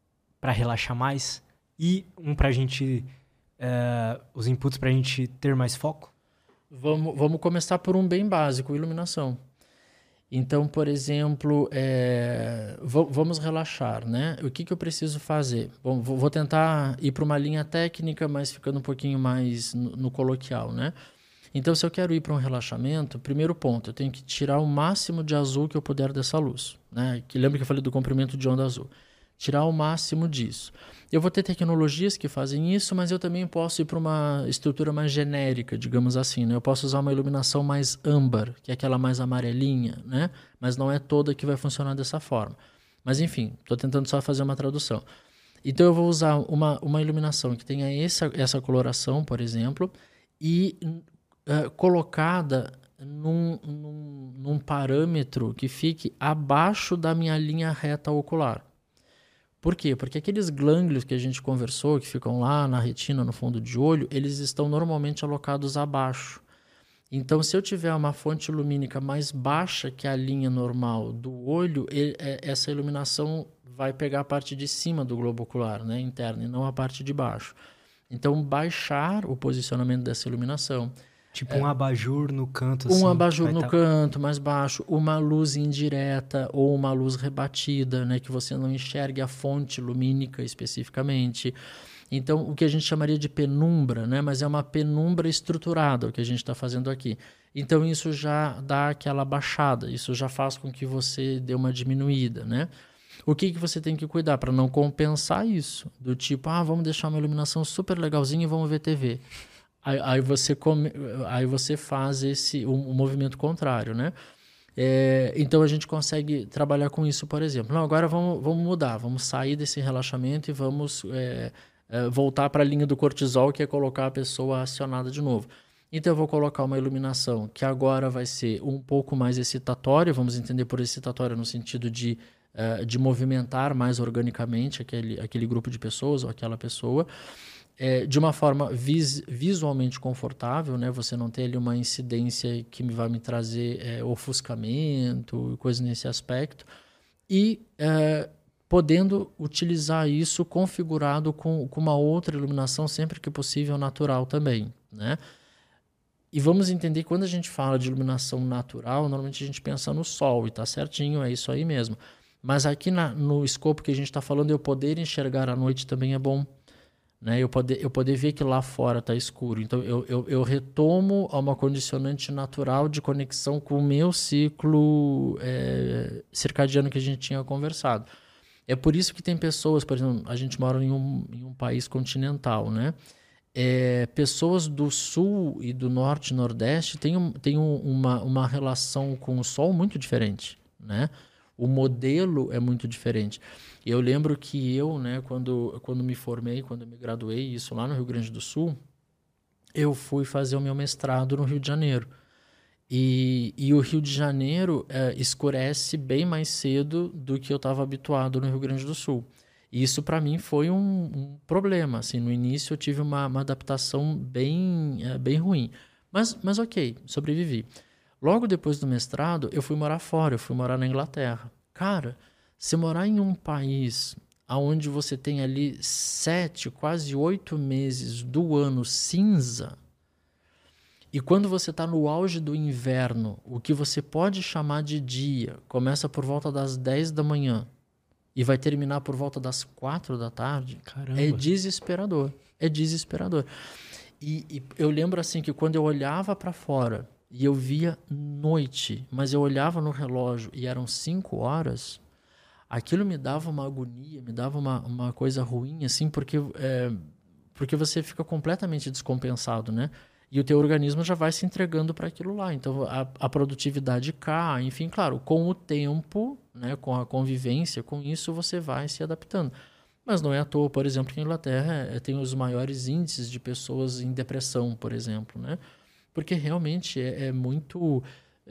para relaxar mais e um pra gente, os inputs pra gente ter mais foco? Vamos começar por um bem básico, iluminação. Então, por exemplo, vamos relaxar, né? O que eu preciso fazer? Bom, vou tentar ir para uma linha técnica, mas ficando um pouquinho mais no coloquial, né? Então, se eu quero ir para um relaxamento, primeiro ponto, eu tenho que tirar o máximo de azul que eu puder dessa luz, né? Lembra que eu falei do comprimento de onda azul? Tirar o máximo disso. Eu vou ter tecnologias que fazem isso, mas eu também posso ir para uma estrutura mais genérica, digamos assim, né? Eu posso usar uma iluminação mais âmbar, que é aquela mais amarelinha, né? Mas não é toda que vai funcionar dessa forma. Mas enfim, estou tentando só fazer uma tradução. Então eu vou usar uma iluminação que tenha essa coloração, por exemplo, e colocada num parâmetro que fique abaixo da minha linha reta ocular. Por quê? Porque aqueles glânglios que a gente conversou, que ficam lá na retina, no fundo de olho, eles estão normalmente alocados abaixo. Então, se eu tiver uma fonte lumínica mais baixa que a linha normal do olho, essa iluminação vai pegar a parte de cima do globo ocular, né, interna, e não a parte de baixo. Então, baixar o posicionamento dessa iluminação. Tipo um abajur no canto, Um assim. abajur no canto, mais baixo, uma luz indireta ou uma luz rebatida, né, que você não enxergue a fonte lumínica especificamente. Então, o que a gente chamaria de penumbra, né, mas é uma penumbra estruturada, o que a gente está fazendo aqui. Então, isso já dá aquela baixada, isso já faz com que você dê uma diminuída, né? O que você tem que cuidar para não compensar isso? Do tipo, vamos deixar uma iluminação super legalzinha e vamos ver TV. Aí você faz o movimento contrário, né? Então a gente consegue trabalhar com isso, por exemplo. Não, agora vamos mudar, vamos sair desse relaxamento e vamos voltar para a linha do cortisol, que é colocar a pessoa acionada de novo. Então eu vou colocar uma iluminação que agora vai ser um pouco mais excitatória, vamos entender por excitatória no sentido de movimentar mais organicamente aquele grupo de pessoas ou aquela pessoa. De uma forma visualmente confortável, né? Você não tem ali uma incidência que vai me trazer ofuscamento, coisas nesse aspecto. E podendo utilizar isso configurado com uma outra iluminação, sempre que possível, natural também, né? E vamos entender que quando a gente fala de iluminação natural, normalmente a gente pensa no sol, e tá certinho, é isso aí mesmo. Mas aqui no escopo que a gente está falando, eu poder enxergar à noite também é bom. Né? Eu poder ver que lá fora está escuro. Então, eu retomo a uma condicionante natural de conexão com o meu ciclo circadiano que a gente tinha conversado. É por isso que tem pessoas, por exemplo, a gente mora em um país continental, né? Pessoas do sul e do norte e nordeste têm uma relação com o sol muito diferente, né? O modelo é muito diferente. E eu lembro que eu, né, quando me formei, quando me graduei, isso lá no Rio Grande do Sul, eu fui fazer o meu mestrado no Rio de Janeiro. E o Rio de Janeiro escurece bem mais cedo do que eu estava habituado no Rio Grande do Sul. E isso, para mim, foi um problema. Assim, no início, eu tive uma adaptação bem ruim. Mas ok, sobrevivi. Logo depois do mestrado, eu fui morar fora, eu fui morar na Inglaterra. Cara, se morar em um país onde você tem ali 7, quase 8 meses do ano cinza, e quando você está no auge do inverno, o que você pode chamar de dia começa por volta das 10 da manhã e vai terminar por volta das 4 da tarde, Caramba. é desesperador. É desesperador. E eu lembro assim que quando eu olhava para fora e eu via noite, mas eu olhava no relógio e eram 5 horas, aquilo me dava uma agonia, me dava uma coisa ruim, assim, porque você fica completamente descompensado, né? E o teu organismo já vai se entregando para aquilo lá. Então, a produtividade cai, enfim, claro, com o tempo, né, com a convivência, com isso você vai se adaptando. Mas não é à toa, por exemplo, que a Inglaterra tem os maiores índices de pessoas em depressão, por exemplo, né? Porque realmente é muito,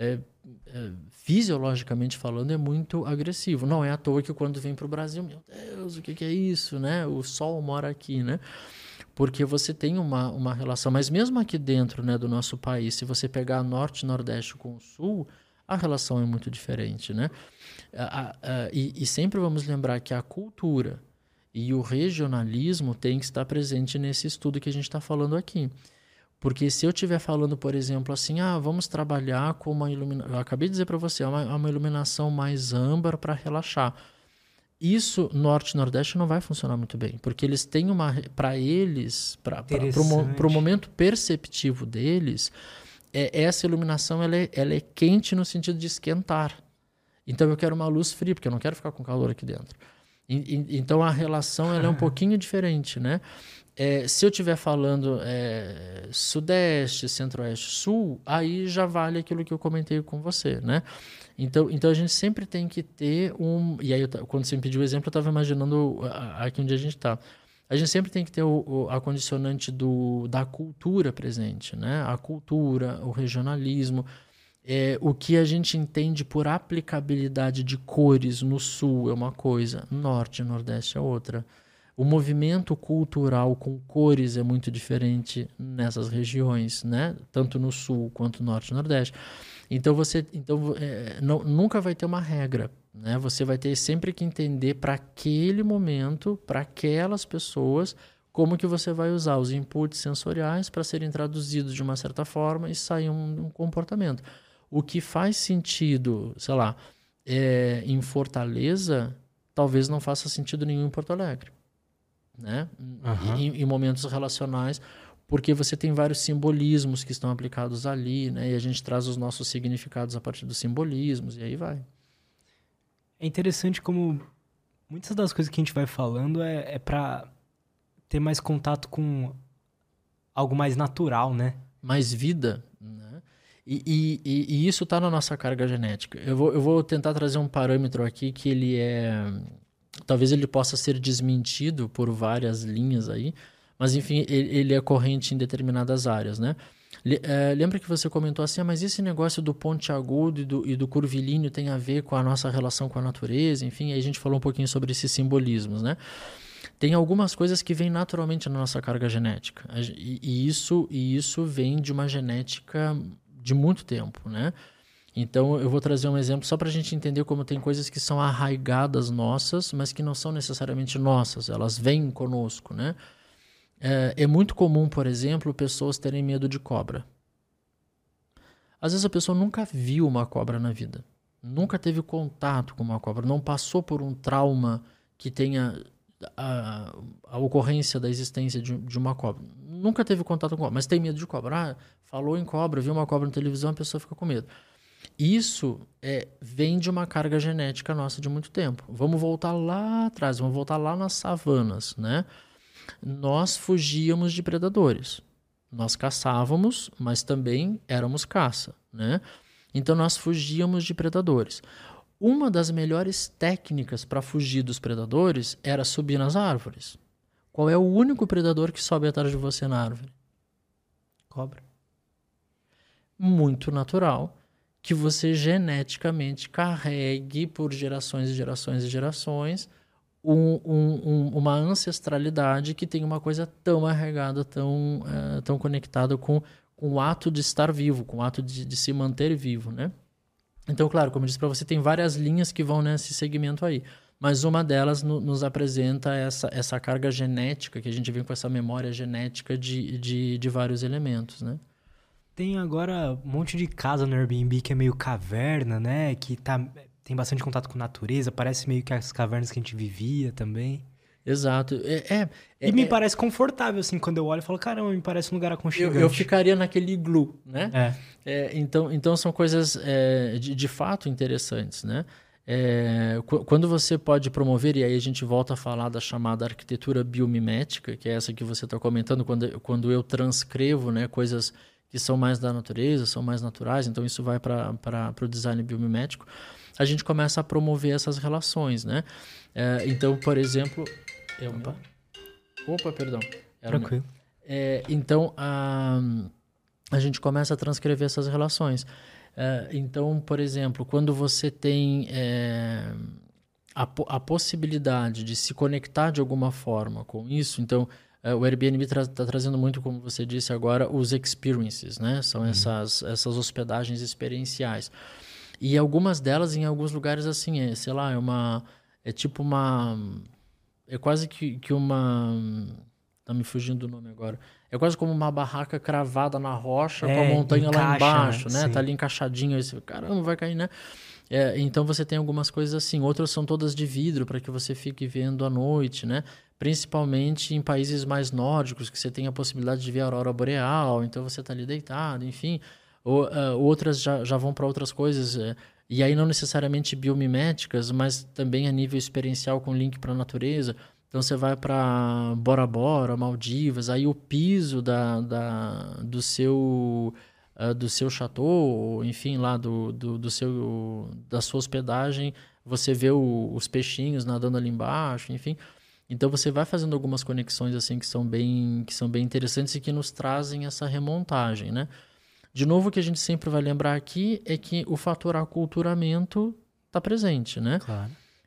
fisiologicamente falando, é muito agressivo. Não é à toa que quando vem para o Brasil, meu Deus, o que é isso, né? O sol mora aqui, né? Porque você tem uma relação. Mas mesmo aqui dentro, né, do nosso país, se você pegar norte e nordeste com o sul, a relação é muito diferente, né? E sempre vamos lembrar que a cultura E o regionalismo tem que estar presente nesse estudo que a gente está falando aqui. Porque se eu estiver falando, por exemplo, assim, vamos trabalhar com uma iluminação... Eu acabei de dizer para você, uma iluminação mais âmbar para relaxar. Isso, Norte e Nordeste, não vai funcionar muito bem. Porque eles têm para eles, para o momento perceptivo deles, essa iluminação ela é quente no sentido de esquentar. Então eu quero uma luz fria, porque eu não quero ficar com calor aqui dentro. Então a relação ela é um pouquinho diferente, né? Se eu estiver falando Sudeste, Centro-Oeste, Sul, aí já vale aquilo que eu comentei com você, né? Então a gente sempre tem que ter E aí, quando você me pediu o exemplo, eu estava imaginando aqui onde a gente está. A gente sempre tem que ter a condicionante da cultura presente, né? A cultura, o regionalismo. O que a gente entende por aplicabilidade de cores no Sul é uma coisa, Norte e Nordeste é outra. O movimento cultural com cores é muito diferente nessas regiões, né? Tanto no Sul quanto no Norte e Nordeste. Então, nunca vai ter uma regra, né? Você vai ter sempre que entender para aquele momento, para aquelas pessoas, como que você vai usar os inputs sensoriais para serem traduzidos de uma certa forma e sair um comportamento. O que faz sentido, sei lá, em Fortaleza, talvez não faça sentido nenhum em Porto Alegre, né? Em momentos relacionais, porque você tem vários simbolismos que estão aplicados ali, né? E a gente traz os nossos significados a partir dos simbolismos, e aí vai. É interessante como muitas das coisas que a gente vai falando é para ter mais contato com algo mais natural, né? Mais vida, né? E isso está na nossa carga genética. Eu vou tentar trazer um parâmetro aqui que ele talvez ele possa ser desmentido por várias linhas aí, mas enfim, ele é corrente em determinadas áreas, né? Lembra que você comentou assim, mas esse negócio do pontiagudo e do curvilíneo tem a ver com a nossa relação com a natureza? Enfim, aí a gente falou um pouquinho sobre esses simbolismos, né? Tem algumas coisas que vêm naturalmente na nossa carga genética. E isso vem de uma genética de muito tempo, né? Então, eu vou trazer um exemplo só para a gente entender como tem coisas que são arraigadas nossas, mas que não são necessariamente nossas. Elas vêm conosco, né? É muito comum, por exemplo, pessoas terem medo de cobra. Às vezes a pessoa nunca viu uma cobra na vida. Nunca teve contato com uma cobra. Não passou por um trauma que tenha a ocorrência da existência de uma cobra. Nunca teve contato com cobra, mas tem medo de cobra. Falou em cobra, viu uma cobra na televisão, a pessoa fica com medo. Isso vem de uma carga genética nossa de muito tempo. Vamos voltar lá atrás, vamos voltar lá nas savanas, né? Nós fugíamos de predadores. Nós caçávamos, mas também éramos caça, né? Então nós fugíamos de predadores. Uma das melhores técnicas para fugir dos predadores era subir nas árvores. Qual é o único predador que sobe atrás de você na árvore? Cobra. Muito natural que você geneticamente carregue por gerações e gerações e gerações uma ancestralidade que tem uma coisa tão arraigada, tão conectada com o ato de estar vivo, com o ato de se manter vivo, né? Então, claro, como eu disse para você, tem várias linhas que vão nesse segmento aí. Mas uma delas nos apresenta essa carga genética, que a gente vem com essa memória genética de vários elementos, né? Tem agora um monte de casa no Airbnb que é meio caverna, né? Que tem bastante contato com a natureza, parece meio que as cavernas que a gente vivia também. Exato. E me parece confortável, assim, quando eu olho e falo, caramba, me parece um lugar aconchegante. Eu ficaria naquele iglu, né? Então são coisas de fato interessantes, né? Quando você pode promover, e aí a gente volta a falar da chamada arquitetura biomimética, que é essa que você está comentando, quando eu transcrevo, né, coisas que são mais da natureza, são mais naturais, então isso vai para o design biomimético, a gente começa a promover essas relações, né? Então, por exemplo... Opa, perdão. Tranquilo. Então, a gente começa a transcrever essas relações. Então, por exemplo, quando você tem a possibilidade de se conectar de alguma forma com isso, então o Airbnb está trazendo muito, como você disse agora, os experiences, né? São essas hospedagens experienciais. E algumas delas, em alguns lugares, assim, sei lá, é quase que uma... Tá me fugindo do nome agora. É quase como uma barraca cravada na rocha com a montanha encaixa, lá embaixo, né? Sim. Tá ali encaixadinho. Aí você, caramba, vai cair, né? Então você tem algumas coisas assim. Outras são todas de vidro para que você fique vendo à noite, né? Principalmente em países mais nórdicos, que você tem a possibilidade de ver a aurora boreal. Então você tá ali deitado, enfim. Outras já vão para outras coisas. E aí não necessariamente biomiméticas, mas também a nível experiencial com link para a natureza. Então você vai para Bora Bora, Maldivas, aí o piso do seu chateau, enfim, lá da sua hospedagem, você vê os peixinhos nadando ali embaixo, enfim. Então você vai fazendo algumas conexões assim que são bem interessantes e que nos trazem essa remontagem, né? De novo, o que a gente sempre vai lembrar aqui é que o fator aculturamento está presente, né? Claro.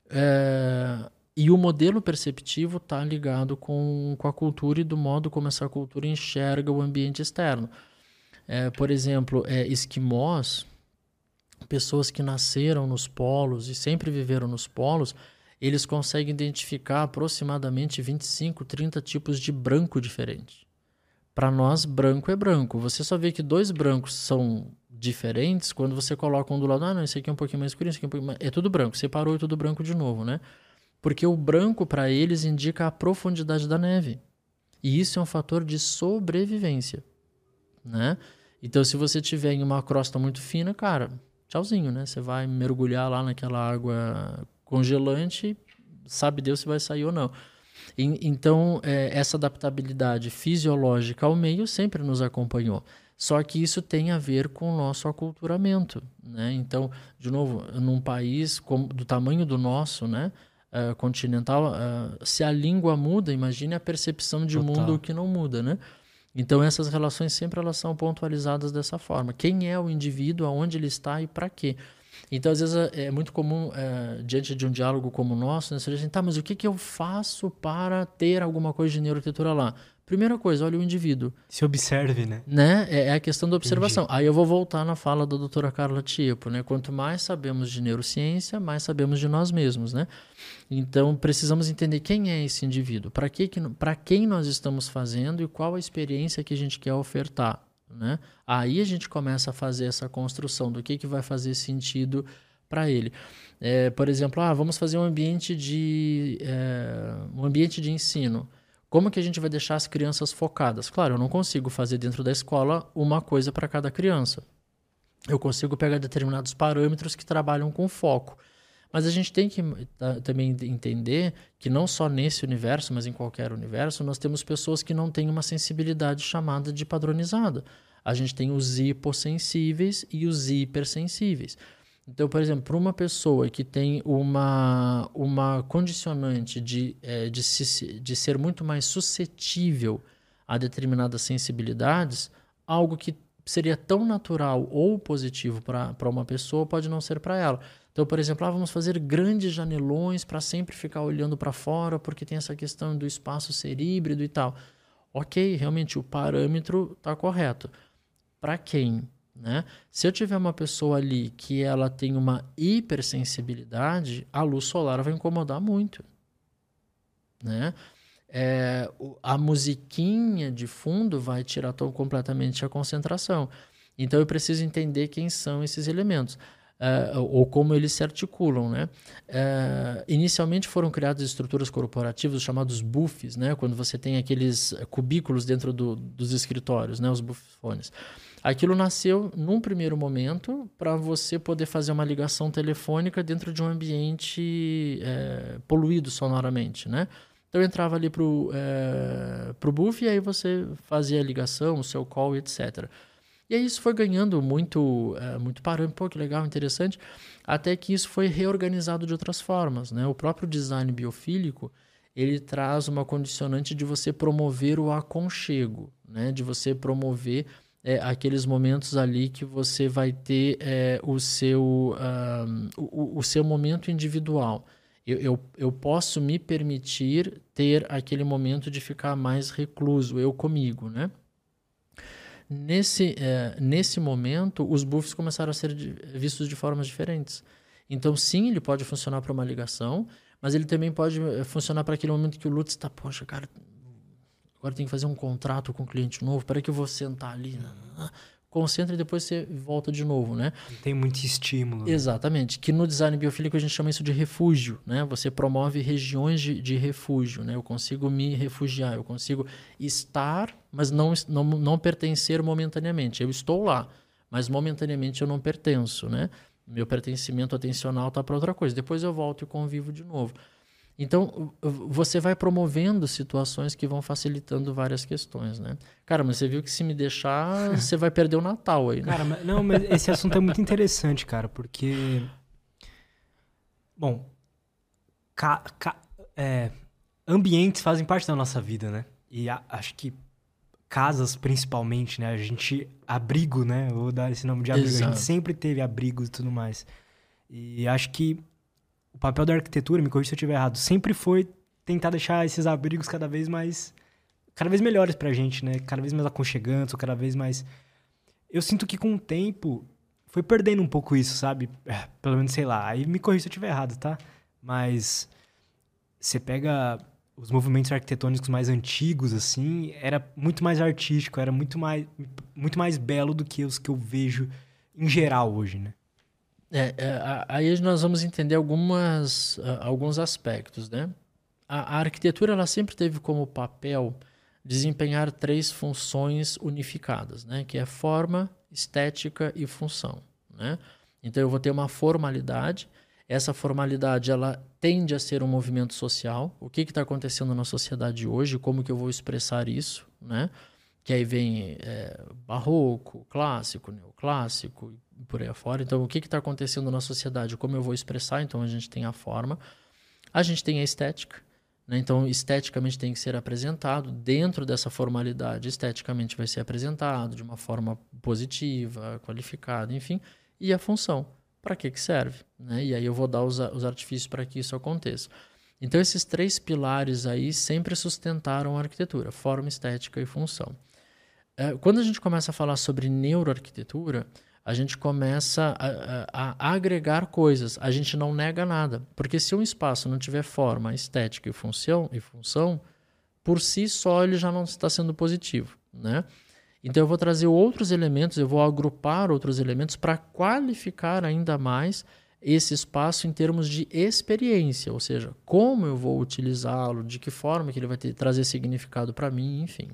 E o modelo perceptivo está ligado com a cultura e do modo como essa cultura enxerga o ambiente externo. Por exemplo, esquimós, pessoas que nasceram nos polos e sempre viveram nos polos, eles conseguem identificar aproximadamente 25, 30 tipos de branco diferentes. Para nós, branco é branco. Você só vê que dois brancos são diferentes quando você coloca um do lado. Ah, não, esse aqui é um pouquinho mais escurinho, esse aqui é um pouquinho mais... É tudo branco. Separou e tudo branco de novo, né? Porque o branco, para eles, indica a profundidade da neve. E isso é um fator de sobrevivência, né? Então, se você tiver em uma crosta muito fina, cara, tchauzinho, né? Você vai mergulhar lá naquela água congelante, sabe Deus se vai sair ou não. Então, essa adaptabilidade fisiológica ao meio sempre nos acompanhou. Só que isso tem a ver com o nosso aculturamento, né? Então, de novo, num país do tamanho do nosso, né? Continental, se a língua muda, imagine a percepção de mundo que não muda, né? Então essas relações sempre elas são pontualizadas dessa forma. Quem é o indivíduo, aonde ele está e para quê? Então às vezes é muito comum, diante de um diálogo como o nosso, né, você diz assim, tá, mas o que eu faço para ter alguma coisa de neuroarquitetura lá? Primeira coisa, olha o indivíduo. Se observe, né? É a questão da observação. Entendi. Aí eu vou voltar na fala da doutora Carla Tiepo, né? Quanto mais sabemos de neurociência, mais sabemos de nós mesmos, né? Então, precisamos entender quem é esse indivíduo, para quem nós estamos fazendo e qual a experiência que a gente quer ofertar, né? Aí a gente começa a fazer essa construção do que vai fazer sentido para ele. Por exemplo, vamos fazer um ambiente de ensino. Como que a gente vai deixar as crianças focadas? Claro, eu não consigo fazer dentro da escola uma coisa para cada criança. Eu consigo pegar determinados parâmetros que trabalham com foco. Mas a gente tem que também entender que não só nesse universo, mas em qualquer universo, nós temos pessoas que não têm uma sensibilidade chamada de padronizada. A gente tem os hipossensíveis e os hipersensíveis. Então, por exemplo, para uma pessoa que tem uma condicionante de ser muito mais suscetível a determinadas sensibilidades, algo que seria tão natural ou positivo para uma pessoa pode não ser para ela. Então, por exemplo, vamos fazer grandes janelões para sempre ficar olhando para fora, porque tem essa questão do espaço ser híbrido e tal. Ok, realmente o parâmetro está correto. Para quem? Né? Se eu tiver uma pessoa ali que ela tem uma hipersensibilidade, a luz solar vai incomodar muito, né? A musiquinha de fundo vai tirar completamente a concentração. Então eu preciso entender quem são esses elementos. Ou como eles se articulam, né? Inicialmente foram criadas estruturas corporativas chamados buffs, né? Quando você tem aqueles cubículos dentro dos escritórios, né? Os bufones. Aquilo nasceu num primeiro momento para você poder fazer uma ligação telefônica dentro de um ambiente poluído sonoramente, né? Então eu entrava ali pro buff e aí você fazia a ligação, o seu call, etc. E aí isso foi ganhando muito parâmetro, pô, que legal, interessante, até que isso foi reorganizado de outras formas, né? O próprio design biofílico, ele traz uma condicionante de você promover o aconchego, né? De você promover aqueles momentos ali que você vai ter o seu momento individual. Eu posso me permitir ter aquele momento de ficar mais recluso, eu comigo, né? Nesse momento, os buffs começaram a ser vistos de formas diferentes. Então, sim, ele pode funcionar para uma ligação, mas ele também pode funcionar para aquele momento que o Lutz está, poxa, cara, agora tem que fazer um contrato com o cliente novo, para que eu vou sentar ali, concentra e depois você volta de novo, né? Não tem muito estímulo. Exatamente, que no design biofílico a gente chama isso de refúgio, né? Você promove regiões de refúgio, né? Eu consigo me refugiar, eu consigo estar, mas não pertencer momentaneamente. Eu estou lá, mas momentaneamente eu não pertenço, né? Meu pertencimento atencional está para outra coisa. Depois eu volto e convivo de novo. Então, você vai promovendo situações que vão facilitando várias questões, né? Cara, mas você viu que se me deixar, você vai perder o Natal aí, né? Cara, mas esse assunto é muito interessante, cara, porque... Bom, ambientes fazem parte da nossa vida, né? E acho que casas, principalmente, né? A gente... Abrigo, né? Eu vou dar esse nome de abrigo. Exato. A gente sempre teve abrigos e tudo mais. E acho que o papel da arquitetura, me corrija se eu estiver errado, sempre foi tentar deixar esses abrigos cada vez melhores pra gente, né? Cada vez mais aconchegantes, ou cada vez mais... Eu sinto que com o tempo foi perdendo um pouco isso, sabe? Pelo menos, sei lá. Aí me corrija se eu estiver errado, tá? Mas você pega os movimentos arquitetônicos mais antigos, assim, era muito mais artístico, era muito mais belo do que os que eu vejo em geral hoje, né? Aí nós vamos entender alguns aspectos, né? A arquitetura ela sempre teve como papel desempenhar 3 funções unificadas, né? Que é forma, estética e função, né? Então eu vou ter uma formalidade. Essa formalidade ela tende a ser um movimento social. O que está acontecendo na sociedade hoje? Como que eu vou expressar isso, né? Que aí vem barroco, clássico, neoclássico e por aí afora. Então, o que está acontecendo na sociedade? Como eu vou expressar? Então, a gente tem a forma. A gente tem a estética, né? Então, esteticamente tem que ser apresentado. Dentro dessa formalidade, esteticamente vai ser apresentado de uma forma positiva, qualificada, enfim. E a função. Para que serve, né? E aí eu vou dar os artifícios para que isso aconteça. Então, esses 3 pilares aí sempre sustentaram a arquitetura. Forma, estética e função. Quando a gente começa a falar sobre neuroarquitetura, a gente começa a agregar coisas. A gente não nega nada. Porque se um espaço não tiver forma, estética e função, por si só ele já não está sendo positivo, né? Então eu vou trazer outros elementos, eu vou agrupar outros elementos para qualificar ainda mais esse espaço em termos de experiência. Ou seja, como eu vou utilizá-lo, de que forma que ele vai trazer significado para mim, enfim.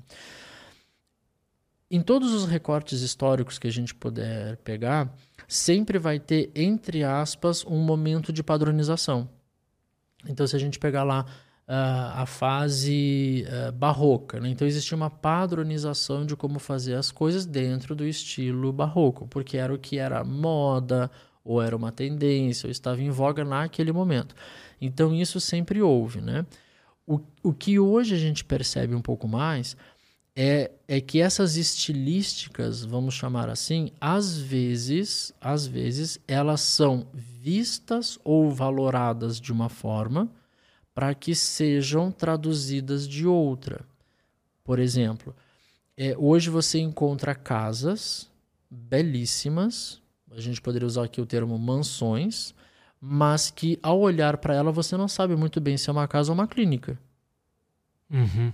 Em todos os recortes históricos que a gente puder pegar, sempre vai ter, entre aspas, um momento de padronização. Então, se a gente pegar lá a fase barroca, né? Então existia uma padronização de como fazer as coisas dentro do estilo barroco, porque era o que era moda, ou era uma tendência, ou estava em voga naquele momento. Então isso sempre houve, né? O que hoje a gente percebe um pouco mais é que essas estilísticas, vamos chamar assim, às vezes elas são vistas ou valoradas de uma forma para que sejam traduzidas de outra. Por exemplo, hoje você encontra casas belíssimas, a gente poderia usar aqui o termo mansões, mas que ao olhar para ela você não sabe muito bem se é uma casa ou uma clínica. Uhum.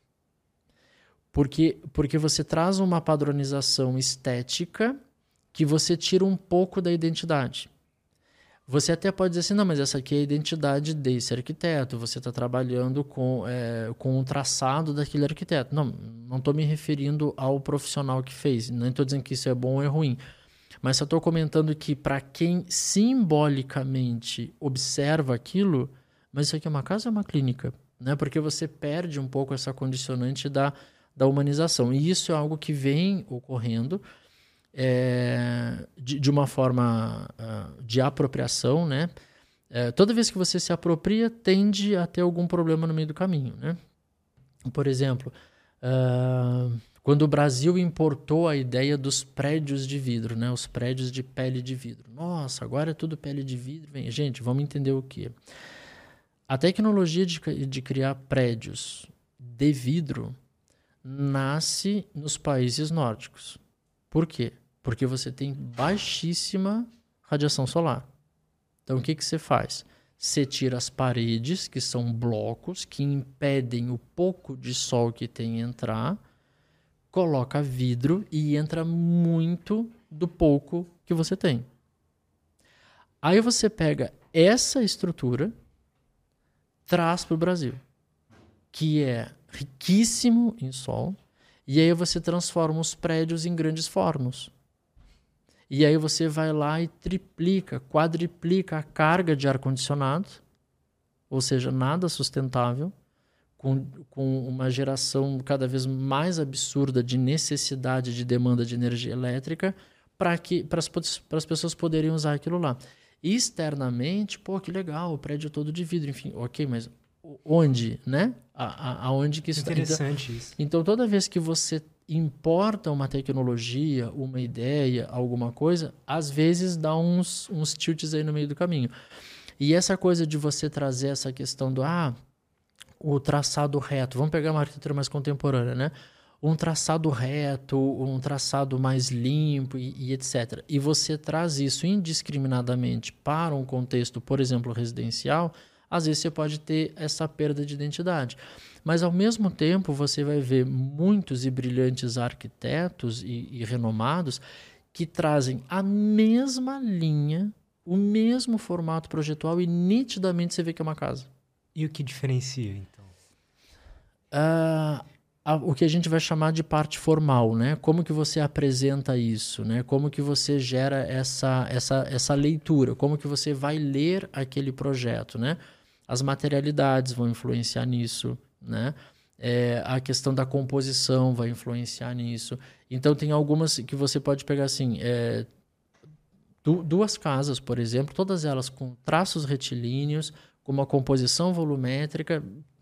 Porque você traz uma padronização estética que você tira um pouco da identidade. Você até pode dizer assim, não, mas essa aqui é a identidade desse arquiteto, você está trabalhando com um traçado daquele arquiteto. Não estou me referindo ao profissional que fez, nem estou dizendo que isso é bom ou é ruim, mas só estou comentando que para quem simbolicamente observa aquilo, mas isso aqui é uma casa ou é uma clínica? Né? Porque você perde um pouco essa condicionante da humanização. E isso é algo que vem ocorrendo de uma forma de apropriação, né? Toda vez que você se apropria, tende a ter algum problema no meio do caminho, né? Por exemplo, quando o Brasil importou a ideia dos prédios de vidro, né? Os prédios de pele de vidro. Nossa, agora é tudo pele de vidro. Gente, vamos entender o que é. A tecnologia de criar prédios de vidro nasce nos países nórdicos. Por quê? Porque você tem baixíssima radiação solar. Então, o que você faz? você tira as paredes, que são blocos, que impedem o pouco de sol que tem entrar, coloca vidro e entra muito do pouco que você tem. Aí você pega essa estrutura, traz para o Brasil, que é riquíssimo em sol, e aí você transforma os prédios em grandes fornos. E aí você vai lá e triplica, quadriplica a carga de ar-condicionado, ou seja, nada sustentável, com uma geração cada vez mais absurda de necessidade de demanda de energia elétrica para as pessoas poderem usar aquilo lá. E externamente, pô, que legal, o prédio todo de vidro, enfim, ok, mas onde, né? Aonde que isso... Interessante isso. Então, toda vez que você importa uma tecnologia, uma ideia, alguma coisa, às vezes dá uns tilts aí no meio do caminho. E essa coisa de você trazer essa questão do o traçado reto, vamos pegar uma arquitetura mais contemporânea, né? Um traçado reto, um traçado mais limpo e etc. E você traz isso indiscriminadamente para um contexto, por exemplo, residencial, às vezes você pode ter essa perda de identidade. Mas, ao mesmo tempo, você vai ver muitos e brilhantes arquitetos e renomados que trazem a mesma linha, o mesmo formato projetual e nitidamente você vê que é uma casa. E o que diferencia, então? O que a gente vai chamar de parte formal, né? Como que você apresenta isso, né? Como que você gera essa leitura, como que você vai ler aquele projeto, né? As materialidades vão influenciar nisso, né? A questão da composição vai influenciar nisso. Então, tem algumas que você pode pegar assim, duas casas, por exemplo, todas elas com traços retilíneos, com uma composição volumétrica,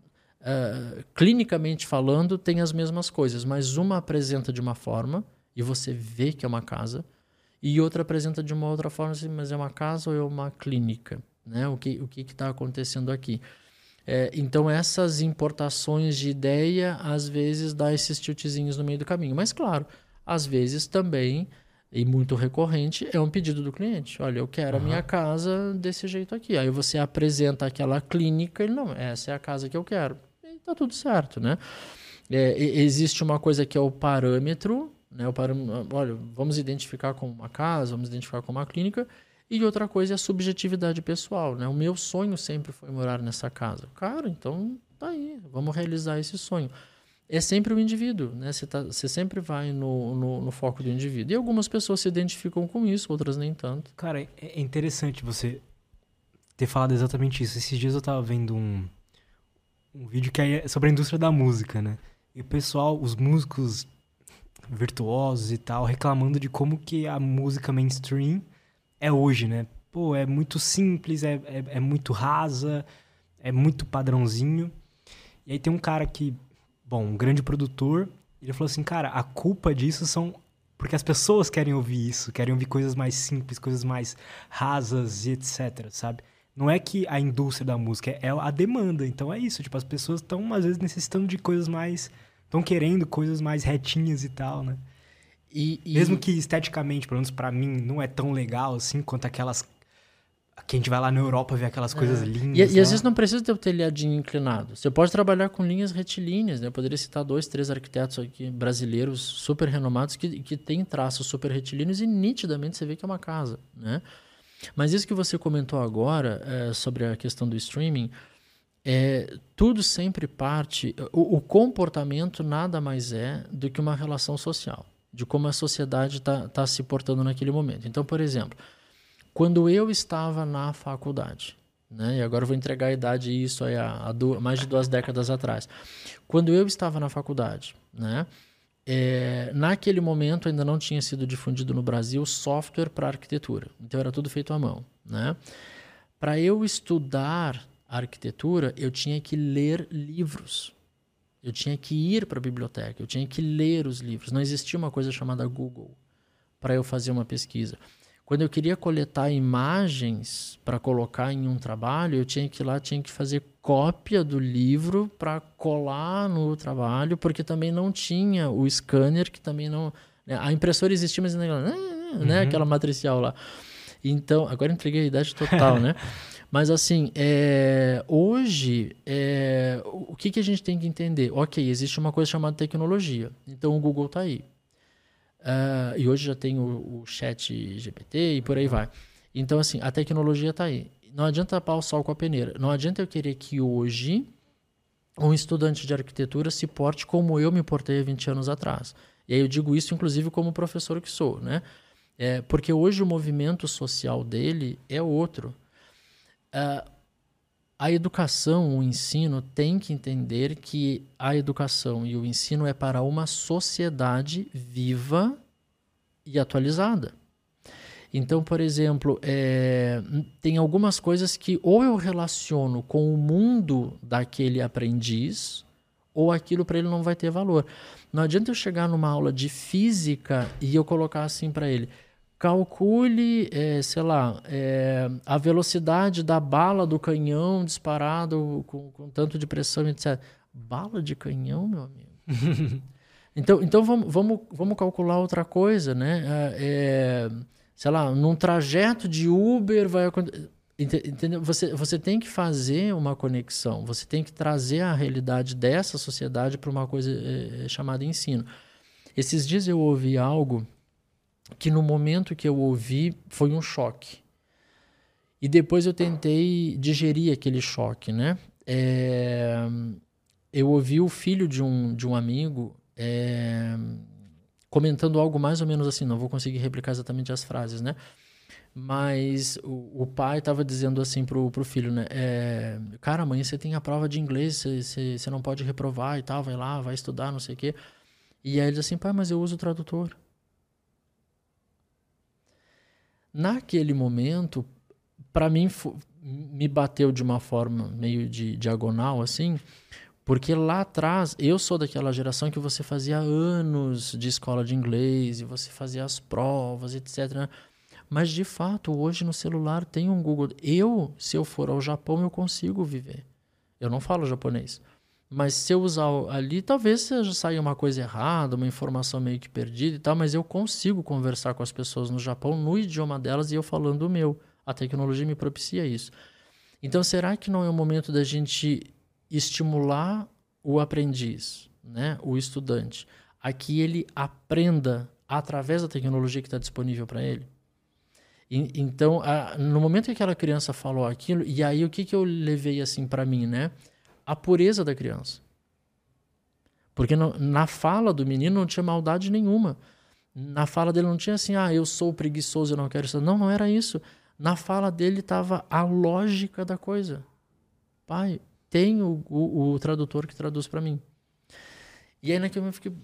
clinicamente falando, tem as mesmas coisas, mas uma apresenta de uma forma, e você vê que é uma casa, e outra apresenta de uma outra forma, assim, mas é uma casa ou é uma clínica? Né? O que está acontecendo aqui? Então, essas importações de ideia, às vezes, dá esses tiltzinhos no meio do caminho. Mas, claro, às vezes também, e muito recorrente, é um pedido do cliente. Olha, eu quero a minha casa desse jeito aqui. Aí você apresenta aquela clínica e ele, não, essa é a casa que eu quero. E tá tudo certo, né? Existe uma coisa que é o parâmetro, né? Olha, vamos identificar como uma casa, vamos identificar como uma clínica. E outra coisa é a subjetividade pessoal, né? O meu sonho sempre foi morar nessa casa. Cara, então tá aí, vamos realizar esse sonho. É sempre o indivíduo, né? Você sempre vai no foco do indivíduo. E algumas pessoas se identificam com isso, outras nem tanto. Cara, é interessante você ter falado exatamente isso. Esses dias eu tava vendo um vídeo que é sobre a indústria da música, né? E o pessoal, os músicos virtuosos e tal, reclamando de como que a música mainstream é hoje, né? Pô, é muito simples, é muito rasa, é muito padrãozinho. E aí tem um cara que, um grande produtor, ele falou assim, cara, a culpa disso são porque as pessoas querem ouvir isso, querem ouvir coisas mais simples, coisas mais rasas e etc, sabe? Não é que a indústria da música, é a demanda. Então é isso, tipo, as pessoas estão, às vezes, necessitando de coisas mais... Estão querendo coisas mais retinhas e tal, né? Mesmo que esteticamente, pelo menos pra mim, não é tão legal assim quanto aquelas... Que a gente vai lá na Europa ver aquelas coisas lindas. E às vezes não precisa ter o telhadinho inclinado. Você pode trabalhar com linhas retilíneas, né? Eu poderia citar 2, 3 arquitetos aqui brasileiros super renomados que têm traços super retilíneos e nitidamente você vê que é uma casa, né? Mas isso que você comentou agora sobre a questão do streaming, tudo sempre parte... O comportamento nada mais é do que uma relação social, de como a sociedade está se portando naquele momento. Então, por exemplo, quando eu estava na faculdade, né, e agora eu vou entregar a idade isso aí há mais de 2 décadas atrás. Quando eu estava na faculdade, né, naquele momento ainda não tinha sido difundido no Brasil software para arquitetura. Então era tudo feito à mão, né? Para eu estudar arquitetura, eu tinha que ler livros. Eu tinha que ir para a biblioteca, eu tinha que ler os livros. Não existia uma coisa chamada Google para eu fazer uma pesquisa. Quando eu queria coletar imagens para colocar em um trabalho, eu tinha que ir lá, tinha que fazer cópia do livro para colar no trabalho, porque também não tinha o scanner, que também não... Né? A impressora existia, mas não, né? Aquela matricial lá. Então, agora entreguei a idade total, né? Mas assim, hoje, o que a gente tem que entender? Ok, existe uma coisa chamada tecnologia. Então o Google está aí. E hoje já tem o chat GPT e por aí vai. Então assim, a tecnologia está aí. Não adianta tapar o sol com a peneira. Não adianta eu querer que hoje um estudante de arquitetura se porte como eu me portei há 20 anos atrás. E aí eu digo isso, inclusive, como professor que sou, né? Porque hoje o movimento social dele é outro. A educação, o ensino, tem que entender que a educação e o ensino é para uma sociedade viva e atualizada. Então, por exemplo, tem algumas coisas que ou eu relaciono com o mundo daquele aprendiz, ou aquilo para ele não vai ter valor. Não adianta eu chegar numa aula de física e eu colocar assim para ele: calcule, a velocidade da bala do canhão disparado com tanto de pressão, etc. Bala de canhão, meu amigo? Então vamos calcular outra coisa, né? Num trajeto de Uber vai acontecer. Entendeu? Você tem que fazer uma conexão, você tem que trazer a realidade dessa sociedade para uma coisa chamada ensino. Esses dias eu ouvi algo que no momento que eu ouvi foi um choque. E depois eu tentei digerir aquele choque, né? Eu ouvi o filho de um amigo comentando algo mais ou menos assim, não vou conseguir replicar exatamente as frases, né? Mas o pai estava dizendo assim pro filho, né? Cara, amanhã você tem a prova de inglês, você não pode reprovar e tal, vai lá, vai estudar, não sei o quê. E aí ele diz assim: pai, mas eu uso o tradutor. Naquele momento, para mim, me bateu de uma forma meio de diagonal, assim, porque lá atrás, eu sou daquela geração que você fazia anos de escola de inglês, e você fazia as provas, etc., né? Mas, de fato, hoje no celular tem um Google. Se eu for ao Japão, eu consigo viver. Eu não falo japonês. Mas se eu usar ali, talvez saia uma coisa errada, uma informação meio que perdida e tal, mas eu consigo conversar com as pessoas no Japão no idioma delas e eu falando o meu. A tecnologia me propicia isso. Então, será que não é o momento da gente estimular o aprendiz, né, o estudante, a que ele aprenda através da tecnologia que está disponível para ele? Então, no momento que aquela criança falou aquilo, e aí o que eu levei assim para mim, né? A pureza da criança. Porque na fala do menino não tinha maldade nenhuma. Na fala dele não tinha assim: eu sou preguiçoso, eu não quero estudar. Não era isso. Na fala dele estava a lógica da coisa. Pai, tem o tradutor que traduz para mim. E aí naquele momento eu fiquei,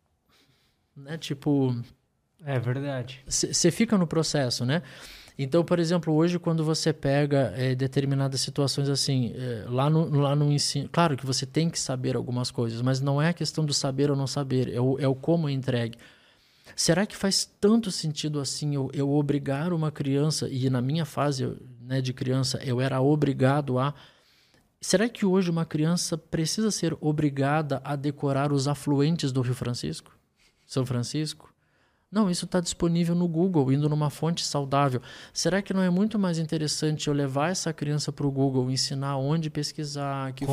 né, tipo... É verdade. Você fica no processo, né? Então, por exemplo, hoje quando você pega determinadas situações assim, lá no ensino, claro que você tem que saber algumas coisas, mas não é a questão do saber ou não saber, é o como é entregue. Será que faz tanto sentido assim eu obrigar uma criança, e na minha fase, né, de criança eu era obrigado a... Será que hoje uma criança precisa ser obrigada a decorar os afluentes do Rio Francisco? São Francisco? Não, isso está disponível no Google, indo numa fonte saudável. Será que não é muito mais interessante eu levar essa criança para o Google, ensinar onde pesquisar, que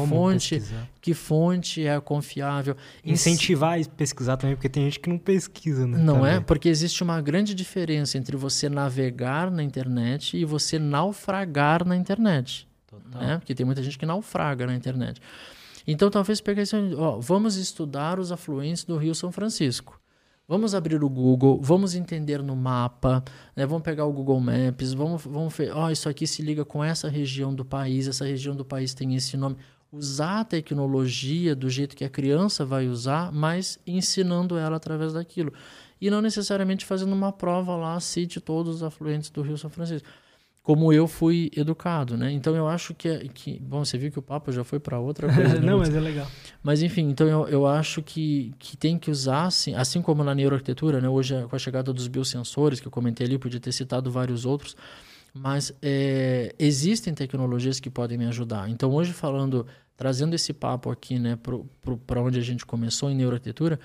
fonte é confiável? Incentivar a pesquisar também, porque tem gente que não pesquisa, né? Não também. É? Porque existe uma grande diferença entre você navegar na internet e você naufragar na internet. Total. Né? Porque tem muita gente que naufraga na internet. Então, talvez pegue assim, vamos estudar os afluentes do Rio São Francisco. Vamos abrir o Google, vamos entender no mapa, né? Vamos pegar o Google Maps, vamos ver, isso aqui se liga com essa região do país, essa região do país tem esse nome. Usar a tecnologia do jeito que a criança vai usar, mas ensinando ela através daquilo. E não necessariamente fazendo uma prova lá, cite todos os afluentes do Rio São Francisco. Como eu fui educado, né? Então eu acho que bom, você viu que o papo já foi para outra coisa. Não, mas é legal. Mas enfim, então eu acho que tem que usar, assim como na neuroarquitetura, né? Hoje com a chegada dos biosensores, que eu comentei ali, podia ter citado vários outros, mas existem tecnologias que podem me ajudar. Então hoje trazendo esse papo aqui, né, para onde a gente começou em neuroarquitetura,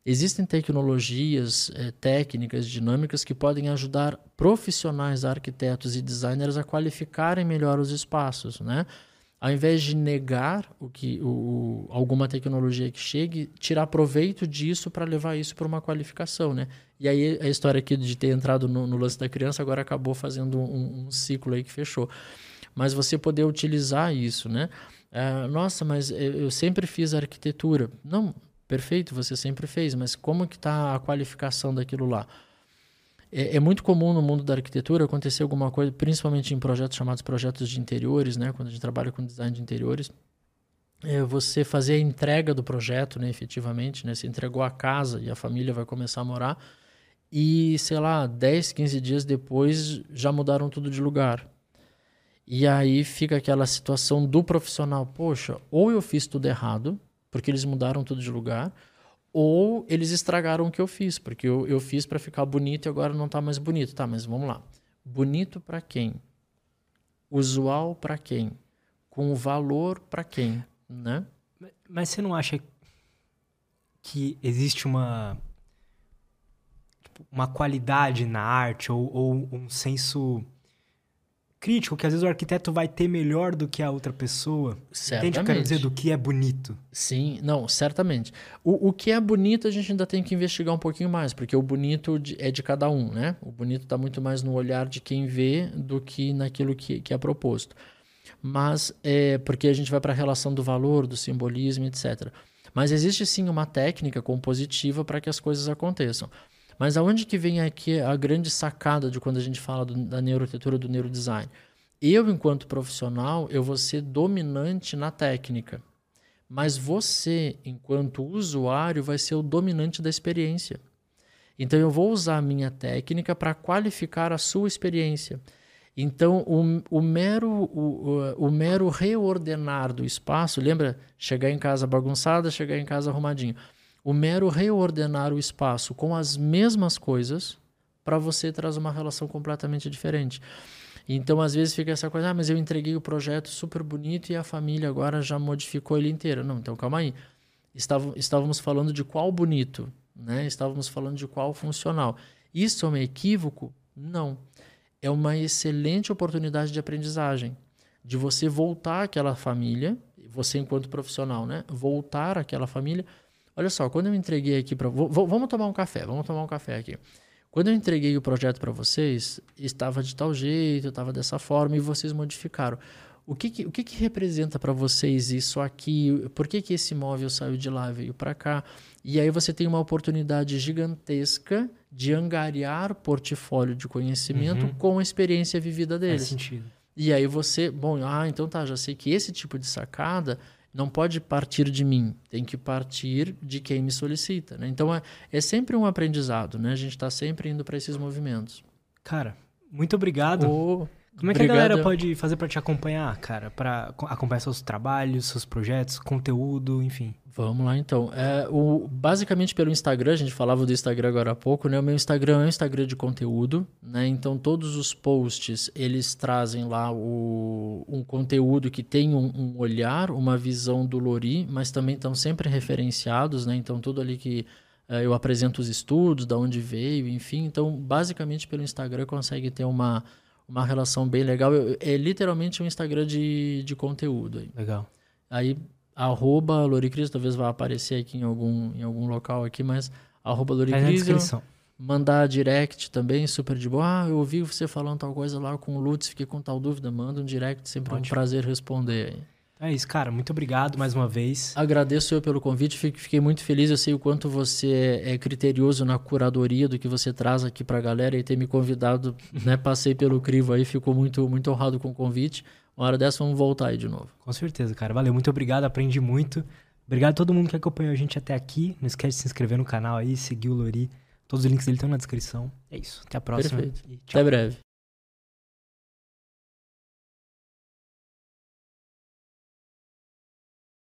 Existem tecnologias, técnicas, dinâmicas que podem ajudar profissionais, arquitetos e designers a qualificarem melhor os espaços, né? Ao invés de negar alguma tecnologia que chegue, tirar proveito disso para levar isso para uma qualificação, né? E aí a história aqui de ter entrado no lance da criança agora acabou fazendo um ciclo aí que fechou. Mas você poder utilizar isso, né? Nossa, mas eu sempre fiz arquitetura. Não, perfeito, você sempre fez, mas como que está a qualificação daquilo lá? É muito comum no mundo da arquitetura acontecer alguma coisa, principalmente em projetos chamados projetos de interiores, né? Quando a gente trabalha com design de interiores, você fazer a entrega do projeto, né? Efetivamente, né? Você entregou a casa e a família vai começar a morar e, sei lá, 10, 15 dias depois já mudaram tudo de lugar. E aí fica aquela situação do profissional, poxa, ou eu fiz tudo errado, porque eles mudaram tudo de lugar, ou eles estragaram o que eu fiz, porque eu fiz para ficar bonito e agora não está mais bonito. Tá, mas vamos lá. Bonito para quem? Usual para quem? Com valor para quem? Né? Mas você não acha que existe uma qualidade na arte ou um senso crítico que às vezes o arquiteto vai ter melhor do que a outra pessoa? Certamente. Entende o que eu quero dizer? Do que é bonito. Sim, não, certamente. O que é bonito a gente ainda tem que investigar um pouquinho mais, porque o bonito é de cada um, né? O bonito está muito mais no olhar de quem vê do que naquilo que é proposto. Mas porque a gente vai para a relação do valor, do simbolismo, etc. Mas existe sim uma técnica compositiva para que as coisas aconteçam. Mas aonde que vem aqui a grande sacada de quando a gente fala da neuroarquitetura, do neurodesign? Eu, enquanto profissional, eu vou ser dominante na técnica. Mas você, enquanto usuário, vai ser o dominante da experiência. Então, eu vou usar a minha técnica para qualificar a sua experiência. Então, o mero reordenar do espaço, lembra? Chegar em casa bagunçada, chegar em casa arrumadinho. O mero reordenar o espaço com as mesmas coisas, para você traz uma relação completamente diferente. Então, às vezes fica essa coisa, mas eu entreguei o projeto super bonito e a família agora já modificou ele inteiro. Não, então calma aí. Estávamos falando de qual bonito, né? Estávamos falando de qual funcional. Isso é um equívoco? Não. É uma excelente oportunidade de aprendizagem, de você voltar àquela família, você enquanto profissional, né? Voltar àquela família. Olha só, quando eu entreguei aqui para... Vamos tomar um café aqui. Quando eu entreguei o projeto para vocês, estava de tal jeito, estava dessa forma, e vocês modificaram. O que representa para vocês isso aqui? Por que esse móvel saiu de lá e veio para cá? E aí você tem uma oportunidade gigantesca de angariar portfólio de conhecimento com a experiência vivida deles. Faz sentido. E aí você... então tá, já sei que esse tipo de sacada não pode partir de mim, tem que partir de quem me solicita, né? Então, é sempre um aprendizado, né? A gente está sempre indo para esses movimentos. Cara, muito obrigado. Como é que a galera pode fazer para te acompanhar, cara? Para acompanhar seus trabalhos, seus projetos, conteúdo, enfim. Vamos lá, então. Basicamente pelo Instagram, a gente falava do Instagram agora há pouco, né? O meu Instagram é um Instagram de conteúdo, né? Então, todos os posts, eles trazem lá um conteúdo que tem um olhar, uma visão do Lori, mas também estão sempre referenciados, né? Então, tudo ali que eu apresento os estudos, de onde veio, enfim. Então, basicamente pelo Instagram consegue ter uma relação bem legal. É literalmente um Instagram de conteúdo. Aí. Legal. Aí, @Loricris, talvez vá aparecer aqui em algum local aqui, mas @Loricris. Mandar direct também, super de boa. Eu ouvi você falando tal coisa lá com o Lutz, fiquei com tal dúvida. Manda um direct, sempre um prazer responder aí. É isso, cara. Muito obrigado mais uma vez. Agradeço eu pelo convite, fiquei muito feliz. Eu sei o quanto você é criterioso na curadoria do que você traz aqui pra galera e ter me convidado, né? Passei pelo crivo aí, fico muito, muito honrado com o convite. Uma hora dessa vamos voltar aí de novo. Com certeza, cara. Valeu, muito obrigado, aprendi muito. Obrigado a todo mundo que acompanhou a gente até aqui. Não esquece de se inscrever no canal aí, seguir o Lori. Todos os links dele estão na descrição. É isso, até a próxima. Perfeito. Até breve.